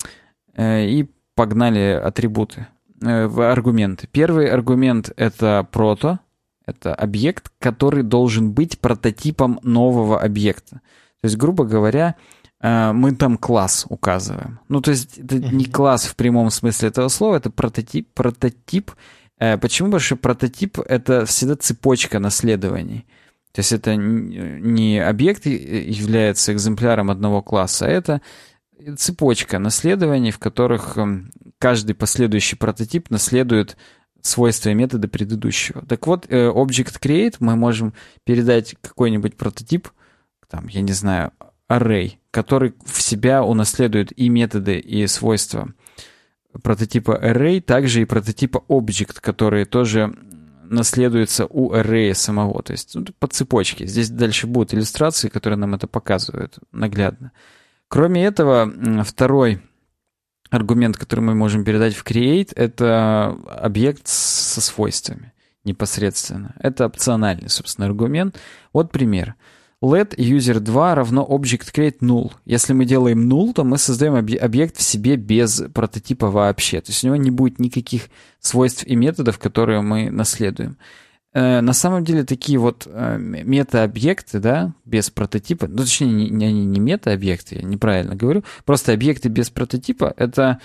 S2: э, и погнали атрибуты, э, аргументы. Первый аргумент — это proto. Это объект, который должен быть прототипом нового объекта. То есть, грубо говоря, мы там класс указываем. Ну, то есть, это не класс в прямом смысле этого слова, это прототип. прототип. Почему? Потому что прототип — это всегда цепочка наследований. То есть, это не объект является экземпляром одного класса, а это цепочка наследований, в которых каждый последующий прототип наследует свойства и методы предыдущего. Так вот, Object Create мы можем передать какой-нибудь прототип, там, я не знаю, array, который в себя унаследует и методы, и свойства прототипа array, также и прототипа object, которые тоже наследуются у array самого, то есть ну, по цепочке. Здесь дальше будут иллюстрации, которые нам это показывают наглядно. Кроме этого, второй аргумент, который мы можем передать в create, это объект со свойствами непосредственно. Это опциональный, собственно, аргумент. Вот пример. Let user два равно object create null. Если мы делаем null, то мы создаем объект в себе без прототипа вообще. То есть у него не будет никаких свойств и методов, которые мы наследуем. На самом деле такие вот мета-объекты, да, без прототипа, ну, точнее, не, не, не мета-объекты, я неправильно говорю, просто объекты без прототипа, это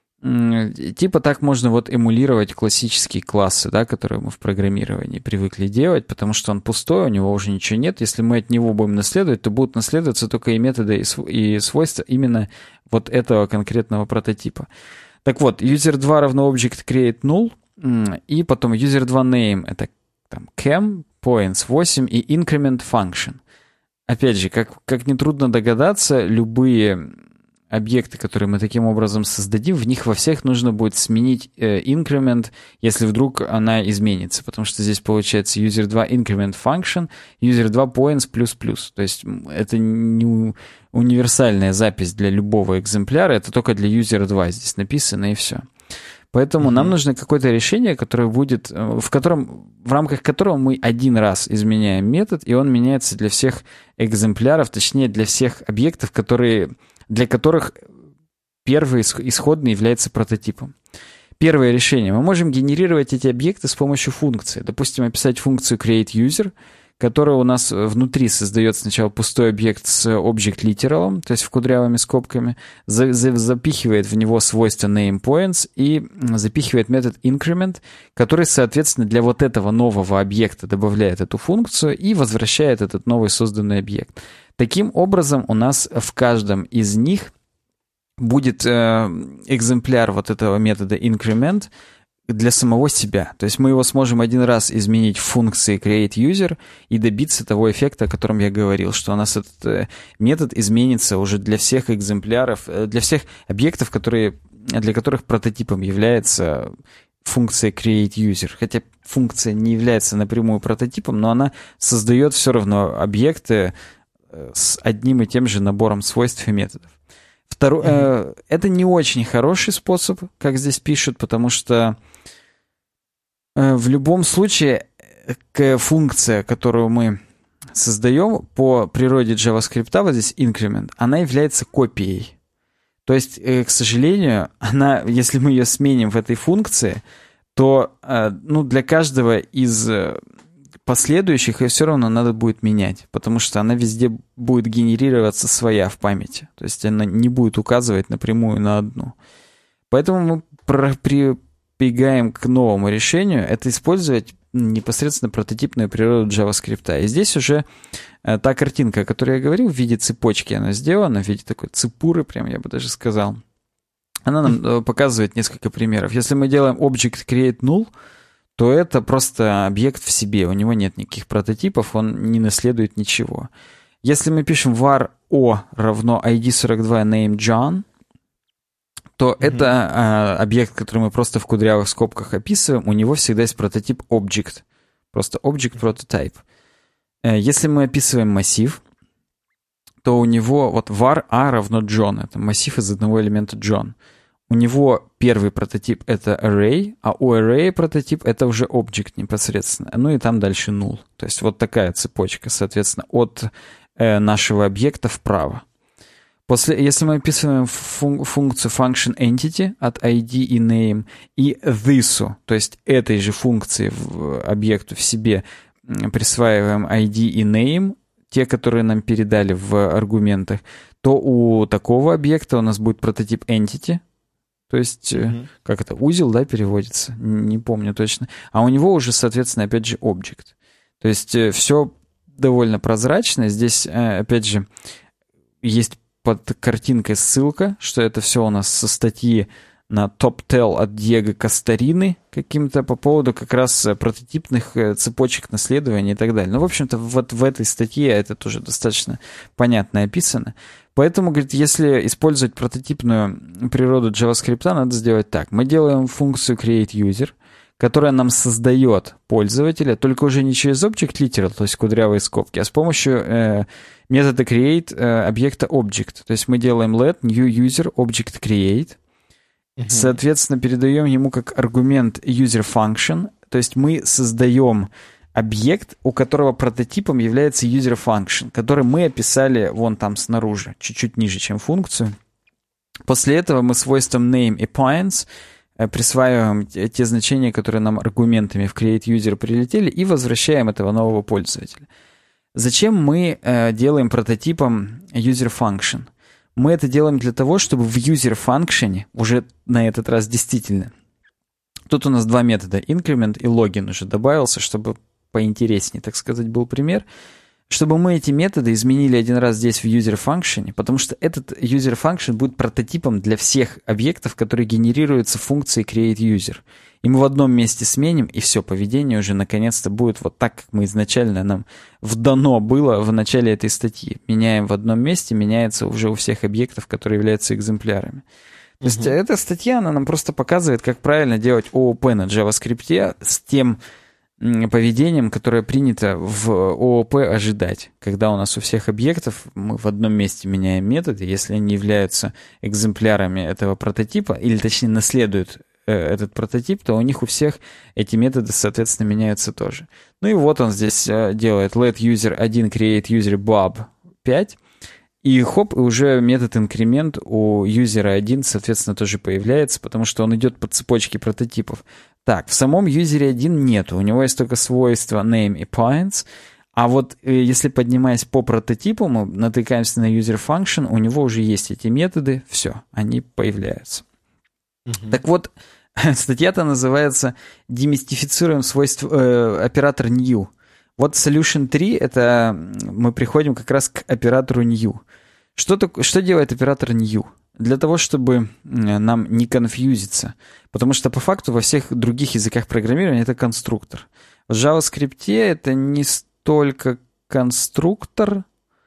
S2: типа так можно вот эмулировать классические классы, да, которые мы в программировании привыкли делать, потому что он пустой, у него уже ничего нет. Если мы от него будем наследовать, то будут наследоваться только и методы, и свойства именно вот этого конкретного прототипа. Так вот, user два равно object create null, и потом user два name — это там cam, points восемь и increment function. Опять же, как, как нетрудно догадаться, любые объекты, которые мы таким образом создадим, в них во всех нужно будет сменить э, increment, если вдруг она изменится, потому что здесь получается user два increment function, user два points плюс плюс. То есть это не универсальная запись для любого экземпляра, это только для user два здесь написано, и все. Поэтому mm-hmm. нам нужно какое-то решение, которое будет, в котором, в рамках которого мы один раз изменяем метод, и он меняется для всех экземпляров, точнее для всех объектов, которые, для которых первый исходный является прототипом. Первое решение. Мы можем генерировать эти объекты с помощью функции. Допустим, описать функцию createUser, которая у нас внутри создает сначала пустой объект с object literal, то есть в кудрявыми скобками, за, за, запихивает в него свойство namePoints и запихивает метод increment, который, соответственно, для вот этого нового объекта добавляет эту функцию и возвращает этот новый созданный объект. Таким образом, у нас в каждом из них будет э, экземпляр вот этого метода increment для самого себя. То есть мы его сможем один раз изменить в функции createUser и добиться того эффекта, о котором я говорил, что у нас этот э, метод изменится уже для всех экземпляров, э, для всех объектов, которые, для которых прототипом является функция createUser. Хотя функция не является напрямую прототипом, но она создает все равно объекты э, с одним и тем же набором свойств и методов. Второе, mm-hmm. э, это не очень хороший способ, как здесь пишут, потому что э, в любом случае к функция, которую мы создаем по природе JavaScript, вот здесь increment, она является копией. То есть, э, к сожалению, она, если мы ее сменим в этой функции, то э, ну, для каждого из последующих ее все равно надо будет менять, потому что она везде будет генерироваться своя в памяти. То есть она не будет указывать напрямую на одну. Поэтому мы прибегаем к новому решению. Это использовать непосредственно прототипную природу JavaScript. И здесь уже та картинка, о которой я говорил, в виде цепочки она сделана, в виде такой цепуры, прям я бы даже сказал. Она нам показывает несколько примеров. Если мы делаем object create null, то это просто объект в себе, у него нет никаких прототипов, он не наследует ничего. Если мы пишем var o равно ай ди сорок два name John, то mm-hmm. это а, объект, который мы просто в кудрявых скобках описываем, у него всегда есть прототип object, просто object prototype. Если мы описываем массив, то у него вот var a равно John, это массив из одного элемента John. У него первый прототип — это array, а у array прототип — это уже object непосредственно. Ну и там дальше null. То есть вот такая цепочка, соответственно, от э, нашего объекта вправо. После, если мы описываем фун- функцию function entity от ай ди и name и this, то есть этой же функции в объекту в себе присваиваем ай ди и name, те, которые нам передали в аргументах, то у такого объекта у нас будет прототип entity. То есть, mm-hmm. как это, узел, да, переводится? Не помню точно. А у него уже, соответственно, опять же, object. То есть, все довольно прозрачно. Здесь, опять же, есть под картинкой ссылка, что это все у нас со статьи на TopTel от Диего Кастарины каким-то по поводу как раз прототипных цепочек наследования и так далее. Ну, в общем-то, вот в этой статье это тоже достаточно понятно описано. Поэтому, говорит, если использовать прототипную природу JavaScript, надо сделать так. Мы делаем функцию createUser, которая нам создает пользователя, только уже не через object literal, то есть кудрявые скобки, а с помощью э, метода create э, объекта object. То есть мы делаем let new user object create, uh-huh. соответственно, передаем ему как аргумент user function, то есть мы создаем объект, у которого прототипом является user function, который мы описали вон там снаружи, чуть-чуть ниже, чем функцию. После этого мы свойством name и points присваиваем те значения, которые нам аргументами в createUser прилетели, и возвращаем этого нового пользователя. Зачем мы э, делаем прототипом user function? Мы это делаем для того, чтобы в user function, уже на этот раз действительно, тут у нас два метода, increment и login уже добавился, чтобы поинтереснее, так сказать, был пример, чтобы мы эти методы изменили один раз здесь в user function, потому что этот user function будет прототипом для всех объектов, которые генерируются функцией createUser. И мы в одном месте сменим, и все, поведение уже наконец-то будет вот так, как мы изначально нам вдано было в начале этой статьи. Меняем в одном месте, меняется уже у всех объектов, которые являются экземплярами. То есть uh-huh. эта статья, она нам просто показывает, как правильно делать ООП на JavaScript с тем поведением, которое принято в ООП ожидать. Когда у нас у всех объектов мы в одном месте меняем методы, если они являются экземплярами этого прототипа, или точнее наследуют э, этот прототип, то у них у всех эти методы, соответственно, меняются тоже. Ну и вот он здесь э, делает let user один create user bob пять, И хоп, и уже метод инкремент у юзера один, соответственно, тоже появляется, потому что он идет по цепочке прототипов. Так, в самом юзере один нету, у него есть только свойства name и points, а вот если поднимаясь по прототипу, мы натыкаемся на user function, у него уже есть эти методы, все, они появляются. Mm-hmm. Так вот, статья-то называется «Демистифицируем свойства, э, оператор new». Вот solution три, это мы приходим как раз к оператору new. Что, так, что делает оператор new? Для того, чтобы нам не конфьюзиться. Потому что по факту во всех других языках программирования это конструктор. В JavaScript это не только конструктор,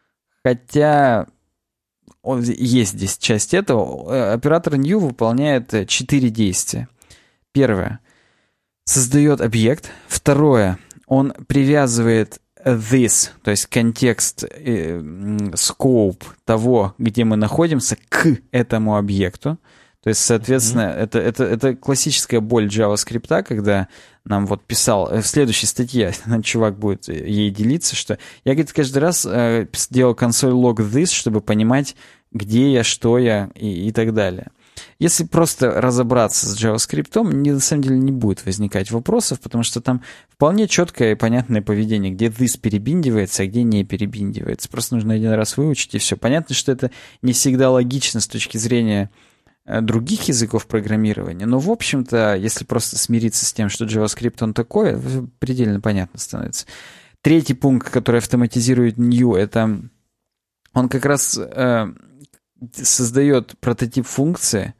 S2: хотя он, есть здесь часть этого. Оператор new выполняет четыре действия. Первое. Создает объект. Второе. Он привязывает this, то есть контекст, э, scope того, где мы находимся, к этому объекту. То есть, соответственно, mm-hmm. это, это, это классическая боль JavaScript, когда нам вот писал, в следующей статье чувак будет ей делиться, что я, говорит, каждый раз э, делал консоль log this, чтобы понимать, где я, что я и, и так далее. Если просто разобраться с JavaScript, мне на самом деле не будет возникать вопросов, потому что там вполне четкое и понятное поведение, где this перебиндивается, а где не перебиндивается. Просто нужно один раз выучить, и все. Понятно, что это не всегда логично с точки зрения других языков программирования, но, в общем-то, если просто смириться с тем, что JavaScript он такой, предельно понятно становится. Третий пункт, который автоматизирует new, это он как раз... Э, создает прототип функции,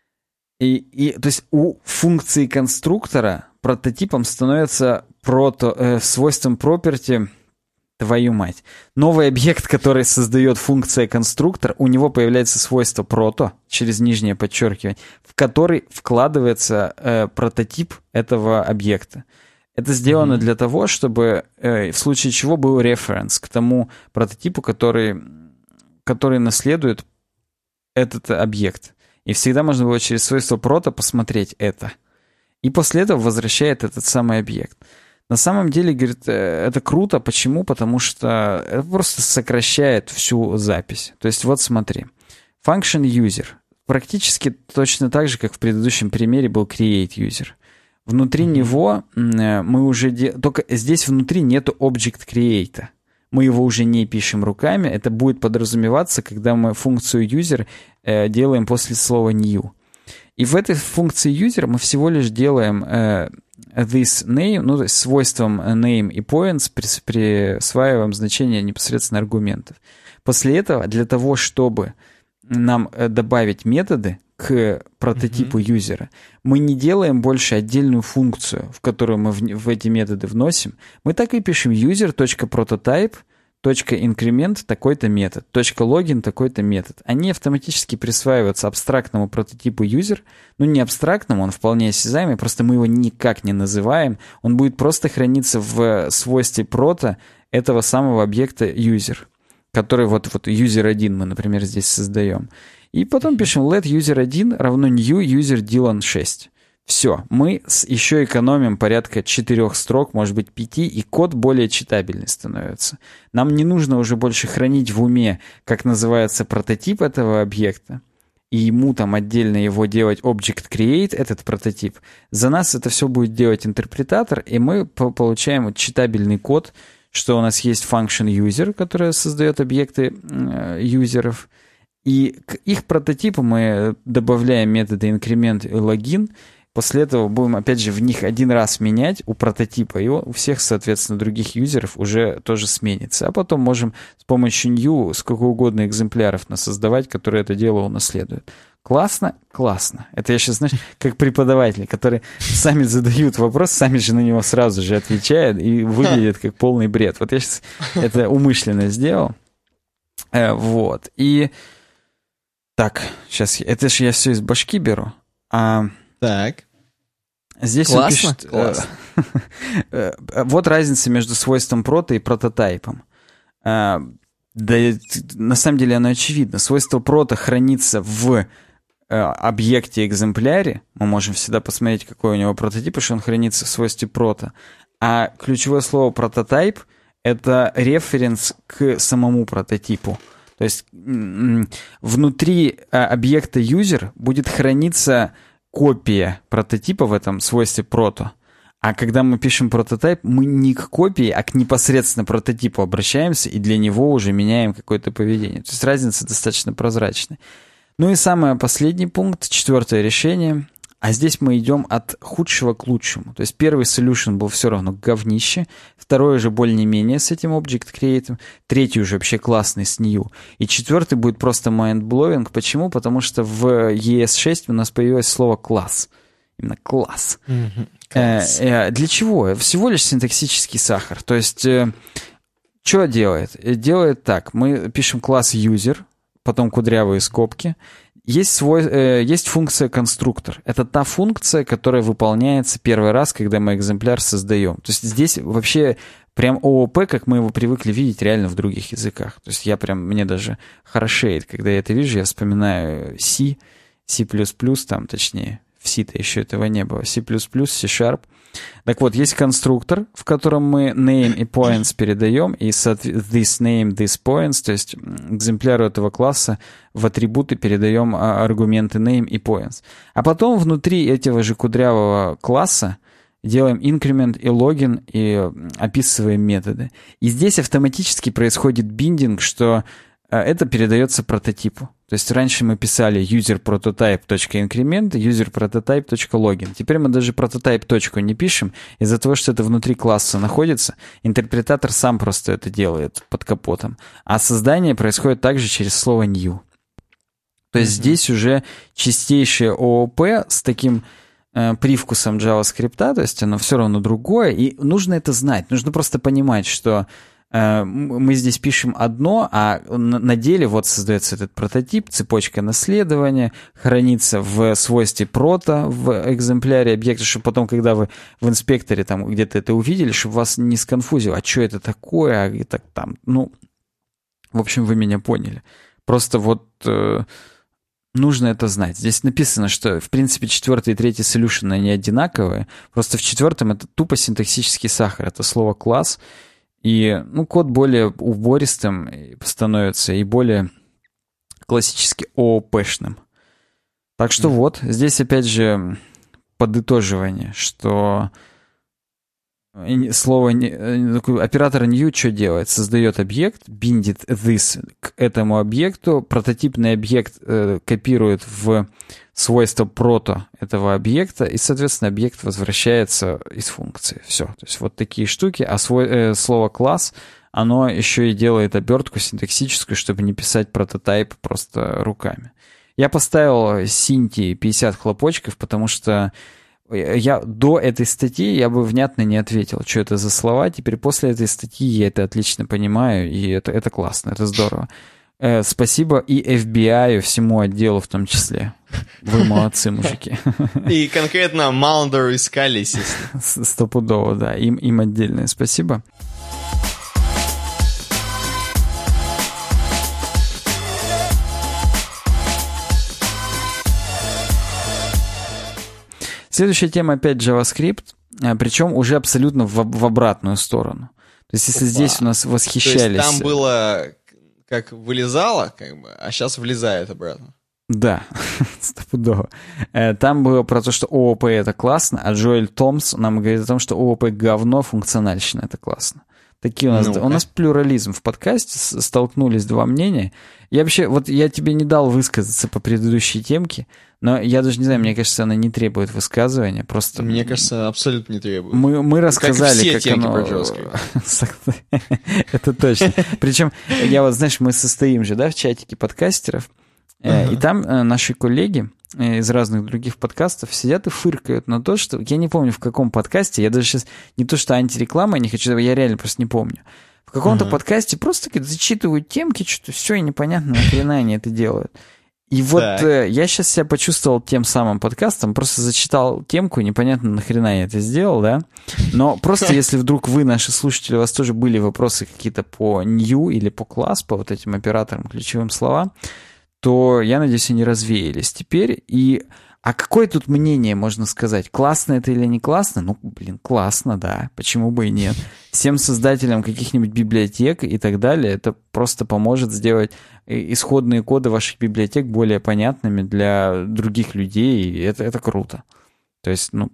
S2: и, и, то есть у функции конструктора прототипом становится прото, э, свойством property, твою мать. Новый объект, который создает функция конструктор, у него появляется свойство прото, через нижнее подчеркивание, в который вкладывается э, прототип этого объекта. Это сделано mm-hmm. для того, чтобы э, в случае чего был референс к тому прототипу, который, который наследует этот объект. И всегда можно было через свойство прото посмотреть это. И после этого возвращает этот самый объект. На самом деле, говорит, это круто. Почему? Потому что это просто сокращает всю запись. То есть вот смотри. Function user. Практически точно так же, как в предыдущем примере был create user. Внутри mm-hmm. него мы уже... Де... Только здесь внутри нету object create. Мы его уже не пишем руками, это будет подразумеваться, когда мы функцию user э, делаем после слова new. И в этой функции user мы всего лишь делаем э, this name, ну, то есть свойством name и points присваиваем значение непосредственно аргументов. После этого, для того, чтобы нам добавить методы к прототипу mm-hmm. юзера, мы не делаем больше отдельную функцию, в которую мы в, в эти методы вносим. Мы так и пишем user.prototype, .increment такой-то метод, .login такой-то метод. Они автоматически присваиваются абстрактному прототипу user. Ну, не абстрактному, он вполне осязаемый, просто мы его никак не называем. Он будет просто храниться в свойстве прото этого самого объекта user, который вот, вот user один мы, например, здесь создаем. И потом пишем let user один равно new user Dylan шесть. Все, мы еще экономим порядка четырех строк, может быть пяти, и код более читабельный становится. Нам не нужно уже больше хранить в уме, как называется прототип этого объекта, и ему там отдельно его делать object create, этот прототип. За нас это все будет делать интерпретатор, и мы получаем вот читабельный код, что у нас есть function user, которая создает объекты э, юзеров, и к их прототипу мы добавляем методы increment и login. После этого будем, опять же, в них один раз менять у прототипа, и у всех, соответственно, других юзеров уже тоже сменится. А потом можем с помощью new сколько угодно экземпляров насоздавать, которые это дело унаследуют. Классно? Классно. Это я сейчас, знаешь, как преподаватели, которые сами задают вопрос, сами же на него сразу же отвечают и выглядят как полный бред. Вот я сейчас это умышленно сделал. Вот. И так, сейчас, это же я все из башки беру. А...
S1: Так.
S2: Здесь
S1: классно,
S2: он пишет...
S1: Классно.
S2: Вот разница между свойством прото и прототайпом. Да, на самом деле оно очевидно. Свойство прото хранится в объекте экземпляре. Мы можем всегда посмотреть, какой у него прототип, потому что он хранится в свойстве прото. А ключевое слово прототайп — это референс к самому прототипу. То есть внутри объекта user будет храниться копия прототипа в этом свойстве прото. А когда мы пишем прототип, мы не к копии, а к непосредственно прототипу обращаемся и для него уже меняем какое-то поведение. То есть разница достаточно прозрачная. Ну и самый последний пункт, четвертое решение. А здесь мы идем от худшего к лучшему. То есть первый solution был все равно говнище, второй уже более-менее с этим Object Create, третий уже вообще классный с New, и четвертый будет просто mind-blowing. Почему? Потому что в и эс шесть у нас появилось слово класс. Именно класс. Mm-hmm. Класс. Э, э, для чего? Всего лишь синтаксический сахар. То есть, э, что делает? Делает так. Мы пишем класс user, потом кудрявые скобки. Есть, свой, э, есть функция конструктор. Это та функция, которая выполняется первый раз, когда мы экземпляр создаем. То есть здесь вообще прям ООП, как мы его привыкли видеть реально в других языках. То есть я прям, мне даже хорошеет, когда я это вижу, я вспоминаю C, C++, там точнее, в C-то еще этого не было, C++, C-Sharp. Так вот, есть конструктор, в котором мы name и points передаем, и this name, this points, то есть экземпляру этого класса в атрибуты передаем аргументы name и points. А потом внутри этого же кудрявого класса делаем increment и login и описываем методы. И здесь автоматически происходит биндинг, что это передается прототипу. То есть раньше мы писали userprototype.increment, userprototype.login. Теперь мы даже прототип точку не пишем. Из-за того, что это внутри класса находится, интерпретатор сам просто это делает под капотом. А создание происходит также через слово new. То есть mm-hmm. здесь уже чистейшее ООП с таким э, привкусом JavaScript, то есть оно все равно другое, и нужно это знать. Нужно просто понимать, что мы здесь пишем одно, а на деле вот создается этот прототип, цепочка наследования, хранится в свойстве прото в экземпляре объекта, чтобы потом, когда вы в инспекторе там где-то это увидели, чтобы вас не сконфузило, а что это такое, а и так там, ну, в общем, вы меня поняли. Просто вот э, нужно это знать. Здесь написано, что, в принципе, четвертый и третий solution, они одинаковые, просто в четвертом это тупо синтаксический сахар, это слово класс. И, ну, код более убористым становится и более классически ООПшным. Так что mm-hmm. вот, здесь опять же подытоживание, что слово оператор new что делает? Создает объект, биндит this к этому объекту, прототипный объект э, копирует в свойство прото этого объекта, и, соответственно, объект возвращается из функции. Все. То есть вот такие штуки. А свой, э, слово класс, оно еще и делает обертку синтаксическую, чтобы не писать прототип просто руками. Я поставил Синти пятьдесят хлопочков, потому что я до этой статьи я бы внятно не ответил, что это за слова. Теперь после этой статьи я это отлично понимаю, и это, это классно, это здорово. Э, спасибо и эф би ай, всему отделу в том числе. Вы молодцы, мужики.
S1: И конкретно Малдеру и Скалли, естественно.
S2: Стопудово, да. Им, им отдельное спасибо. Следующая тема опять JavaScript, причем уже абсолютно в, в обратную сторону. То есть если Опа. Здесь у нас восхищались... То
S1: есть там было как вылезало, как бы, а сейчас влезает обратно.
S2: Да, стопудово. Там было про то, что ООП это классно, а Джоэль Томс нам говорит о том, что ООП говно, функциональщина это классно. Такие у нас, ну, у нас плюрализм в подкасте, столкнулись два мнения. Я вообще, вот я тебе не дал высказаться по предыдущей темке, но я даже не знаю, мне кажется, она не требует высказывания, просто...
S1: Мне кажется, абсолютно не требует.
S2: Мы, мы рассказали,
S1: как, все
S2: как оно... Это точно. Причем, я вот, знаешь, мы состоим же, да, в чатике подкастеров, и там наши коллеги из разных других подкастов сидят и фыркают на то, что... Я не помню, в каком подкасте, я даже сейчас не то, что антиреклама, я не хочу, я реально просто не помню. В каком-то uh-huh. подкасте просто зачитывают темки, что-то все и непонятно, нахрена они это делают. И вот э, я сейчас себя почувствовал тем самым подкастом, просто зачитал темку, непонятно, нахрена я это сделал, да? Но просто если вдруг вы, наши слушатели, у вас тоже были вопросы какие-то по new или по класс, по вот этим операторам, ключевым словам, то, я надеюсь, они развеялись теперь. И... А какое тут мнение можно сказать? Классно это или не классно? Ну, блин, классно, да. Почему бы и нет? Всем создателям каких-нибудь библиотек и так далее это просто поможет сделать исходные коды ваших библиотек более понятными для других людей. И это, это круто. То есть, ну,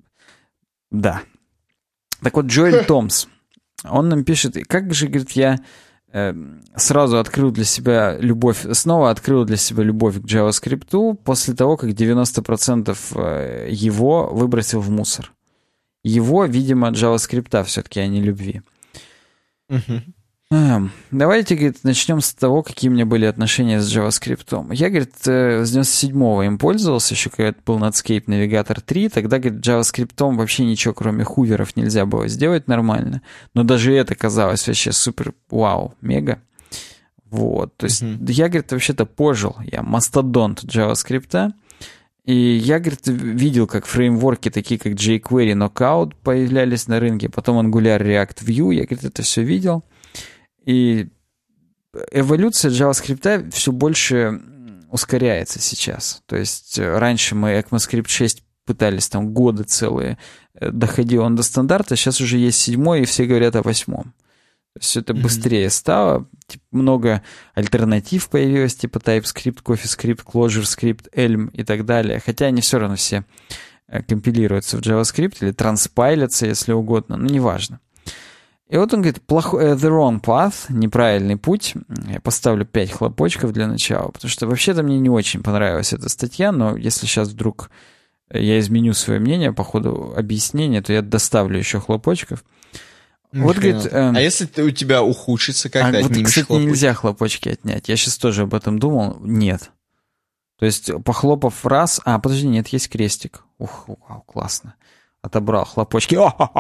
S2: да. Так вот, Джоэль Томс, он нам пишет, как же, говорит, я... сразу открыл для себя любовь, снова открыл для себя любовь к JavaScript после того, как девяносто процентов его выбросил в мусор. Его, видимо, JavaScript все-таки, а не любви.
S1: Uh-huh.
S2: Давайте, говорит, начнем с того, какие у меня были отношения с JavaScript. Я, говорит, с девяносто седьмого им пользовался, еще когда был Netscape Navigator три, тогда, говорит, JavaScript вообще ничего, кроме хуверов, нельзя было сделать нормально. Но даже это казалось вообще супер, вау, мега. Вот, то есть mm-hmm. я, говорит, вообще-то пожил, я мастодонт JavaScript, и я, говорит, видел, как фреймворки, такие как jQuery, Knockout появлялись на рынке, потом Angular, React, Vue, я, говорит, это все видел. И эволюция JavaScript все больше ускоряется сейчас. То есть раньше мы ECMAScript шесть пытались там годы целые, доходил он до стандарта, сейчас уже есть седьмой, и все говорят о восьмом. То есть это mm-hmm. быстрее стало, типа, много альтернатив появилось, типа TypeScript, CoffeeScript, ClojureScript, Elm и так далее. Хотя они все равно все компилируются в JavaScript или транспайлятся, если угодно, но неважно. И вот он говорит, плохой, uh, the wrong path, неправильный путь. Я поставлю пять хлопочков для начала, потому что вообще-то мне не очень понравилась эта статья, но если сейчас вдруг я изменю свое мнение по ходу объяснения, то я доставлю еще хлопочков.
S1: Mm-hmm.
S2: Вот, говорит, э,
S1: а если ты, у тебя ухудшится, как
S2: а,
S1: ты
S2: вот,
S1: отнимешь
S2: кстати,
S1: хлопочки?
S2: Нельзя хлопочки отнять. Я сейчас тоже об этом думал. Нет. То есть, похлопав раз... А, подожди, нет, есть крестик. Ух, вау, классно. Отобрал хлопочки.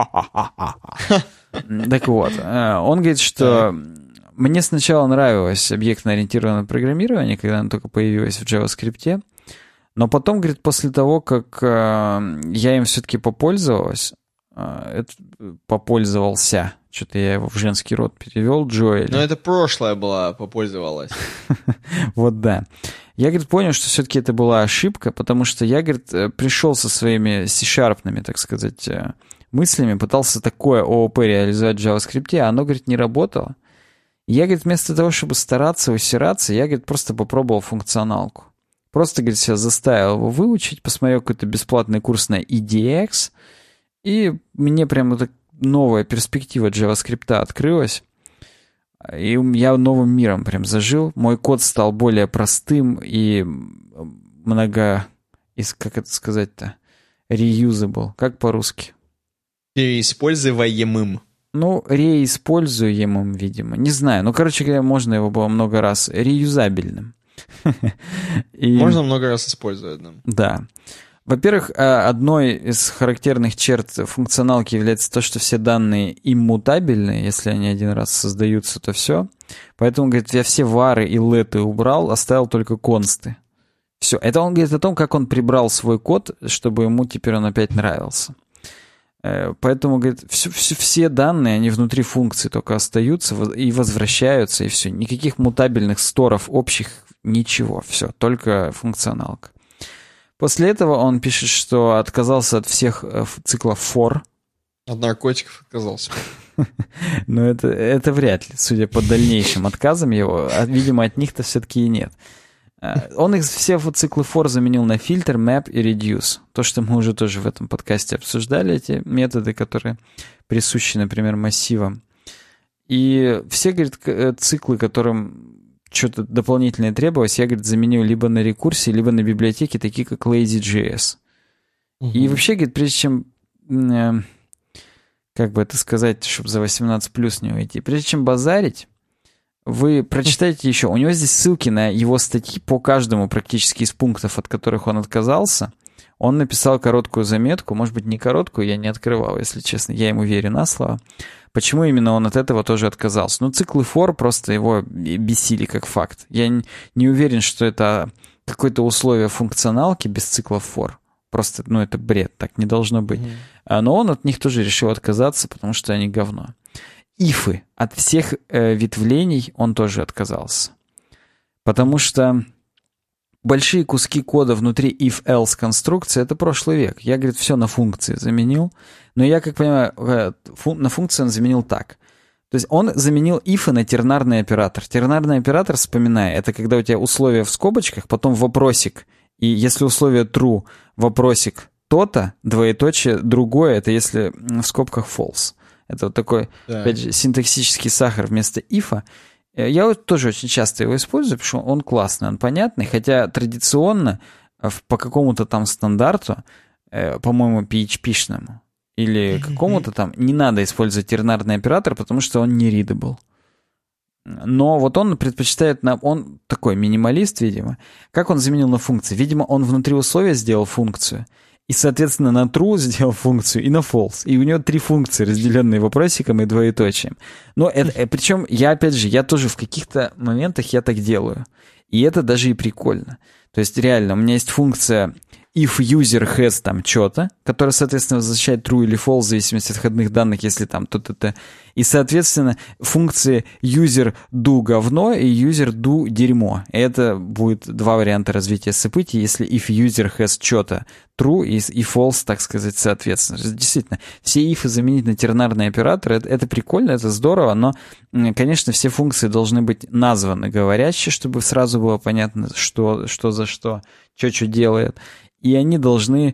S2: Так вот, он говорит, что мне сначала нравилось объектно-ориентированное программирование, когда оно только появилось в JavaScript, но потом, говорит, после того, как я им все-таки попользовалась, попользовался, что-то я его в женский род перевел, Джоэль.
S1: Но это прошлое было, попользовалась.
S2: Вот да. Я, говорит, понял, что все-таки это была ошибка, потому что я, говорит, пришел со своими C-sharpными, так сказать, мыслями, пытался такое ООП реализовать в JavaScript, а оно, говорит, не работало. И я, говорит, вместо того, чтобы стараться, усираться, я, говорит, просто попробовал функционалку. Просто, говорит, себя заставил его выучить, посмотрел какой-то бесплатный курс на и ди экс, и мне прям вот новая перспектива JavaScript открылась. И я новым миром прям зажил. Мой код стал более простым и много... Как это сказать-то? Reusable. Как по-русски?
S1: Переиспользуемым.
S2: Ну, реиспользуемым, видимо. Не знаю. Ну, короче говоря, можно его было много раз реюзабельным.
S1: И... Можно много раз использовать. Да.
S2: Да. Во-первых, одной из характерных черт функционалки является то, что все данные иммутабельные. Если они один раз создаются, то все. Поэтому, говорит, я все вары и леты убрал, оставил только консты. Все. Это он говорит о том, как он прибрал свой код, чтобы ему теперь он опять нравился. Поэтому, говорит, все, все, все данные, они внутри функции только остаются и возвращаются, и все. Никаких мутабельных сторов общих, ничего. Все, только функционалка. После этого он пишет, что отказался от всех циклов for.
S1: От наркотиков отказался.
S2: Но это, это вряд ли, судя по дальнейшим отказам его. Видимо, от них-то все-таки и нет. Он их все циклы for заменил на фильтр, map и reduce. То, что мы уже тоже в этом подкасте обсуждали, эти методы, которые присущи, например, массивам. И все, говорит, циклы, которым что-то дополнительное требовалось, я, говорит, заменил либо на рекурсии, либо на библиотеки, такие как Lazy.js. Угу. И вообще, говорит, прежде чем, э, как бы это сказать, чтобы за восемнадцать плюс не уйти, прежде чем базарить, вы прочитайте еще. У него здесь ссылки на его статьи по каждому практически из пунктов, от которых он отказался. Он написал короткую заметку, может быть, не короткую, я не открывал, если честно, я ему верю на слово. Почему именно он от этого тоже отказался? Ну, циклы for просто его бесили как факт. Я не уверен, что это какое-то условие функционалки без циклов for. Просто, ну, это бред, так не должно быть. Mm-hmm. Но он от них тоже решил отказаться, потому что они говно. Ифы. От всех э, ветвлений он тоже отказался. Потому что большие куски кода внутри if-else конструкции — это прошлый век. Я, говорит, все на функции заменил. Но я, как понимаю, фун- на функции он заменил так. То есть он заменил if на тернарный оператор. Тернарный оператор, вспоминай, это когда у тебя условие в скобочках, потом вопросик. И если условие true, вопросик то-то, двоеточие, другое, это если в скобках false. Это вот такой, да. опять же, синтаксический сахар вместо if. Я вот тоже очень часто его использую, потому что он классный, он понятный, хотя традиционно по какому-то там стандарту, по-моему, пи эйч пи-шному, или какому-то там, не надо использовать тернарный оператор, потому что он не readable. Но вот он предпочитает, на, он такой минималист, видимо. Как он заменил на функции? Видимо, он внутри условия сделал функцию, и, соответственно, на true сделал функцию, и на false. И у него три функции, разделенные вопросиком и двоеточием. Но это, причем, я, опять же, я тоже в каких-то моментах я так делаю. И это даже и прикольно. То есть, реально, у меня есть функция if user has там что-то, которая, соответственно, возвращает true или false в зависимости от входных данных, если там то-то-то. И, соответственно, функции user do говно и user do дерьмо. Это будет два варианта развития событий, если if user has что-то true и, и false, так сказать, соответственно. Действительно, все if заменить на тернарный оператор, это, это прикольно, это здорово, но, конечно, все функции должны быть названы говорящие, чтобы сразу было понятно, что, что за что, что что делает. И они должны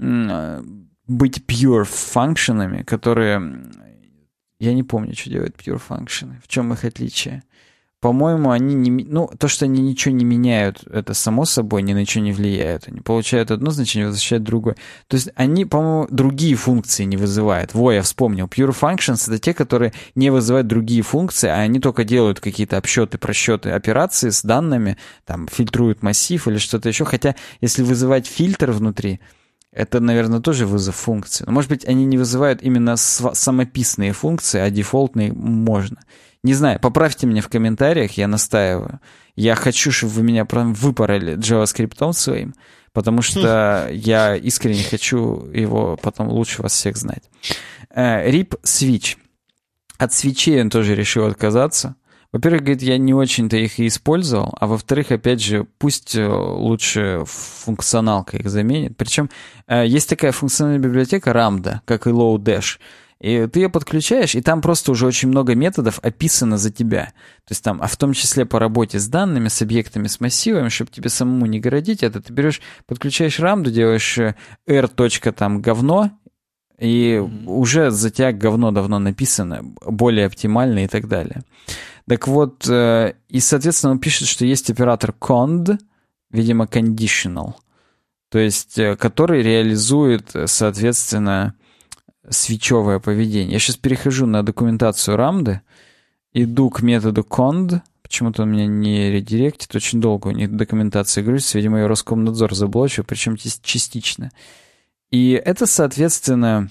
S2: быть pure функшенами, которые... Я не помню, что делают pure функшены. В чем их отличие? По-моему, они не... Ну, то, что они ничего не меняют, это само собой ни на что не влияет. Они получают одно значение, возвращают другое. То есть они, по-моему, другие функции не вызывают. Во, я вспомнил. Pure functions — это те, которые не вызывают другие функции, а они только делают какие-то обсчеты, просчеты, операции с данными, там, фильтруют массив или что-то еще. Хотя, если вызывать фильтр внутри, это, наверное, тоже вызов функции. Но, может быть, они не вызывают именно самописные функции, а дефолтные можно. Не знаю, поправьте меня в комментариях, я настаиваю. Я хочу, чтобы вы меня прям выпороли JavaScript своим, потому что я искренне хочу его потом лучше вас всех знать. Rip Switch. От свитчей он тоже решил отказаться. Во-первых, говорит, я не очень-то их и использовал, а во-вторых, опять же, пусть лучше функционалка их заменит. Причем есть такая функциональная библиотека Ramda, как и Lodash. И ты ее подключаешь, и там просто уже очень много методов описано за тебя. То есть там, а в том числе по работе с данными, с объектами, с массивами, чтобы тебе самому не городить это, ты берешь, подключаешь рамду, делаешь r. там говно, и mm-hmm. уже за тебя говно давно написано, более оптимально и так далее. Так вот, и, соответственно, он пишет, что есть оператор cond, видимо, conditional, то есть, который реализует, соответственно, свитчевое поведение. Я сейчас перехожу на документацию Рамды, иду к методу cond, почему-то он меня не редиректит, очень долго у них документация грузится, видимо, ее Роскомнадзор заблочил, причем частично. И это, соответственно,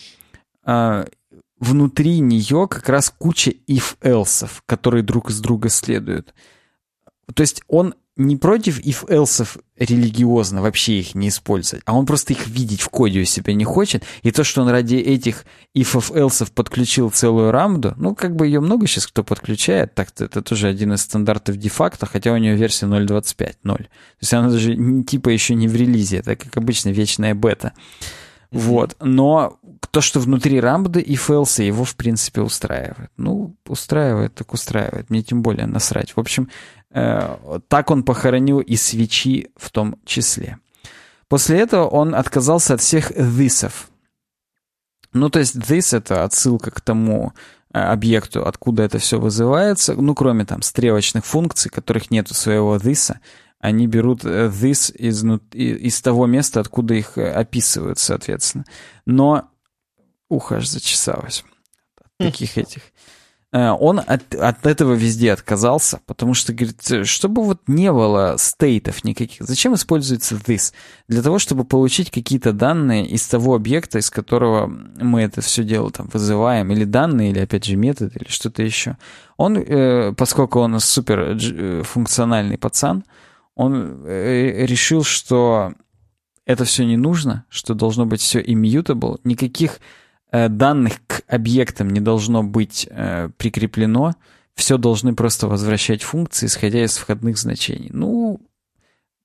S2: внутри нее как раз куча if-else'ов, которые друг из друга следуют. То есть он не против if-else'ов религиозно вообще их не использовать, а он просто их видеть в коде у себя не хочет. И то, что он ради этих if-else'ов подключил целую рамду, ну, как бы ее много сейчас кто подключает, так-то это тоже один из стандартов де-факто, хотя у нее версия ноль двадцать пять ноль. То есть она даже типа еще не в релизе, это, как обычно, вечная бета. Mm-hmm. Вот. Но то, что внутри рамды if-else, его, в принципе, устраивает. Ну, устраивает, так устраивает. Мне тем более насрать. В общем, так он похоронил и свечи в том числе. После этого он отказался от всех this'ов. Ну, то есть this — это отсылка к тому объекту, откуда это все вызывается. Ну, кроме там стрелочных функций, которых нету своего this'а, они берут this из, из того места, откуда их описывают, соответственно. Но ухо аж зачесалось от таких этих. Он от, от этого везде отказался, потому что, говорит, чтобы вот не было стейтов никаких. Зачем используется this? Для того, чтобы получить какие-то данные из того объекта, из которого мы это все дело там вызываем, или данные, или, опять же, метод, или что-то еще. Он, э, поскольку он супер функциональный пацан, он э, решил, что это все не нужно, что должно быть все immutable, никаких данных к объектам не должно быть э, прикреплено, все должны просто возвращать функции, исходя из входных значений. Ну,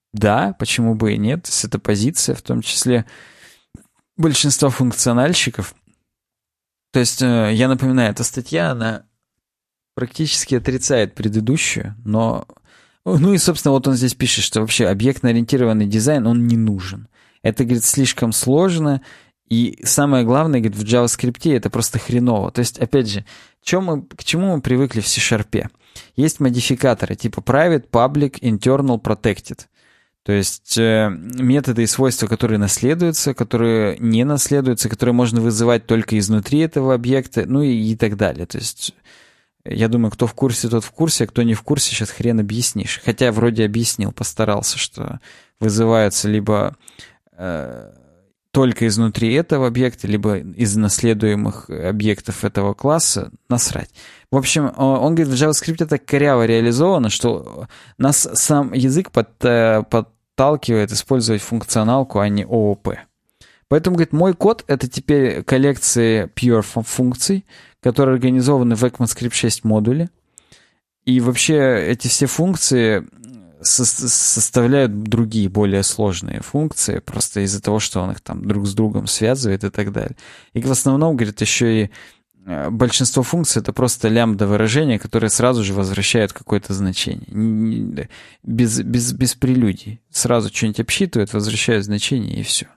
S2: да, почему бы и нет. То есть это позиция, в том числе большинства функциональщиков. То есть, я напоминаю, эта статья, она практически отрицает предыдущую, но... Ну и, собственно, вот он здесь пишет, что вообще объектно-ориентированный дизайн, он не нужен. Это, говорит, слишком сложно, и самое главное, говорит, в JavaScript это просто хреново. То есть, опять же, чем мы, к чему мы привыкли в C-Sharp? Есть модификаторы типа private, public, internal, protected. То есть э, методы и свойства, которые наследуются, которые не наследуются, которые можно вызывать только изнутри этого объекта, ну и, и так далее. То есть... Я думаю, кто в курсе, тот в курсе, а кто не в курсе, сейчас хрен объяснишь. Хотя вроде объяснил, постарался, что вызываются либо э, только изнутри этого объекта, либо из наследуемых объектов этого класса. Насрать. В общем, он говорит, в JavaScript так коряво реализовано, что нас сам язык под, подталкивает использовать функционалку, а не ООП. Поэтому, говорит, мой код — это теперь коллекции pure функций, которые организованы в ECMAScript шесть модуле. И вообще эти все функции со- составляют другие, более сложные функции, просто из-за того, что он их там друг с другом связывает и так далее. И в основном, говорит, еще и большинство функций — это просто лямбда-выражения, которые сразу же возвращают какое-то значение. Без, без, без прелюдий. Сразу что-нибудь обсчитывают, возвращают значение, и все.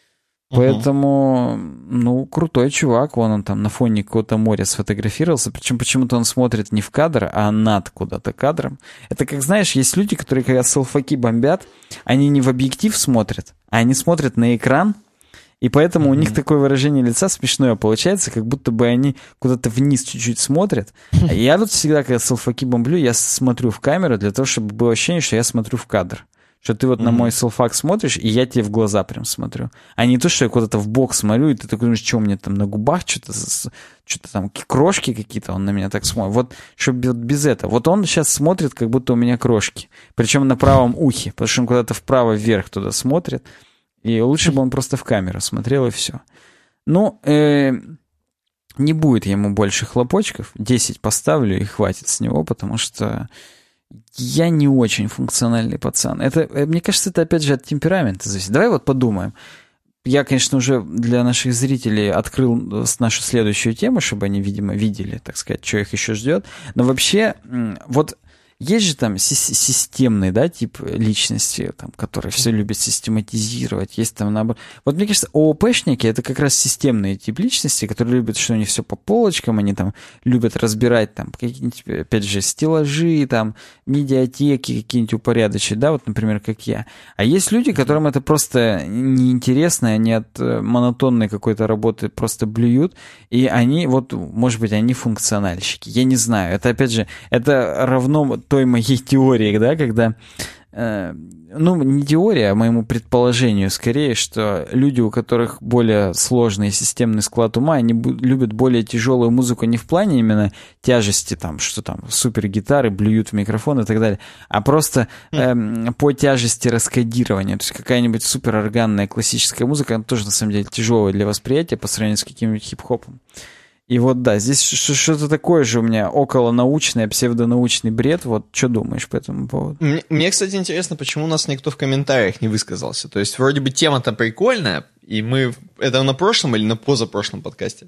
S2: Поэтому, ну, крутой чувак, вон он там на фоне какого-то моря сфотографировался, причем почему-то он смотрит не в кадр, а над куда-то кадром. Это как, знаешь, есть люди, которые, когда селфаки бомбят, они не в объектив смотрят, а они смотрят на экран, и поэтому mm-hmm. у них такое выражение лица смешное получается, как будто бы они куда-то вниз чуть-чуть смотрят. А я тут всегда, когда селфаки бомблю, я смотрю в камеру для того, чтобы было ощущение, что я смотрю в кадр. Что ты вот mm-hmm. на мой селфак смотришь, и я тебе в глаза прям смотрю. А не то, что я куда-то в бок смотрю, и ты такой думаешь, что у меня там на губах, что-то, что-то там крошки какие-то, он на меня так смотрит. Вот, чтобы без этого. Вот он сейчас смотрит, как будто у меня крошки. Причем на правом ухе, потому что он куда-то вправо-вверх туда смотрит. И лучше бы он просто в камеру смотрел, и все. Ну, э, не будет ему больше хлопочков. десять поставлю, и хватит с него, потому что... Я не очень функциональный пацан. Это, мне кажется, это опять же от темперамента зависит. Давай вот подумаем. Я, конечно, уже для наших зрителей открыл нашу следующую тему, чтобы они, видимо, видели, так сказать, что их еще ждет. Но вообще, вот есть же там системный, да, тип личности, там, который все любит систематизировать. Есть там наоборот. Вот мне кажется, ООПшники — это как раз системные тип личности, которые любят, что у них все по полочкам, они там любят разбирать там какие-нибудь, опять же, стеллажи, там, медиатеки какие-нибудь упорядочить, да, вот, например, как я. А есть люди, которым это просто неинтересно, они от монотонной какой-то работы просто блюют, и они, вот, может быть, они функциональщики. Я не знаю. Это, опять же, это равно той моей теории, да, когда, э, ну, не теория, а моему предположению скорее, что люди, у которых более сложный системный склад ума, они бу- любят более тяжелую музыку не в плане именно тяжести, там, что там, супергитары блюют в микрофон и так далее, а просто э, по тяжести раскодирования. То есть какая-нибудь суперорганная классическая музыка, она тоже, на самом деле, тяжелая для восприятия по сравнению с каким-нибудь хип-хопом. И вот да, здесь что-то такое же у меня околонаучный, псевдонаучный бред. Вот что думаешь по этому поводу?
S1: Мне, мне, кстати, интересно, почему у нас никто в комментариях не высказался. То есть вроде бы тема-то прикольная, и мы это на прошлом или на позапрошлом подкасте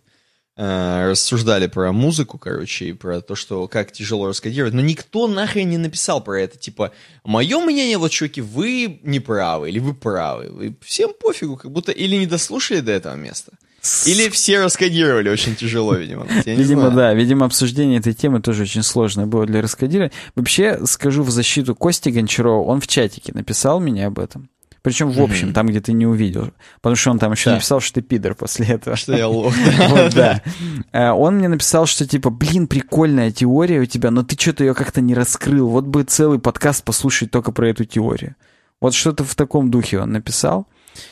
S1: э, рассуждали про музыку, короче, и про то, что как тяжело раскодировать. Но никто нахрен не написал про это. Типа, мое мнение, вот, чуваки, вы не правы, или вы правы. Вы всем пофигу, как будто или не дослушали до этого места. Или все раскодировали очень тяжело, видимо. Я не
S2: видимо,
S1: знаю.
S2: Да. Видимо, обсуждение этой темы тоже очень сложное было для раскодирования. Вообще, скажу в защиту Кости Гончарова, он в чатике написал мне об этом. Причем в общем, mm-hmm. там, где ты не увидел. Потому что он там еще да. написал, что ты пидор после этого.
S1: Что я лох.
S2: Вот, да. Он мне написал, что типа, блин, прикольная теория у тебя, но ты что-то ее как-то не раскрыл. Вот бы целый подкаст послушать только про эту теорию. Вот что-то в таком духе он написал.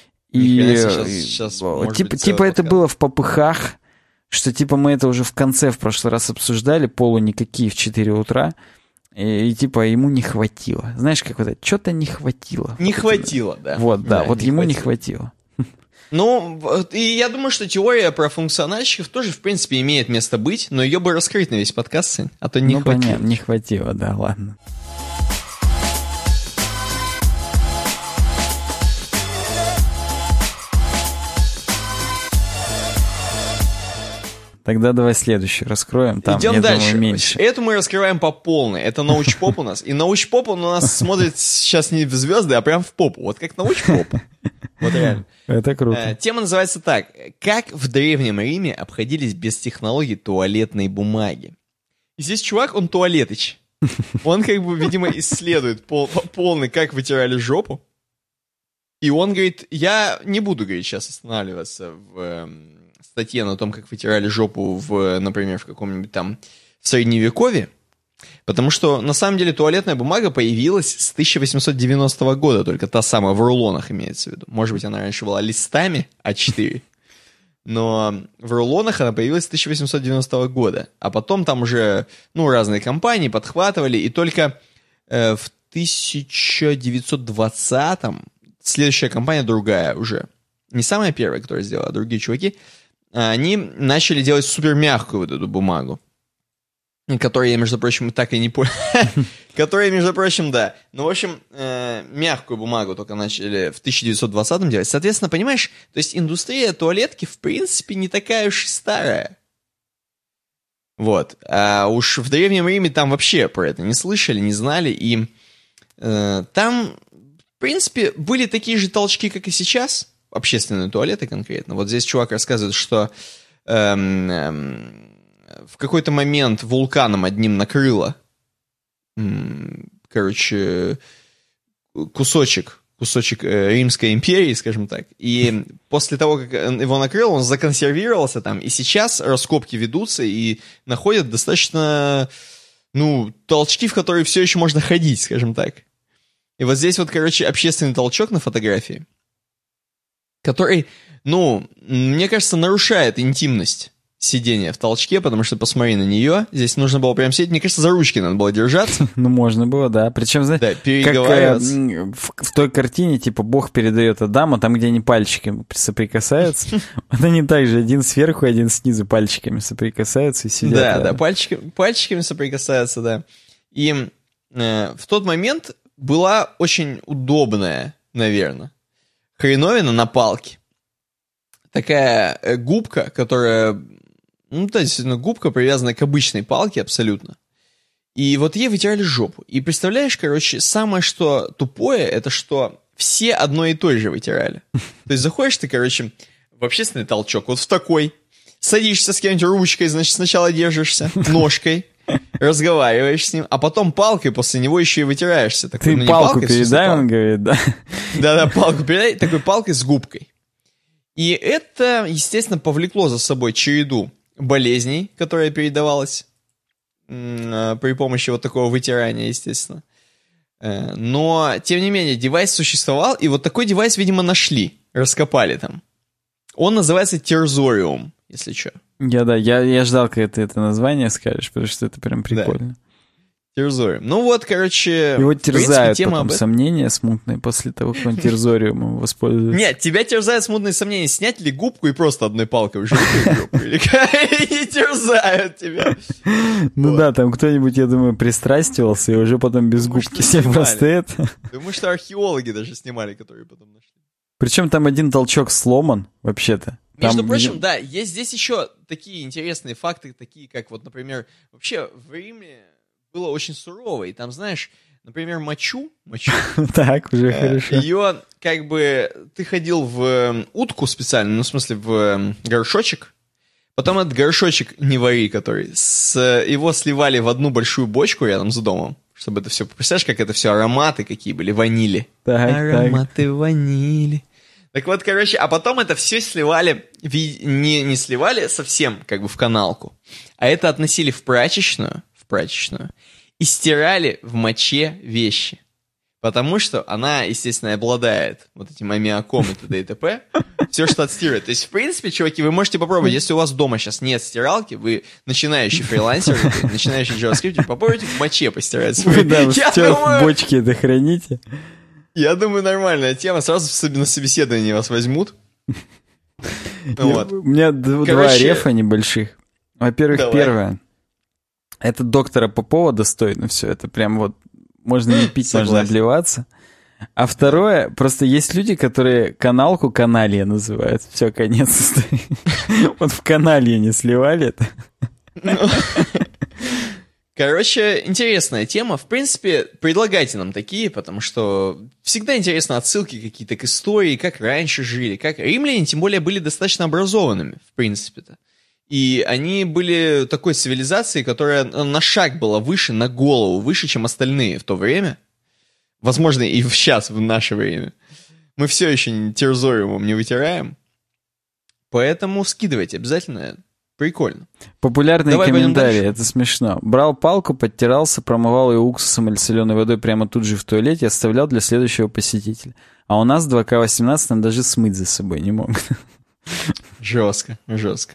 S2: И сейчас, сейчас, типа, быть, типа это было в попыхах, что типа мы это уже в конце в прошлый раз обсуждали, полу никакие в четыре утра, и, и типа ему не хватило. Знаешь, как вот это, что-то не хватило.
S1: Не
S2: вот
S1: хватило,
S2: это,
S1: да.
S2: Вот, да,
S1: да
S2: вот
S1: не
S2: ему
S1: хватило.
S2: не хватило.
S1: Ну, и я думаю, что теория про функциональщиков тоже, в принципе, имеет место быть, но ее бы раскрыть на весь подкаст, а то не
S2: ну,
S1: хватило.
S2: Понятно, не хватило, да, ладно. Тогда давай следующий раскроем. Там,
S1: идем
S2: я
S1: дальше.
S2: Думаю, меньше.
S1: Эту мы раскрываем по полной. Это научпоп у нас. И научпоп он у нас смотрит сейчас не в звезды, а прям в попу. Вот как научпоп. Вот реально.
S2: Это круто.
S1: Тема называется так. Как в Древнем Риме обходились без технологий туалетной бумаги? И здесь чувак, он туалетыч. Он как бы, видимо, исследует пол, полный, как вытирали жопу. И он говорит, я не буду, говорит, сейчас останавливаться в э, статье на том, как вытирали жопу, в, например, в каком-нибудь там Средневековье, потому что, на самом деле, туалетная бумага появилась с тысяча восемьсот девяностого года, только та самая, в рулонах имеется в виду. Может быть, она раньше была листами а четыре, но в рулонах она появилась с тысяча восемьсот девяностого года, а потом там уже, ну, разные компании подхватывали, и только э, в тысяча девятьсот двадцатом следующая компания другая уже, не самая первая, которая сделала, а другие чуваки, они начали делать супер мягкую вот эту бумагу, которую я, между прочим, так и не понял. Которая, между прочим, да. Ну, в общем, мягкую бумагу только начали в тысяча девятьсот двадцатом делать. Соответственно, понимаешь, то есть индустрия туалетки, в принципе, не такая уж и старая. Вот. А уж в Древнем Риме там вообще про это не слышали, не знали, и там... В принципе, были такие же толчки, как и сейчас, общественные туалеты конкретно. Вот здесь чувак рассказывает, что эм, эм, в какой-то момент вулканом одним накрыло, эм, короче, кусочек, кусочек э, Римской империи, скажем так. И после того, как его накрыло, он законсервировался там. И сейчас раскопки ведутся и находят достаточно, ну, толчки, в которые все еще можно ходить, скажем так. И вот здесь вот, короче, общественный толчок на фотографии, который, ну, мне кажется, нарушает интимность сидения в толчке, потому что посмотри на нее, здесь нужно было прям сидеть, мне кажется, за ручки надо было держаться.
S2: Ну, можно было, да. Причем, знаешь,
S1: да, переговариваться.
S2: Как в, в той картине, типа, Бог передает Адаму, там, где они пальчиками соприкасаются, они также один сверху, один снизу пальчиками соприкасаются и сидят.
S1: Да, да, пальчиками соприкасаются, да. И в тот момент... была очень удобная, наверное, хреновина на палке. Такая э, губка, которая, ну, то есть, ну, губка, привязанная к обычной палке абсолютно. И вот ей вытирали жопу. И представляешь, короче, самое что тупое, это что все одно и то же вытирали. То есть заходишь ты, короче, в общественный толчок, вот в такой, садишься с кем-нибудь ручкой, значит, сначала держишься, ножкой, разговариваешь с ним, а потом палкой после него еще и вытираешься. Такой,
S2: ты
S1: ну,
S2: палку
S1: палкой,
S2: передай, он говорит, да?
S1: Да-да, палку передай, такой палкой с губкой. И это, естественно, повлекло за собой череду болезней, которая передавалась м- при помощи вот такого вытирания, естественно. Но, тем не менее, девайс существовал, и вот такой девайс, видимо, нашли, раскопали там. Он называется терзориум, если что.
S2: Я, да, я, я ждал, когда ты это название скажешь, потому что это прям прикольно.
S1: Да. Терзориум. Ну вот, короче...
S2: Его терзают
S1: принципе,
S2: потом сомнения смутные после того, как он терзориумом воспользуется.
S1: Нет, тебя терзают смутные сомнения, снять ли губку и просто одной палкой уже или не терзают тебя.
S2: Ну да, там кто-нибудь, я думаю, пристрастивался и уже потом без губки себе просто это.
S1: Думаю, что археологи даже снимали, которые потом нашли.
S2: Причем там один толчок сломан, вообще-то.
S1: Между
S2: Там...
S1: прочим, да, есть здесь еще такие интересные факты, такие как вот, например, вообще в Риме было очень сурово, и там, знаешь, например, мочу, мочу
S2: так, уже хорошо.
S1: Ее, как бы, ты ходил в утку специально, ну, в смысле, в горшочек, потом этот горшочек не вари, который, с, его сливали в одну большую бочку рядом с домом, чтобы это все, представляешь, как это все ароматы какие были, ванили.
S2: Так,
S1: ароматы
S2: так.
S1: ванили. Так вот, короче, а потом это все сливали, не, не сливали совсем как бы в каналку, а это относили в прачечную, в прачечную и стирали в моче вещи. Потому что она, естественно, обладает вот этим аммиаком и т.д. и т.п. Все, что отстирывает. То есть, в принципе, чуваки, вы можете попробовать, если у вас дома сейчас нет стиралки, вы начинающий фрилансер, начинающий JavaScript, попробуйте в моче постирать.
S2: Да, вы в бочке это храните.
S1: Я думаю, нормальная тема. Сразу на собеседование вас возьмут.
S2: Вот. У меня Короче... два рефа небольших. Во-первых, Давай. первое. Это доктора Попова достойно все. Это прям вот... Можно не пить, Согласен. Можно обливаться. А второе, просто есть люди, которые каналку каналья называют. Все, конец истории. Вот в каналье не сливали это.
S1: Короче, интересная тема. В принципе, предлагайте нам такие, потому что всегда интересно отсылки какие-то к истории, как раньше жили, как римляне, тем более, были достаточно образованными, в принципе-то. И они были такой цивилизацией, которая на шаг была выше, на голову, выше, чем остальные в то время. Возможно, и сейчас, в наше время. Мы все еще терзориумом не вытираем. Поэтому скидывайте обязательно. Прикольно.
S2: Популярные Давай комментарии, это смешно. Брал палку, подтирался, промывал ее уксусом или соленой водой прямо тут же в туалете и оставлял для следующего посетителя. А у нас два ка восемнадцать нам даже смыть за собой не могут.
S1: Жестко, жестко.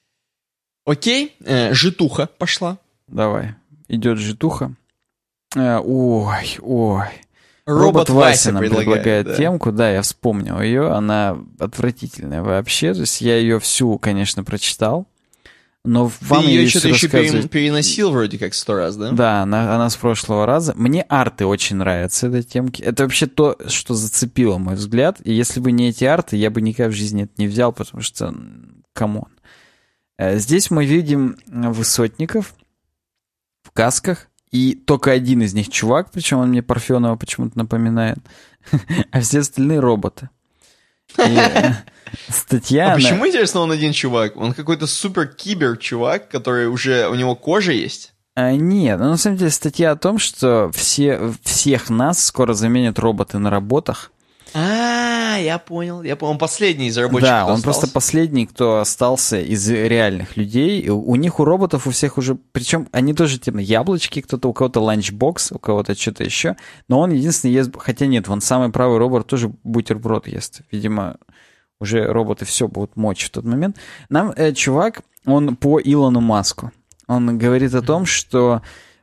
S1: Окей, э, житуха пошла.
S2: Давай, идет житуха. Э, ой, ой.
S1: Робот, Робот Вася нам предлагает,
S2: предлагает
S1: да.
S2: темку, да, я вспомнил ее, она отвратительная вообще, то есть я ее всю, конечно, прочитал, но вам
S1: Ты
S2: ее
S1: что-то еще
S2: рассказывать...
S1: переносил вроде как сто раз, да?
S2: Да, она, она с прошлого раза. Мне арты очень нравятся, этой темки. Это вообще то, что зацепило мой взгляд, и если бы не эти арты, я бы никогда в жизни это не взял, потому что, камон. Здесь мы видим высотников в касках, и только один из них чувак, причем он мне Парфенова почему-то напоминает, а все остальные роботы. И статья...
S1: А почему, интересно, он один чувак? Он какой-то супер-кибер-чувак, который уже... У него кожа есть?
S2: А, нет, ну, на самом деле статья о том, что все, всех нас скоро заменят роботы на работах.
S1: А, я понял. Я понял. Он последний из рабочих,
S2: да,
S1: кто
S2: он
S1: остался.
S2: просто последний, кто остался из реальных людей. У них, у роботов, у всех уже... Причем они тоже, типа, яблочки, кто-то, у кого-то ланчбокс, у кого-то что-то еще. Но он единственный ест... Хотя нет, вон самый правый робот тоже бутерброд ест. Видимо, уже роботы все будут мочь в тот момент. Нам э, чувак, он по Илону Маску. Он говорит о том, что...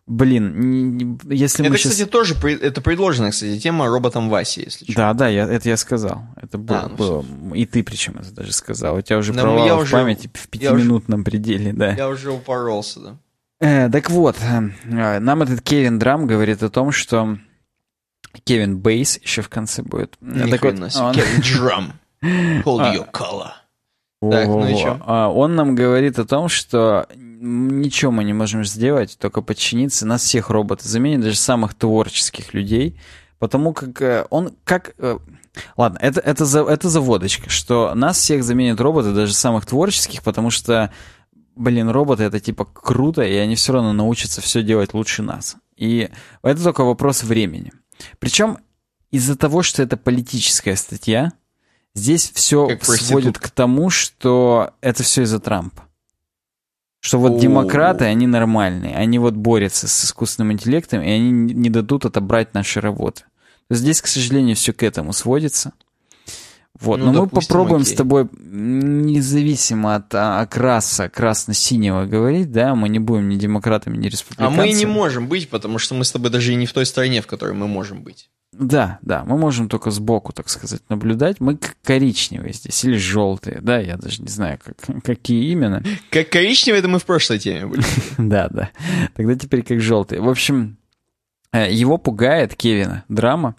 S2: Блин, если
S1: это,
S2: мы
S1: кстати,
S2: сейчас...
S1: тоже это предложенная, кстати, тема роботом Васи, если что.
S2: Да, да, я, это я сказал. Это было,
S1: а, ну
S2: было. И ты причем это даже сказал. У тебя уже
S1: да,
S2: провал в
S1: уже,
S2: памяти в пятиминутном уже, пределе, да.
S1: Я уже упоролся, да.
S2: Э, так вот, э, нам этот Кевин Драм говорит о том, что... Кевин Бейс еще в конце будет.
S1: Ни так вот, он... Кевин Драм. Hold your color. Так, ну и что?
S2: Он нам говорит о том, что ничего мы не можем сделать, только подчиниться. Нас всех роботы заменят, даже самых творческих людей. Потому как он как... Ладно, это, это, за, это заводочка, что нас всех заменят роботы, даже самых творческих, потому что, блин, роботы это типа круто, и они все равно научатся все делать лучше нас. И это только вопрос времени. Причем из-за того, что это политическая статья, здесь все сводит к тому, что это все из-за Трампа. Что вот О-о-о. демократы, они нормальные, они вот борются с искусственным интеллектом, и они не дадут отобрать наши работы. Здесь, к сожалению, все к этому сводится. Вот. Ну, Но допустим, мы попробуем окей. с тобой, независимо от окраса красно-синего говорить, да, мы не будем ни демократами, ни республиканцами.
S1: А мы не можем быть, потому что мы с тобой даже и не в той стране, в которой мы можем быть.
S2: Да, да, мы можем только сбоку, так сказать, наблюдать. Мы коричневые здесь или желтые, да, я даже не знаю, как, какие именно.
S1: Как коричневые, это мы в прошлой теме были.
S2: Да, да. Тогда теперь как желтые. В общем, его пугает, Кевина, драма,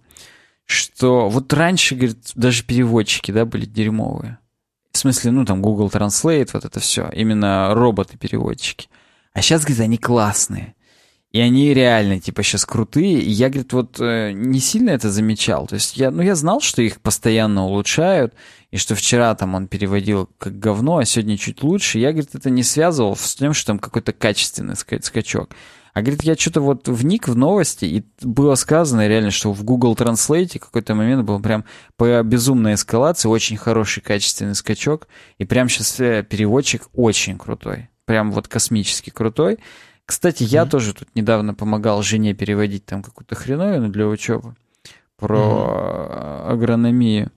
S2: что вот раньше, говорит, даже переводчики, да, были дерьмовые. В смысле, ну, там, Google Translate, вот это все. Именно роботы-переводчики. А сейчас, говорит, они классные. И они реально, типа, сейчас крутые. И я, говорит, вот не сильно это замечал. То есть я, ну, я знал, что их постоянно улучшают, и что вчера там он переводил как говно, а сегодня чуть лучше. Я, говорит, это не связывал с тем, что там какой-то качественный скачок. А, говорит, я что-то вот вник в новости, и было сказано реально, что в Google Translate какой-то момент был прям по безумной эскалации очень хороший качественный скачок. И прям сейчас переводчик очень крутой. Прям вот космически крутой. Кстати, я mm-hmm. тоже тут недавно помогал жене переводить там какую-то хреновину для учебы про mm-hmm. агрономию.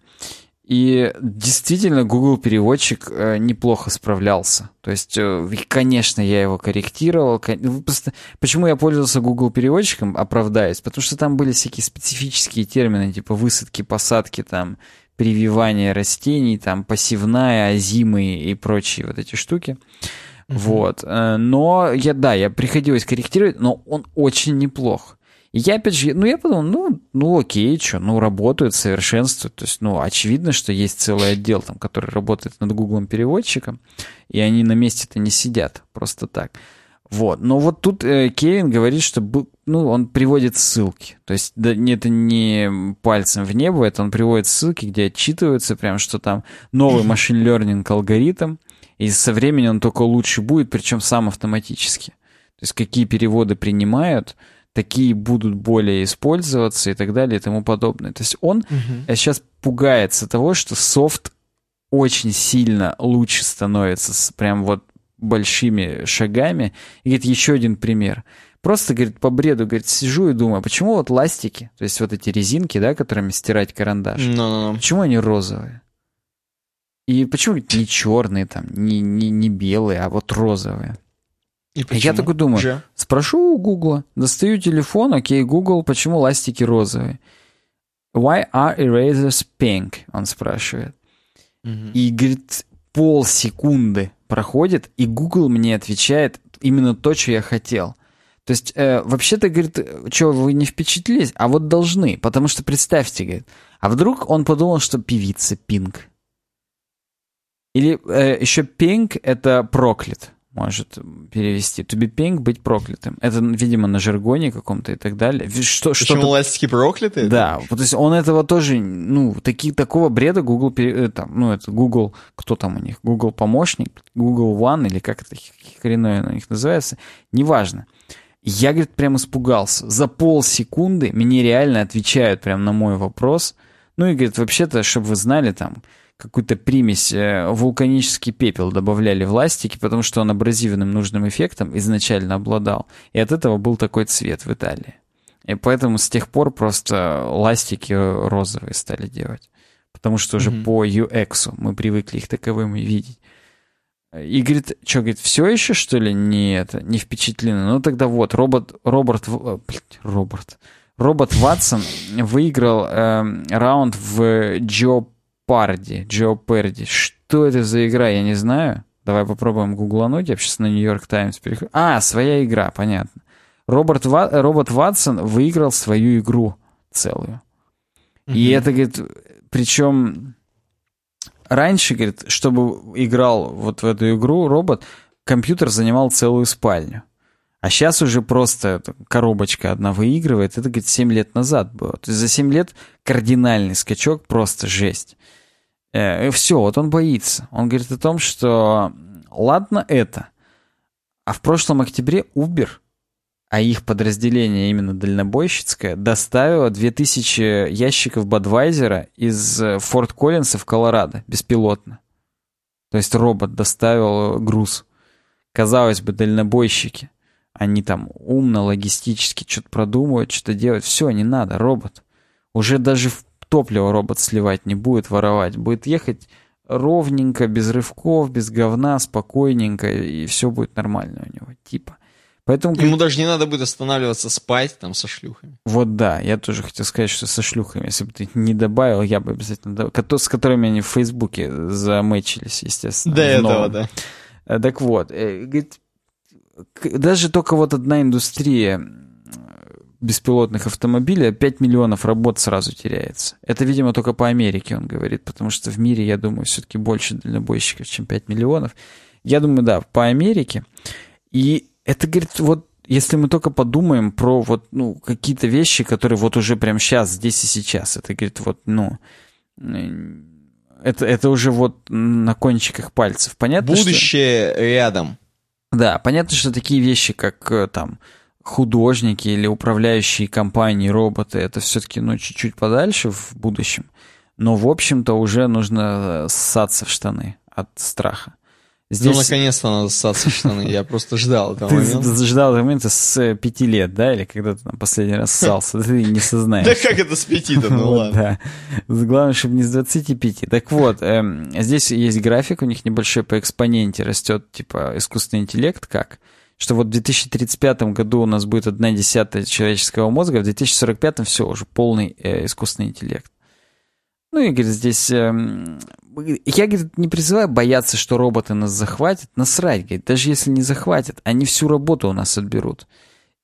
S2: И действительно, Google переводчик э, неплохо справлялся. То есть, э, конечно, я его корректировал. Просто, почему я пользовался Google переводчиком, оправдаюсь? Потому что там были всякие специфические термины, типа высадки, посадки, там, прививание растений, там, посевная, озимы и прочие вот эти штуки. Mm-hmm. Вот. Но я, да, я приходилось корректировать, но он очень неплох. И я опять же, ну я подумал, ну, ну окей, что, ну работают, совершенствуют. То есть, ну очевидно, что есть целый отдел, там, который работает над Гуглом переводчиком, и они на месте-то не сидят просто так. Вот. Но вот тут э, Кевин говорит, что ну, он приводит ссылки. То есть да, это не пальцем в небо, это он приводит ссылки, где отчитываются прям, что там новый машин learning алгоритм, и со временем он только лучше будет, причем сам автоматически. То есть какие переводы принимают, такие будут более использоваться и так далее и тому подобное. То есть он uh-huh. сейчас пугается того, что софт очень сильно лучше становится, с прям вот большими шагами. И говорит, еще один пример. Просто, говорит, по бреду, говорит, сижу и думаю, почему вот ластики, то есть вот эти резинки, да, которыми стирать карандаш,
S1: no.
S2: почему они розовые? И почему не черные там, не, не, не белые, а вот розовые?
S1: И
S2: я такой думаю, Же. спрошу у Гугла, достаю телефон, окей, Google, почему ластики розовые? Why are erasers pink? Он спрашивает. Mm-hmm. И, говорит, полсекунды проходит, и Google мне отвечает именно то, что я хотел. То есть, э, вообще-то, говорит, что, вы не впечатлились? А вот должны, потому что, представьте, говорит, а вдруг он подумал, что певица Pink? Или э, еще Pink — это проклят. Может перевести. To be pink — быть проклятым. Это, видимо, на жаргоне каком-то и так далее. Что,
S1: Почему ластики проклятые?
S2: Да. То есть он этого тоже, ну, таки, такого бреда Google, там, ну, это Google, кто там у них? Google помощник, Google One, или как это хреновое у них называется, неважно. Я, говорит, прям испугался. За полсекунды мне реально отвечают прям на мой вопрос. Ну и, говорит, вообще-то, чтобы вы знали, там, какую-то примесь, э, вулканический пепел добавляли в ластики, потому что он абразивным нужным эффектом изначально обладал. И от этого был такой цвет в Италии. И поэтому с тех пор просто ластики розовые стали делать. Потому что уже mm-hmm. по ю экс мы привыкли их таковыми видеть. И говорит, что, говорит, все еще, что ли, не, это, не впечатлены? Ну тогда вот, робот, Роберт, блядь, Роберт, робот Ватсон выиграл э, раунд в Джо Парди, Джеоперди. Что это за игра, я не знаю. Давай попробуем гуглануть. Я сейчас на Нью-Йорк Таймс перехожу. А, своя игра, понятно. Роберт Ва... Робот Ватсон выиграл свою игру целую. Mm-hmm. И это, говорит, причем раньше, говорит, чтобы играл вот в эту игру робот, компьютер занимал целую спальню. А сейчас уже просто коробочка одна выигрывает. Это, говорит, семь лет назад было. То есть за семь лет кардинальный скачок, просто жесть. И все, вот он боится. Он говорит о том, что ладно это, а в прошлом октябре Uber, а их подразделение именно дальнобойщицкое, доставило две тысячи ящиков Budweiser из Форт Коллинса в Колорадо беспилотно. То есть робот доставил груз. Казалось бы, дальнобойщики. Они там умно, логистически что-то продумывают, что-то делают. Все, не надо, робот. Уже даже в топливо робот сливать не будет, воровать. Будет ехать ровненько, без рывков, без говна, спокойненько, и все будет нормально у него, типа. Поэтому...
S1: Ему даже не надо будет останавливаться, спать там со шлюхами.
S2: Вот да, я тоже хотел сказать, что со шлюхами. Если бы ты не добавил, я бы обязательно добавил. С которыми они в Фейсбуке замэчились, естественно.
S1: До этого, да.
S2: Так вот, говорит, даже только вот одна индустрия беспилотных автомобилей, пять миллионов работ сразу теряется. Это, видимо, только по Америке, он говорит, потому что в мире, я думаю, все-таки больше дальнобойщиков, чем пять миллионов. Я думаю, да, по Америке. И это, говорит, вот если мы только подумаем про вот, ну, какие-то вещи, которые вот уже прямо сейчас, здесь и сейчас, это, говорит, вот, ну, это, это уже вот на кончиках пальцев. Понятно,
S1: будущее что... рядом.
S2: Да, понятно, что такие вещи, как там художники или управляющие компании, роботы, это все-таки, ну, чуть-чуть подальше в будущем. Но, в общем-то, уже нужно ссаться в штаны от страха.
S1: Здесь... Ну, наконец-то надо ссаться в штаны. Я просто ждал этого момента.
S2: Ты ждал этого момента с пяти лет, да? Или когда ты там последний раз ссался? Ты не сознаешь.
S1: Да как это с пяти-то? Ну ладно.
S2: Главное, чтобы не с двадцати пяти. Так вот, здесь есть график у них небольшой, по экспоненте растет, типа, искусственный интеллект. Как? Что вот в две тысячи тридцать пятом году у нас будет одна десятая человеческого мозга, а в две тысячи сорок пятом все, уже полный э, искусственный интеллект. Ну и, говорит, здесь... Э, я, говорит, не призываю бояться, что роботы нас захватят. Насрать, говорит, даже если не захватят, они всю работу у нас отберут.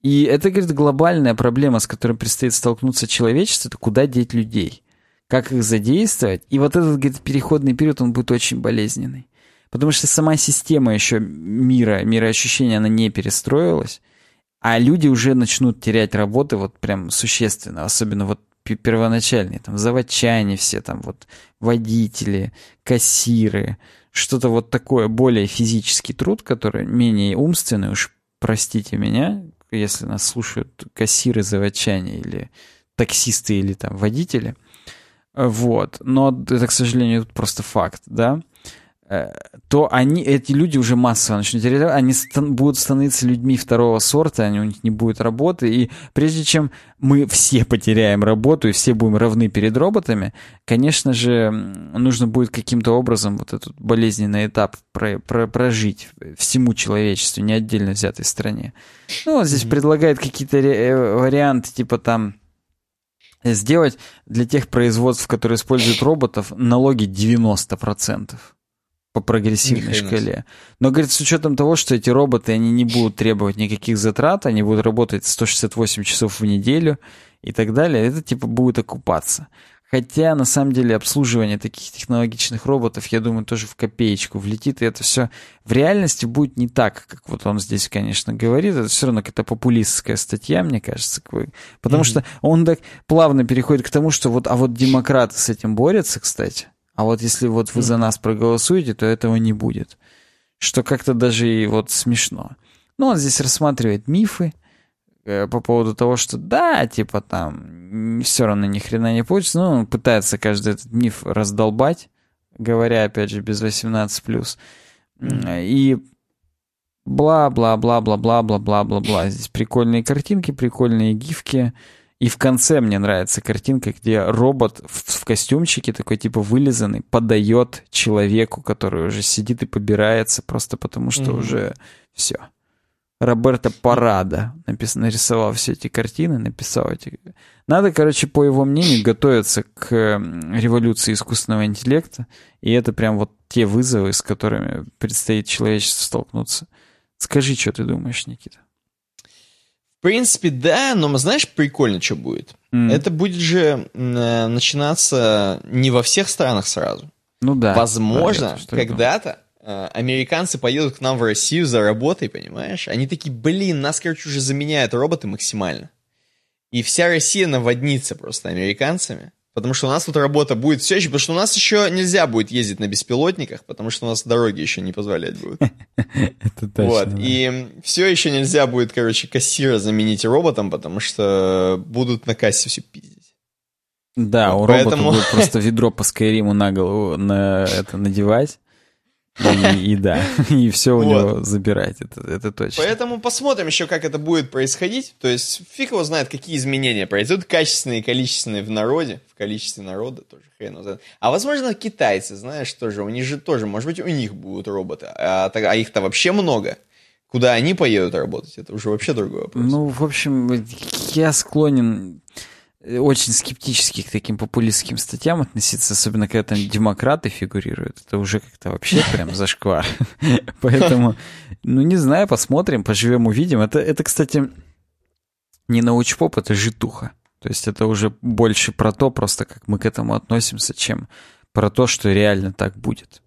S2: И это, говорит, глобальная проблема, с которой предстоит столкнуться человечеству, это куда деть людей, как их задействовать. И вот этот, говорит, переходный период, он будет очень болезненный. Потому что сама система еще мира, мироощущения, она не перестроилась, а люди уже начнут терять работы вот прям существенно, особенно вот первоначальные, там, заводчане все, там, вот, водители, кассиры, что-то вот такое, более физический труд, который менее умственный, уж простите меня, если нас слушают кассиры, заводчане или таксисты или там водители, вот, но это, к сожалению, просто факт, да, то они, эти люди уже массово начнут терять, они стан- будут становиться людьми второго сорта, у них не будет работы, и прежде чем мы все потеряем работу и все будем равны перед роботами, конечно же, нужно будет каким-то образом вот этот болезненный этап про- про- прожить всему человечеству, не отдельно взятой стране. Ну, вот здесь mm-hmm. предлагают какие-то ре- варианты, типа там сделать для тех производств, которые используют роботов, налоги девяносто процентов. По прогрессивной шкале. Но, говорит, с учетом того, что эти роботы, они не будут требовать никаких затрат, они будут работать сто шестьдесят восемь часов в неделю и так далее, это типа будет окупаться. Хотя, на самом деле, обслуживание таких технологичных роботов, я думаю, тоже в копеечку влетит, и это все в реальности будет не так, как вот он здесь, конечно, говорит. Это все равно какая-то популистская статья, мне кажется. Потому mm-hmm. что он так плавно переходит к тому, что вот, а вот демократы с этим борются, кстати. А вот если вот вы за нас проголосуете, то этого не будет. Что как-то даже и вот смешно. Ну, он здесь рассматривает мифы э, по поводу того, что да, типа там, все равно ни хрена не получится. Ну, он пытается каждый этот миф раздолбать, говоря, опять же, без восемнадцать плюс. Mm-hmm. И бла-бла-бла-бла-бла-бла-бла-бла-бла. Здесь прикольные картинки, прикольные гифки. И в конце мне нравится картинка, где робот в, в костюмчике такой типа вылизанный подает человеку, который уже сидит и побирается, просто потому что mm-hmm. уже все. Роберто Парадо напис, нарисовал все эти картины, написал эти... Надо, короче, по его мнению, готовиться к революции искусственного интеллекта, и это прям вот те вызовы, с которыми предстоит человечеству столкнуться. Скажи, что ты думаешь, Никита?
S1: В принципе, да, но знаешь, прикольно, что будет. Mm. Это будет же э, начинаться не во всех странах сразу.
S2: Ну да.
S1: Возможно,
S2: да,
S1: когда-то э, американцы поедут к нам в Россию за работой, понимаешь? Они такие, блин, нас, короче, уже заменяют роботы максимально. И вся Россия наводнится просто американцами. Потому что у нас тут работа будет все еще, потому что у нас еще нельзя будет ездить на беспилотниках, потому что у нас дороги еще не позволять будут.
S2: Это точно.
S1: Вот. И все еще нельзя будет, короче, кассира заменить роботом, потому что будут на кассе все пиздить.
S2: Да, у робота будет просто ведро по Скайриму на голову на это надевать. И, и да, и все у вот. него забирать, это, это точно.
S1: Поэтому посмотрим еще, как это будет происходить. То есть фиг его знает, какие изменения произойдут, качественные и количественные в народе, в количестве народа тоже хрен его знает. А возможно, китайцы, знаешь, тоже, у них же тоже, может быть, у них будут роботы, а, а их-то вообще много. Куда они поедут работать, это уже вообще другой вопрос.
S2: Ну, в общем, я склонен... очень скептически к таким популистским статьям относиться, особенно когда там демократы фигурируют. Это уже как-то вообще прям зашквар. Поэтому, ну, не знаю, посмотрим, поживем, увидим. Это, это, кстати, не научпоп, это житуха. То есть это уже больше про то, просто как мы к этому относимся, чем про то, что реально так будет.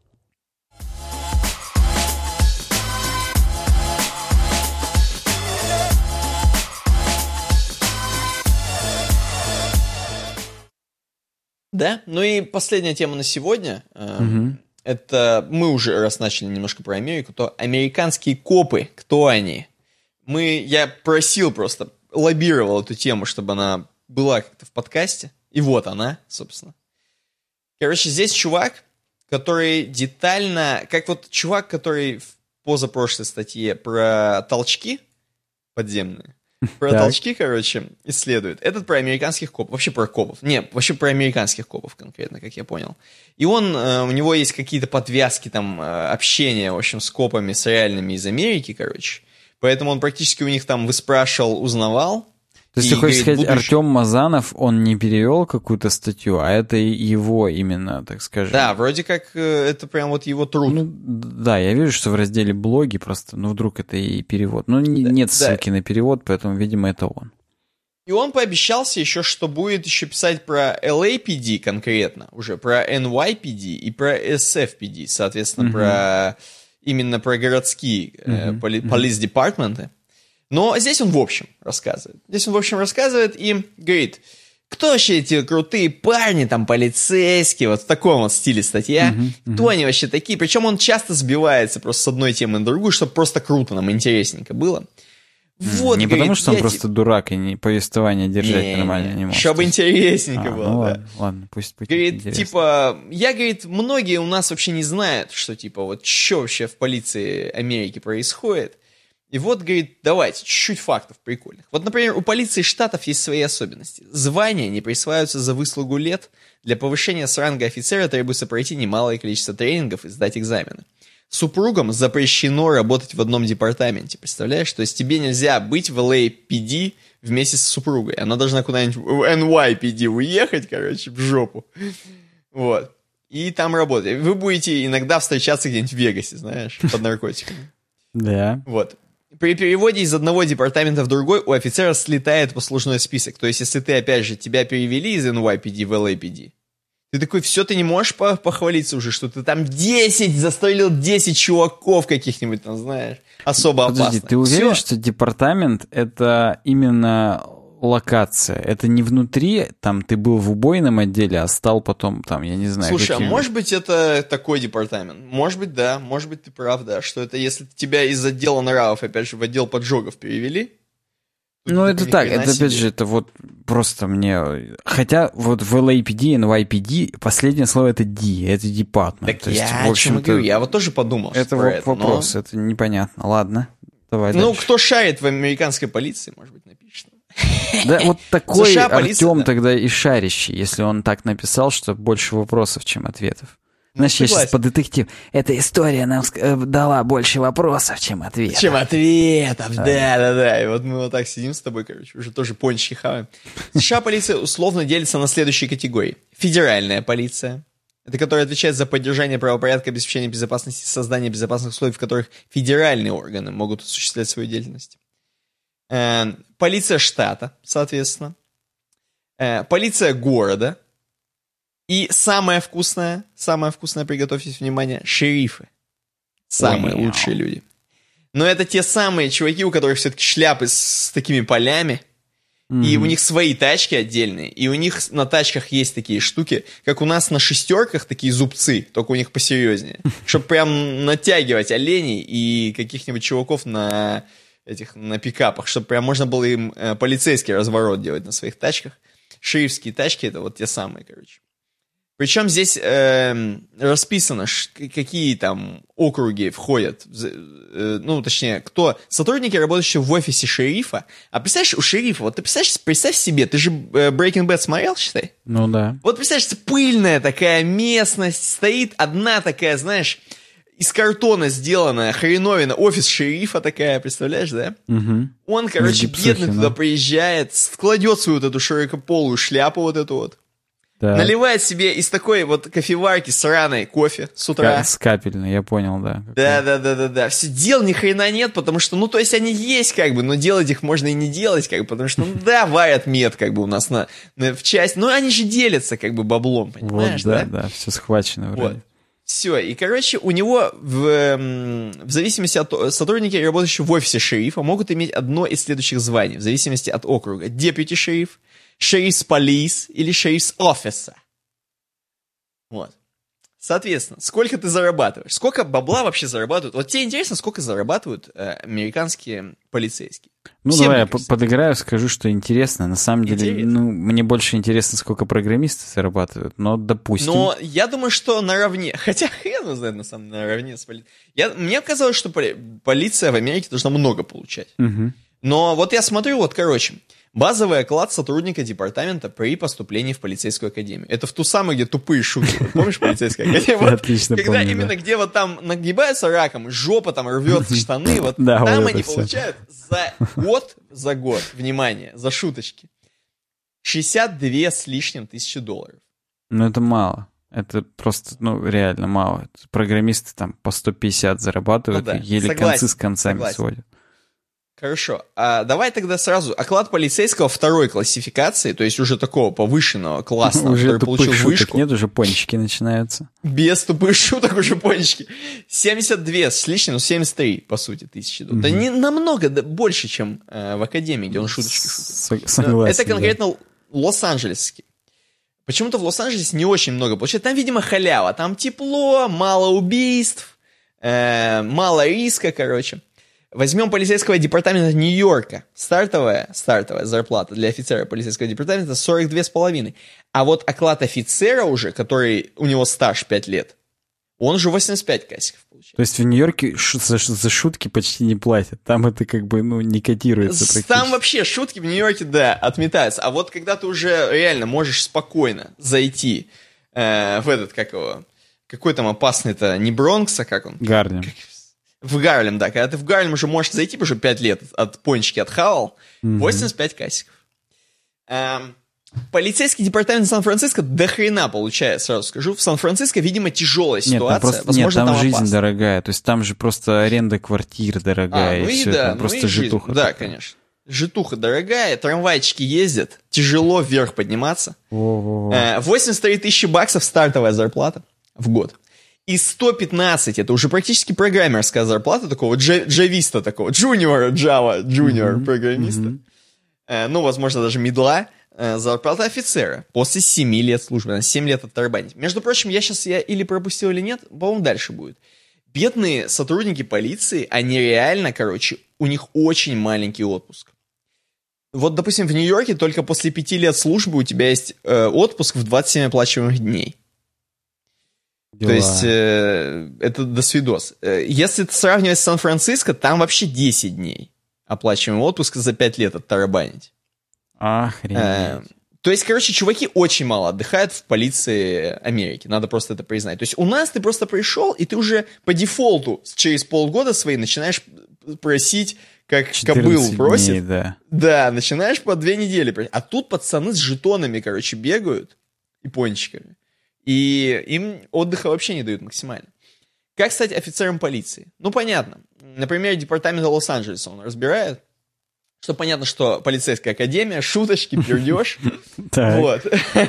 S1: Да, ну и последняя тема на сегодня.
S2: Угу.
S1: Это мы уже раз начали немножко про Америку, то американские копы, кто они? Мы, я просил просто, лоббировал эту тему, чтобы она была как-то в подкасте. И вот она, собственно. Короче, здесь чувак, который детально, как вот чувак, который в позапрошлой статье про толчки подземные, про так. толчки, короче, исследует. Этот про американских копов. Вообще про копов. Не, вообще про американских копов конкретно, как я понял. И он, э, у него есть какие-то подвязки, там, э, общения, в общем, с копами, с реальными из Америки, короче. Поэтому он практически у них там выспрашивал, узнавал.
S2: То есть
S1: И,
S2: ты хочешь
S1: говорит,
S2: сказать,
S1: будущее...
S2: Артем Мазанов, он не перевел какую-то статью, а это его именно, так скажем.
S1: Да, вроде как это прям вот его труд.
S2: Ну, да, я вижу, что в разделе блоги просто, ну вдруг это и перевод. Ну, не,
S1: да,
S2: нет
S1: да.
S2: ссылки на перевод, поэтому, видимо, это он.
S1: И он пообещался еще, что будет еще писать про эл эй пи ди конкретно, уже про эн вай пи ди и про эс эф пи ди, соответственно, uh-huh. про именно про городские uh-huh. э, поли, police департменты. Но здесь он в общем рассказывает. Здесь он в общем рассказывает и говорит, кто вообще эти крутые парни, там, полицейские, вот в таком вот стиле статья, uh-huh, uh-huh. кто они вообще такие? Причем он часто сбивается просто с одной темы на другую, чтобы просто круто нам, интересненько было. Вот,
S2: не
S1: говорит,
S2: потому, что он
S1: я
S2: просто
S1: те...
S2: дурак и не, повествование держать
S1: не,
S2: нормально не может.
S1: Чтобы интересненько
S2: а,
S1: было,
S2: ну,
S1: да.
S2: Ладно, ладно, пусть будет
S1: говорит,
S2: интересно.
S1: типа, я, говорит, многие у нас вообще не знают, что, типа, вот, что вообще в полиции Америки происходит. И вот, говорит, давайте, чуть-чуть фактов прикольных. Вот, например, у полиции штатов есть свои особенности. Звания не присваиваются за выслугу лет. Для повышения с ранга офицера требуется пройти немалое количество тренингов и сдать экзамены. Супругам запрещено работать в одном департаменте, представляешь? То есть тебе нельзя быть в эл эй пи ди вместе с супругой. Она должна куда-нибудь в эн вай пи ди уехать, короче, в жопу. Вот. И там работать. Вы будете иногда встречаться где-нибудь в Вегасе, знаешь, под наркотиками.
S2: Да.
S1: Вот. При переводе из одного департамента в другой у офицера слетает послужной список. То есть, если ты, опять же, тебя перевели из эн вай пи ди в эл эй пи ди, ты такой, все, ты не можешь похвалиться уже, что ты там десять, застрелил десять чуваков каких-нибудь там, знаешь, особо
S2: Подожди,
S1: опасных.
S2: Ты уверен,
S1: Всё.
S2: что департамент — это именно локация? Это не внутри, там, ты был в убойном отделе, а стал потом, там, я не знаю...
S1: Слушай,
S2: каким...
S1: а может быть это такой департамент? Может быть, да, может быть, ты прав, да, что это если тебя из отдела нравов, опять же, в отдел поджогов перевели.
S2: Ну, это так, это, опять же, это вот просто мне... Хотя вот в эл эй пи ди, эн вай пи ди, последнее слово — это D, это департмент.
S1: Так
S2: То есть,
S1: я
S2: в
S1: о чем говорю, я вот тоже подумал,
S2: это
S1: про это,
S2: вопрос,
S1: но...
S2: это непонятно. Ладно, давай
S1: Ну,
S2: дальше.
S1: кто шарит в американской полиции, может быть, напишет.
S2: Да, вот такой
S1: США полиция,
S2: Артем
S1: да.
S2: тогда и шарящий, если он так написал, что больше вопросов, чем ответов.
S1: Ну,
S2: Знаешь, я сейчас
S1: согласен.
S2: по детектив. Эта история нам ск- э, дала больше вопросов, чем ответов.
S1: Чем ответов, да-да-да. И вот мы вот так сидим с тобой, короче, уже тоже пончики хаваем. США полиция условно делится на следующие категории. Федеральная полиция. Это которая отвечает за поддержание правопорядка, обеспечение безопасности, создание безопасных условий, в которых федеральные органы могут осуществлять свою деятельность. Э, полиция штата, соответственно. Э, полиция города. И самое вкусное, самое вкусное, приготовьтесь, внимание, шерифы. Самые
S2: Ой,
S1: лучшие люди. Но это те самые чуваки, у которых все-таки шляпы с, с такими полями, mm-hmm. и у них свои тачки отдельные, и у них на тачках есть такие штуки, как у нас на шестерках такие зубцы, только у них посерьезнее, чтобы прям натягивать оленей и каких-нибудь чуваков на этих, на пикапах, чтобы прям можно было им э, полицейский разворот делать на своих тачках. Шерифские тачки — это вот те самые, короче. Причем здесь э, расписано, ш, какие там округи входят, э, ну, точнее, кто, сотрудники, работающие в офисе шерифа. А представляешь, у шерифа, вот ты представляешь, представь себе, ты же э, Breaking Bad смотрел, считай?
S2: Ну да.
S1: Вот представляешь, пыльная такая местность, стоит одна такая, знаешь, из картона сделанная хреновина, офис шерифа такая, представляешь, да?
S2: Угу.
S1: Он, короче,
S2: гипсухи,
S1: бедный
S2: да.
S1: туда приезжает, кладет свою вот эту широкополую шляпу вот эту вот.
S2: Да.
S1: Наливает себе из такой вот кофеварки сраной кофе с утра.
S2: С капельной, я понял, да.
S1: Да, да, да, да, да. Все, дел ни хрена нет, потому что, ну, то есть они есть, как бы, но делать их можно и не делать, как бы, потому что, ну, да, варят мед, как бы, у нас на, на в часть, но они же делятся, как бы, баблом, понимаешь,
S2: вот, да?
S1: да?
S2: Да, все схвачено вроде.
S1: Вот. Все, и, короче, у него в, в зависимости от... Сотрудники, работающие в офисе шерифа, могут иметь одно из следующих званий, в зависимости от округа. Депьюти шериф, шерифс полис или шерифс офиса. Вот. Соответственно, сколько ты зарабатываешь? Сколько бабла вообще зарабатывают? Вот тебе интересно, сколько зарабатывают э, американские полицейские?
S2: Ну,
S1: Всем
S2: давай я
S1: интересно.
S2: подыграю, скажу, что интересно. На самом деле,
S1: Интересно.
S2: ну, мне больше интересно, сколько программисты зарабатывают, но допустим.
S1: Но я думаю, что наравне, хотя хрен его знает, на самом деле, наравне с полицией. Я, мне казалось, что поли- полиция в Америке должна много получать.
S2: Угу.
S1: Но вот я смотрю, вот, короче, базовый оклад сотрудника департамента при поступлении в полицейскую академию. Это в ту самую, где тупые шутки. Помнишь полицейская академия?
S2: Отлично помню.
S1: Когда именно где вот там нагибаются раком, жопа там рвется, штаны, вот там они получают за год, за год, внимание, за шуточки, шестьдесят две с лишним тысячи долларов.
S2: Ну, это мало. Это просто, ну, реально мало. Программисты там по сто пятьдесят зарабатывают, ну, да. и еле согласен, концы с концами согласен. сводят.
S1: Хорошо. А давай тогда сразу. Оклад полицейского второй классификации, то есть уже такого повышенного, классного,
S2: уже
S1: который получил
S2: шуток
S1: вышку.
S2: Нет, уже пончики начинаются.
S1: Без тупых шуток уже пончики. семьдесят два с лишним, ну, семьдесят три, по сути, тысячи долларов. Mm-hmm. Да не намного да, больше, чем э, в академии, где он шуточки шутит.
S2: Согласен,
S1: это конкретно
S2: да.
S1: Лос-Анджелесский. Почему-то в Лос-Анджелесе не очень много получается. Там, видимо, халява. Там тепло, мало убийств, э, мало риска, короче. Возьмем полицейского департамента Нью-Йорка. Стартовая, стартовая зарплата для офицера полицейского департамента сорок два с половиной. А вот оклад офицера уже, который у него стаж пять лет, он уже восемьдесят пять кассиков получает.
S2: То есть в Нью-Йорке ш- за, за шутки почти не платят. Там это как бы, ну, не котируется практически.
S1: Там вообще шутки в Нью-Йорке, да, отметаются. А вот когда ты уже реально можешь спокойно зайти э, в этот, как его, какой там опасный-то, не Бронкс, а как он?
S2: Гарлем.
S1: Как... В Гарлем, да. Когда ты в Гарлем уже можешь зайти, потому что пять лет от пончики отхавал, mm-hmm. восемьдесят пять кассиков. Эм, полицейский департамент Сан-Франциско до хрена получает, сразу скажу. В Сан-Франциско, видимо, тяжелая ситуация.
S2: Нет, там, просто,
S1: возможно,
S2: нет, там,
S1: там
S2: жизнь
S1: опасно.
S2: дорогая. То есть там же просто аренда квартир дорогая.
S1: А, ну
S2: и
S1: и
S2: все,
S1: да,
S2: там
S1: ну
S2: просто
S1: и
S2: житуха.
S1: Жизнь. Да, конечно. Житуха дорогая, трамвайчики ездят, тяжело вверх подниматься.
S2: Во-во-во.
S1: восемьдесят три тысячи баксов стартовая зарплата в год. И сто пятнадцать, это уже практически программерская зарплата такого джа- джависта такого, джуниора Java, джуниор mm-hmm. программиста. Mm-hmm. Э, ну, возможно, даже мидла. Э, зарплата офицера после семи лет службы, на семь лет оттарабанить. Между прочим, я сейчас я или пропустил, или нет, по-моему, дальше будет. Бедные сотрудники полиции, они реально, короче, у них очень маленький отпуск. Вот, допустим, в Нью-Йорке только после пяти лет службы у тебя есть э, отпуск в двадцать семь оплачиваемых дней. Дела. То есть, э, это досвидос. Если сравнивать с Сан-Франциско, там вообще десять дней оплачиваемого отпуска за пять лет оттарабанить.
S2: Охренеть.
S1: Э, то есть, короче, чуваки очень мало отдыхают в полиции Америки. Надо просто это признать. То есть, у нас ты просто пришел, и ты уже по дефолту через полгода свои начинаешь просить, как кобыл просит.
S2: Дней, да.
S1: Да, начинаешь по две недели просить. А тут пацаны с жетонами, короче, бегают и пончиками. И им отдыха вообще не дают максимально. Как стать офицером полиции? Ну, понятно. Например, департамент Лос-Анджелеса он разбирает, что понятно, что полицейская академия, шуточки, пердеж. Вот.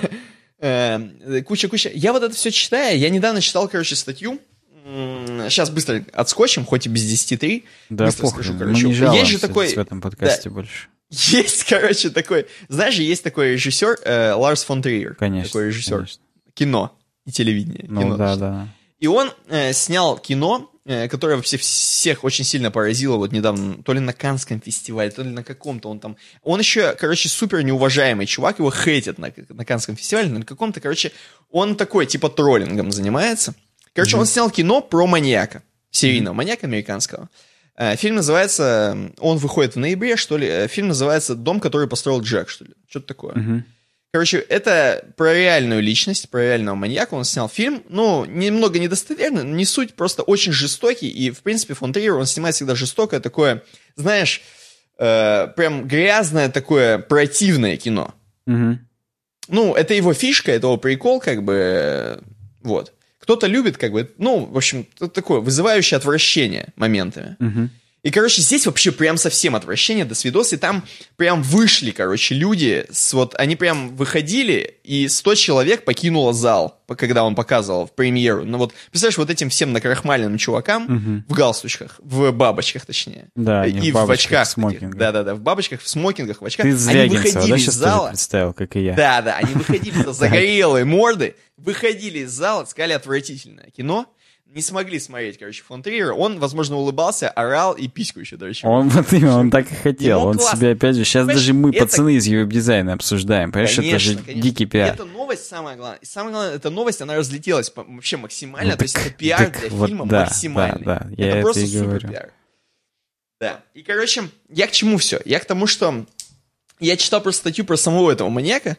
S1: Куча-куча. Я вот это все читаю. Я недавно читал, короче, статью. Сейчас быстро отскочим, хоть и без десяти три.
S2: Да, похуй. Мы не жалуемся в этом подкасте больше.
S1: Есть, короче, такой... Знаешь, есть такой режиссер Ларс фон Триер.
S2: Конечно.
S1: Такой режиссер. Кино и телевидение.
S2: Ну,
S1: кино,
S2: да, да.
S1: И он э, снял кино, э, которое вообще всех очень сильно поразило вот недавно, то ли на Каннском фестивале, то ли на каком-то он там. Он еще, короче, супер неуважаемый чувак, его хейтят на, на Каннском фестивале, но на каком-то, короче, он такой, типа, троллингом занимается. Короче, mm-hmm. он снял кино про маньяка, серийного mm-hmm. маньяка американского. Э, фильм называется, он выходит в ноябре, что ли, э, фильм называется «Дом, который построил Джек», что ли, что-то такое. Mm-hmm. Короче, это про реальную личность, про реального маньяка. Он снял фильм, ну, немного недостоверный, но не суть, просто очень жестокий. И, в принципе, фон Триер, он снимает всегда жестокое такое, знаешь, э, прям грязное такое противное кино.
S2: Mm-hmm.
S1: Ну, это его фишка, это его прикол, как бы, э, вот. Кто-то любит, как бы, ну, в общем, такое вызывающее отвращение моментами.
S2: Mm-hmm.
S1: И, короче, здесь вообще прям совсем отвращение до свидос, и там прям вышли, короче, люди, с, вот они прям выходили, и сто человек покинуло зал, когда он показывал в премьеру. Ну вот, представляешь, вот этим всем накрахмаленным чувакам
S2: угу.
S1: в галстучках, в бабочках, точнее.
S2: Да,
S1: и
S2: в,
S1: в очках.
S2: В смокингах.
S1: Да-да-да, в бабочках, в смокингах, в очках.
S2: Ты
S1: они выходили
S2: да,
S1: из зала.
S2: представил, как и я.
S1: Да-да, они выходили, загорелые морды, выходили из зала, сказали отвратительное кино. Не смогли смотреть, короче, фон Триера. Он, возможно, улыбался, орал и письку еще дрочил.
S2: Он вот именно, он так и хотел. Он классно. Себе опять же... Сейчас понимаешь, даже мы, это... пацаны из веб-дизайна, обсуждаем. Понимаешь, конечно, это же конечно. Дикий пиар.
S1: Это новость самое главное. И самое главное, эта новость, она разлетелась вообще максимально.
S2: Ну,
S1: то есть это пиар
S2: так,
S1: для
S2: вот
S1: фильма
S2: да,
S1: максимальный.
S2: Да, да, я
S1: это
S2: это
S1: просто
S2: и
S1: супер
S2: говорю.
S1: пиар. Да. И, короче, я к чему все? Я к тому, что я читал просто статью про самого этого маньяка,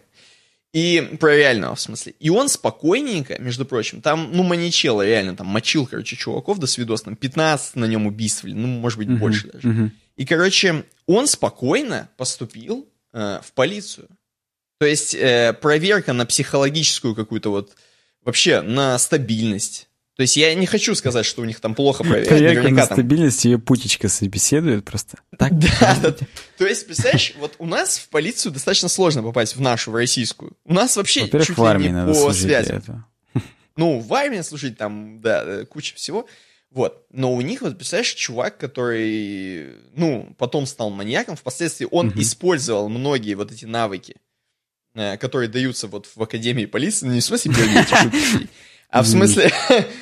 S1: и про реального, в смысле. И он спокойненько, между прочим, там, ну, маньячело реально, там, мочил, короче, чуваков до свидос, там, пятнадцать на нем убийств, ну, может быть, uh-huh, больше даже. Uh-huh. И, короче, он спокойно поступил э, в полицию. То есть э, проверка на психологическую какую-то вот, вообще, на стабильность. То есть я не хочу сказать, что у них там плохо проверяют.
S2: Проверка на там... стабильность, ее Путечка собеседует просто. Так?
S1: Да, да. То есть, представляешь, вот у нас в полицию достаточно сложно попасть, в нашу, в российскую. У нас вообще
S2: Во-первых,
S1: чуть
S2: в армии
S1: ли не
S2: надо
S1: по
S2: служить
S1: связи.
S2: для этого.
S1: Ну, в армии служить там, да, куча всего. Вот. Но у них, вот, представляешь, чувак, который, ну, потом стал маньяком, впоследствии он угу. использовал многие вот эти навыки, которые даются вот в Академии полиции, ну, не в смысле эти шутки, а в смысле...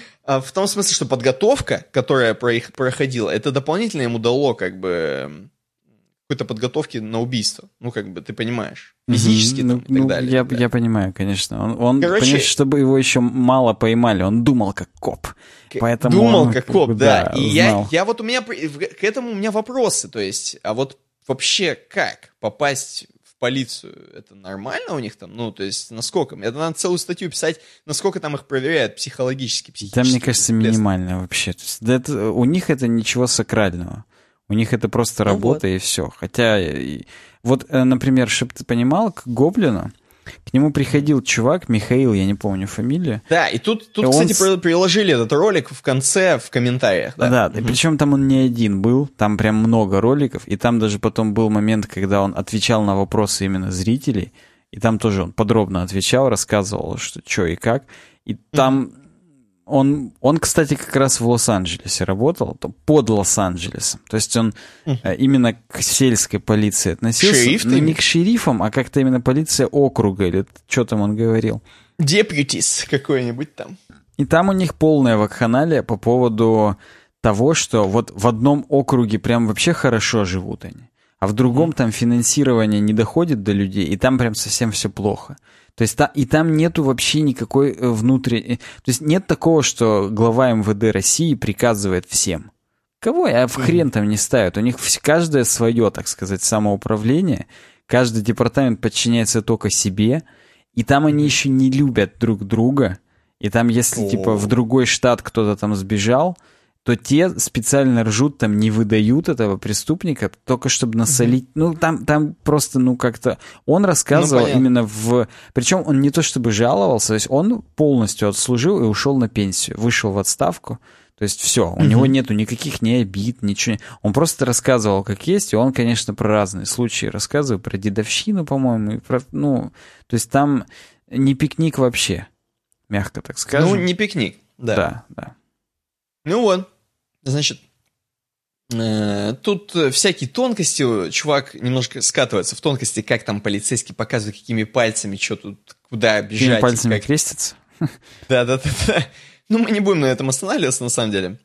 S1: В том смысле, что подготовка, которая проходила, это дополнительно ему дало, как бы, какой-то подготовки на убийство. Ну, как бы, ты понимаешь. Физически
S2: mm-hmm.
S1: там,
S2: ну,
S1: и так далее.
S2: Я,
S1: так далее.
S2: я понимаю, конечно. Он, он
S1: Короче,
S2: понимаешь, чтобы его еще мало поймали, он думал как коп. Поэтому
S1: думал
S2: он,
S1: как коп, да.
S2: да
S1: и я, я вот у меня, к этому у меня вопросы. То есть, а вот вообще как попасть... полицию, это нормально у них там? Ну, то есть, насколько? Это надо целую статью писать, насколько там их проверяют психологически, психически.
S2: Да, мне кажется, минимально вообще. То есть, да, это, у них это ничего сакрального. У них это просто ну работа вот. И все. Хотя, вот, например, чтобы ты понимал, к Гоблину, к нему приходил чувак, Михаил, я не помню фамилию.
S1: Да, и тут, тут
S2: и
S1: кстати,
S2: с...
S1: приложили этот ролик в конце, в комментариях. Да,
S2: да угу. И причем там он не один был, там прям много роликов, и там даже потом был момент, когда он отвечал на вопросы именно зрителей, и там тоже он подробно отвечал, рассказывал, что, что и как. И там угу. он, он, кстати, как раз в Лос-Анджелесе работал, под Лос-Анджелесом. То есть он угу. именно к сельской полиции относился.
S1: Шериф,
S2: ну, не к шерифам, а как-то именно полиция округа, или что там он говорил.
S1: Deputies какой-нибудь там.
S2: И там у них полная вакханалия по поводу того, что вот в одном округе прям вообще хорошо живут они, а в другом mm. там финансирование не доходит до людей, и там прям совсем все плохо. То есть та, и там нету вообще никакой внутренней... То есть нет такого, что глава эм вэ дэ России приказывает всем. Кого? А в хрен там не ставят. У них каждое свое, так сказать, самоуправление. Каждый департамент подчиняется только себе. И там они еще не любят друг друга. И там, если, О. типа, в другой штат кто-то там сбежал, то те специально ржут, там не выдают этого преступника, только чтобы насолить. Mm-hmm. Ну, там, там просто, ну, как-то... Он рассказывал ну, именно в... Причем он не то чтобы жаловался, то есть он полностью отслужил и ушел на пенсию, вышел в отставку. То есть все, у mm-hmm. него нету никаких ни обид, ничего. Он просто рассказывал, как есть, и он, конечно, про разные случаи рассказывал, про дедовщину, по-моему, и про... Ну, то есть там не пикник вообще, мягко так скажем.
S1: Ну, не пикник, да.
S2: Да, да.
S1: Ну вот, значит, э, тут всякие тонкости, чувак немножко скатывается в тонкости, как там полицейский показывает, какими пальцами, что тут, куда бежать.
S2: Какими пальцами
S1: как...
S2: крестится?
S1: Да-да-да. Ну, мы не будем на этом останавливаться, на самом деле.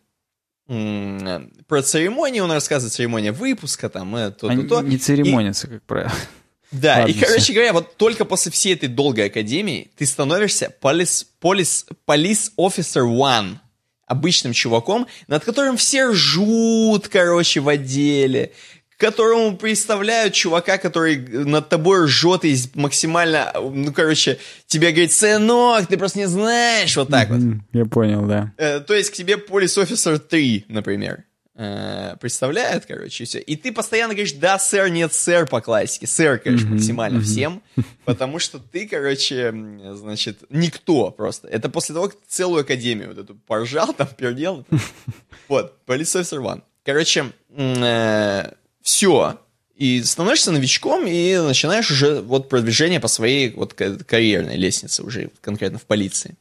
S1: Про церемонии он рассказывает, церемония выпуска, там, э, то-то,
S2: Они
S1: то.
S2: не церемонятся, и... как правило.
S1: Да,
S2: Ладно,
S1: и, короче
S2: все.
S1: говоря, вот только после всей этой долгой академии ты становишься police, police, police officer one, обычным чуваком, над которым все ржут, короче, в отделе, к которому представляют чувака, который над тобой ржет и максимально, ну, короче, тебе говорит: сынок, ты просто не знаешь, вот так
S2: mm-hmm,
S1: вот.
S2: Я понял, да.
S1: Э, то есть к тебе Police Officer три, например, э, представляет, короче, и все. И ты постоянно говоришь: да, сэр, нет, сэр, по классике. Сэр, конечно, mm-hmm, максимально mm-hmm. всем, потому что ты, короче, значит, никто просто. Это после того, как ты целую академию вот эту поржал, там, пердел. Вот, Police Officer один. Короче, э, все. И становишься новичком, и начинаешь уже вот продвижение по своей вот карьерной лестнице, уже конкретно в полиции.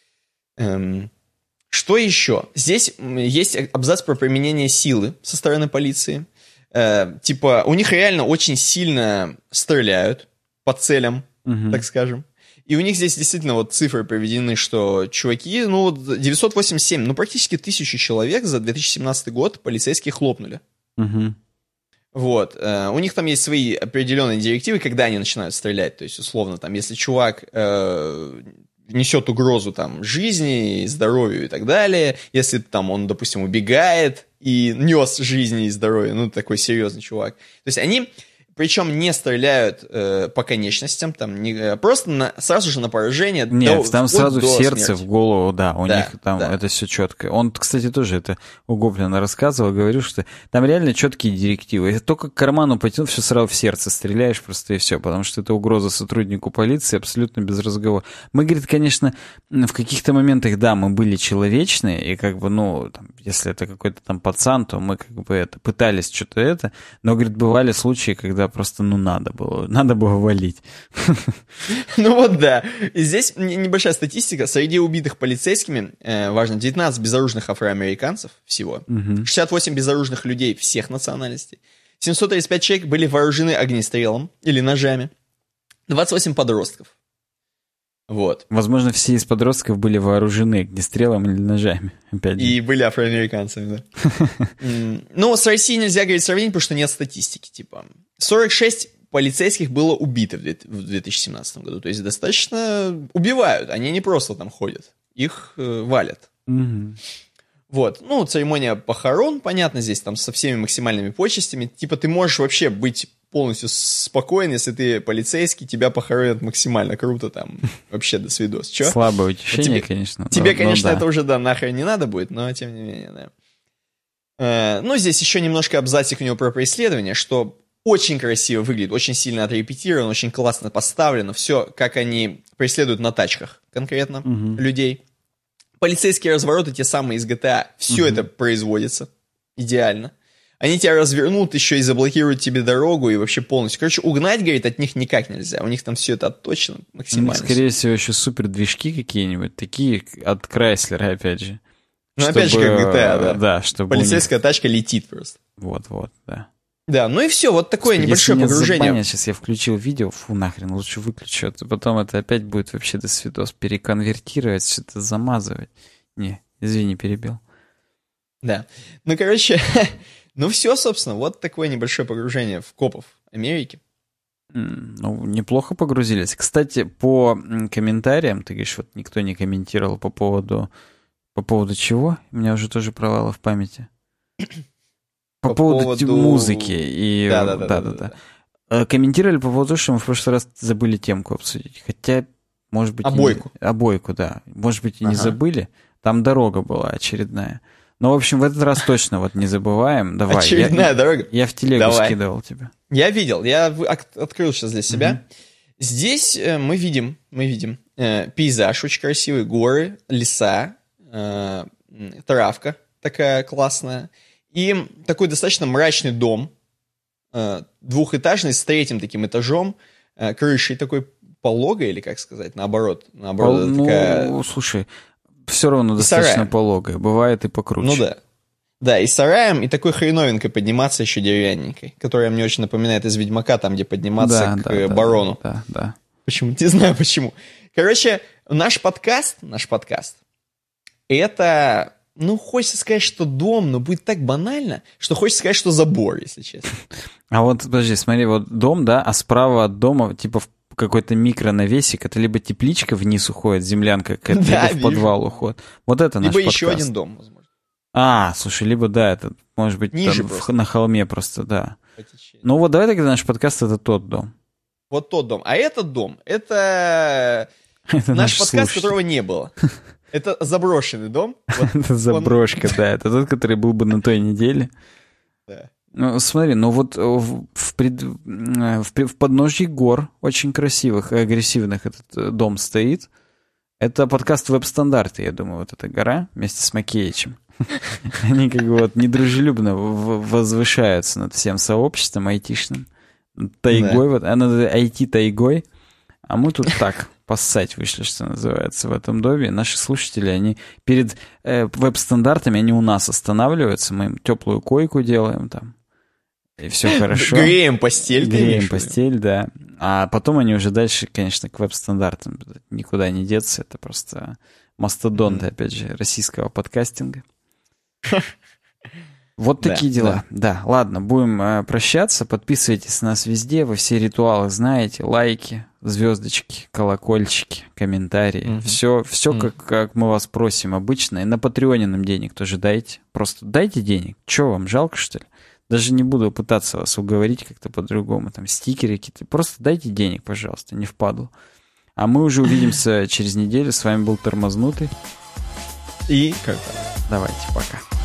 S1: Эм, что еще? Здесь есть абзац про применение силы со стороны полиции. Э, типа, у них реально очень сильно стреляют по целям, uh-huh. так скажем. И у них здесь действительно вот цифры приведены, что чуваки, ну, девятьсот восемьдесят семь, ну, практически тысячу человек за две тысячи семнадцатый год полицейские хлопнули.
S2: Uh-huh.
S1: Вот. Uh, у них там есть свои определенные директивы, когда они начинают стрелять. То есть, условно, там, если чувак uh, несет угрозу там жизни, здоровью и так далее, если там он, допустим, убегает и нес жизни и здоровье, ну, такой серьезный чувак. То есть они... Причем не стреляют э, по конечностям, там, не, просто на, сразу же на поражение.
S2: Нет,
S1: до,
S2: там сразу в сердце,
S1: смерти.
S2: В голову, да, у
S1: да,
S2: них там
S1: да.
S2: это все четко. Он, кстати, тоже это у Гоблина рассказывал, говорил, что там реально четкие директивы. Если только к карману потянул, все сразу в сердце стреляешь просто и все, потому что это угроза сотруднику полиции абсолютно без разговора. Мы, говорит, конечно, в каких-то моментах, да, мы были человечны, и как бы, ну, там, если это какой-то там пацан, то мы как бы это пытались что-то это, но, говорит, бывали случаи, когда просто, ну, надо было, надо было валить.
S1: Ну вот да. И здесь небольшая статистика. Среди убитых полицейскими, э, важно, девятнадцать безоружных афроамериканцев всего, угу. шестьдесят восемь безоружных людей всех национальностей, семьсот тридцать пять человек были вооружены огнестрелом или ножами, двадцать восемь подростков. Вот.
S2: Возможно, все из подростков были вооружены огнестрелом или ножами. Опять же.
S1: И были афроамериканцами, да. Ну, с Россией нельзя говорить сравнение, потому что нет статистики. Типа сорок шесть полицейских было убито в две тысячи семнадцатом году. То есть достаточно убивают. Они не просто там ходят. Их э, валят.
S2: Угу.
S1: Вот. Ну, церемония похорон, понятно, здесь там со всеми максимальными почестями. Типа ты можешь вообще быть полностью спокоен, если ты полицейский, тебя похоронят максимально круто там. Вообще до свидос. Чё?
S2: Слабое утешение,
S1: тебе,
S2: конечно.
S1: Тебе,
S2: но,
S1: конечно,
S2: но да.
S1: это уже, да, нахрен не надо будет, но тем не менее, да. Э, ну, здесь еще немножко абзацик у него про преследование, что очень красиво выглядит, очень сильно отрепетировано, очень классно поставлено. Все, как они преследуют на тачках конкретно угу. людей. Полицейские развороты, те самые из джи ти эй, все угу. это производится идеально. Они тебя развернут, еще и заблокируют тебе дорогу и вообще полностью. Короче, угнать, говорит, от них никак нельзя. У них там все это отточено максимально.
S2: Ну, скорее всего, еще супер движки какие-нибудь, такие от Крайслера, опять же.
S1: Ну, чтобы, опять же, как джи ти эй, да.
S2: Да, чтобы
S1: полицейская
S2: них...
S1: тачка летит просто.
S2: Вот-вот, да.
S1: Да, ну и все, вот такое
S2: Господи,
S1: небольшое
S2: если
S1: погружение.
S2: Забанят, сейчас я включил видео, фу, нахрен, лучше выключу, а потом это опять будет вообще до свидос переконвертировать, что-то замазывать. Не, извини, перебил.
S1: Да, ну, короче... Ну все, собственно, вот такое небольшое погружение в копов Америки.
S2: Ну, неплохо погрузились. Кстати, по комментариям, ты говоришь, вот никто не комментировал по поводу... По поводу чего? У меня уже тоже провалы в памяти. По, по поводу, поводу музыки. И...
S1: Да, да, да, да, да,
S2: да. Комментировали по поводу того, что мы в прошлый раз забыли темку обсудить. Хотя, может быть...
S1: Обойку.
S2: И не... Обойку, да. Может быть, и ага. не забыли. Там дорога была очередная. Ну, в общем, в этот раз точно вот не забываем. Давай.
S1: Очередная
S2: я,
S1: дорога.
S2: Я в телегу Давай. скидывал тебе.
S1: Я видел, я открыл сейчас для себя. Mm-hmm. Здесь э, мы видим, мы видим э, пейзаж очень красивый, горы, леса, э, травка такая классная. И такой достаточно мрачный дом, э, двухэтажный, с третьим таким этажом, э, крышей такой пологой, или как сказать, наоборот. наоборот
S2: Пол,
S1: такая...
S2: Ну, слушай... Все равно и достаточно сараем. Пологое. Бывает и покруче.
S1: Ну да. Да, и сараем, и такой хреновинкой подниматься еще деревянненькой, которая мне очень напоминает из «Ведьмака», там, где подниматься да, к
S2: да,
S1: барону.
S2: Да, да, да.
S1: Почему? Не знаю почему. Короче, наш подкаст, наш подкаст, это, ну, хочется сказать, что дом, но будет так банально, что хочется сказать, что забор, если честно.
S2: А вот, подожди, смотри, вот дом, да, а справа от дома, типа, в какой-то микронавесик, это либо тепличка вниз уходит, землянка какая-то, да, либо в подвал уходит. Вот это наш
S1: либо
S2: подкаст.
S1: Либо еще один дом, возможно.
S2: А, слушай, либо, да, это, может быть,
S1: ниже
S2: там, в, на холме просто, да.
S1: Потечение.
S2: Ну вот давай тогда наш подкаст — это тот дом.
S1: Вот тот дом. А этот дом, это, это наш, наш подкаст, слушатель. Которого не было. Это заброшенный дом.
S2: Это заброшка, да, это тот, который был бы на той неделе.
S1: Да.
S2: Ну, смотри, ну вот в, пред, в, в подножье гор очень красивых и агрессивных этот дом стоит. Это подкаст «Веб-стандарты», я думаю, вот эта гора вместе с Макеичем. Они как бы вот недружелюбно возвышаются над всем сообществом айтишным. Тайгой, вот, она ай ти-тайгой. А мы тут так, поссать вышли, что называется, в этом доме. Наши слушатели, они перед э, веб-стандартами, они у нас останавливаются, мы им теплую койку делаем там. И все хорошо.
S1: Греем постель.
S2: Греем постель, да. А потом они уже дальше, конечно, к веб-стандартам никуда не деться. Это просто мастодонты, mm-hmm. опять же, российского подкастинга. Вот такие да, дела. Да. да, ладно, будем э, прощаться. Подписывайтесь на нас везде, во все ритуалы знаете. Лайки, звездочки, колокольчики, комментарии. Mm-hmm. Все, все mm-hmm. как, как мы вас просим обычно. И на Патреоне нам денег тоже дайте. Просто дайте денег. Че, вам жалко, что ли? Даже не буду пытаться вас уговорить как-то по-другому. Там стикеры какие-то. Просто дайте денег, пожалуйста, не впадлу. А мы уже увидимся через неделю. С вами был Тормознутый.
S1: И как
S2: Давайте, пока.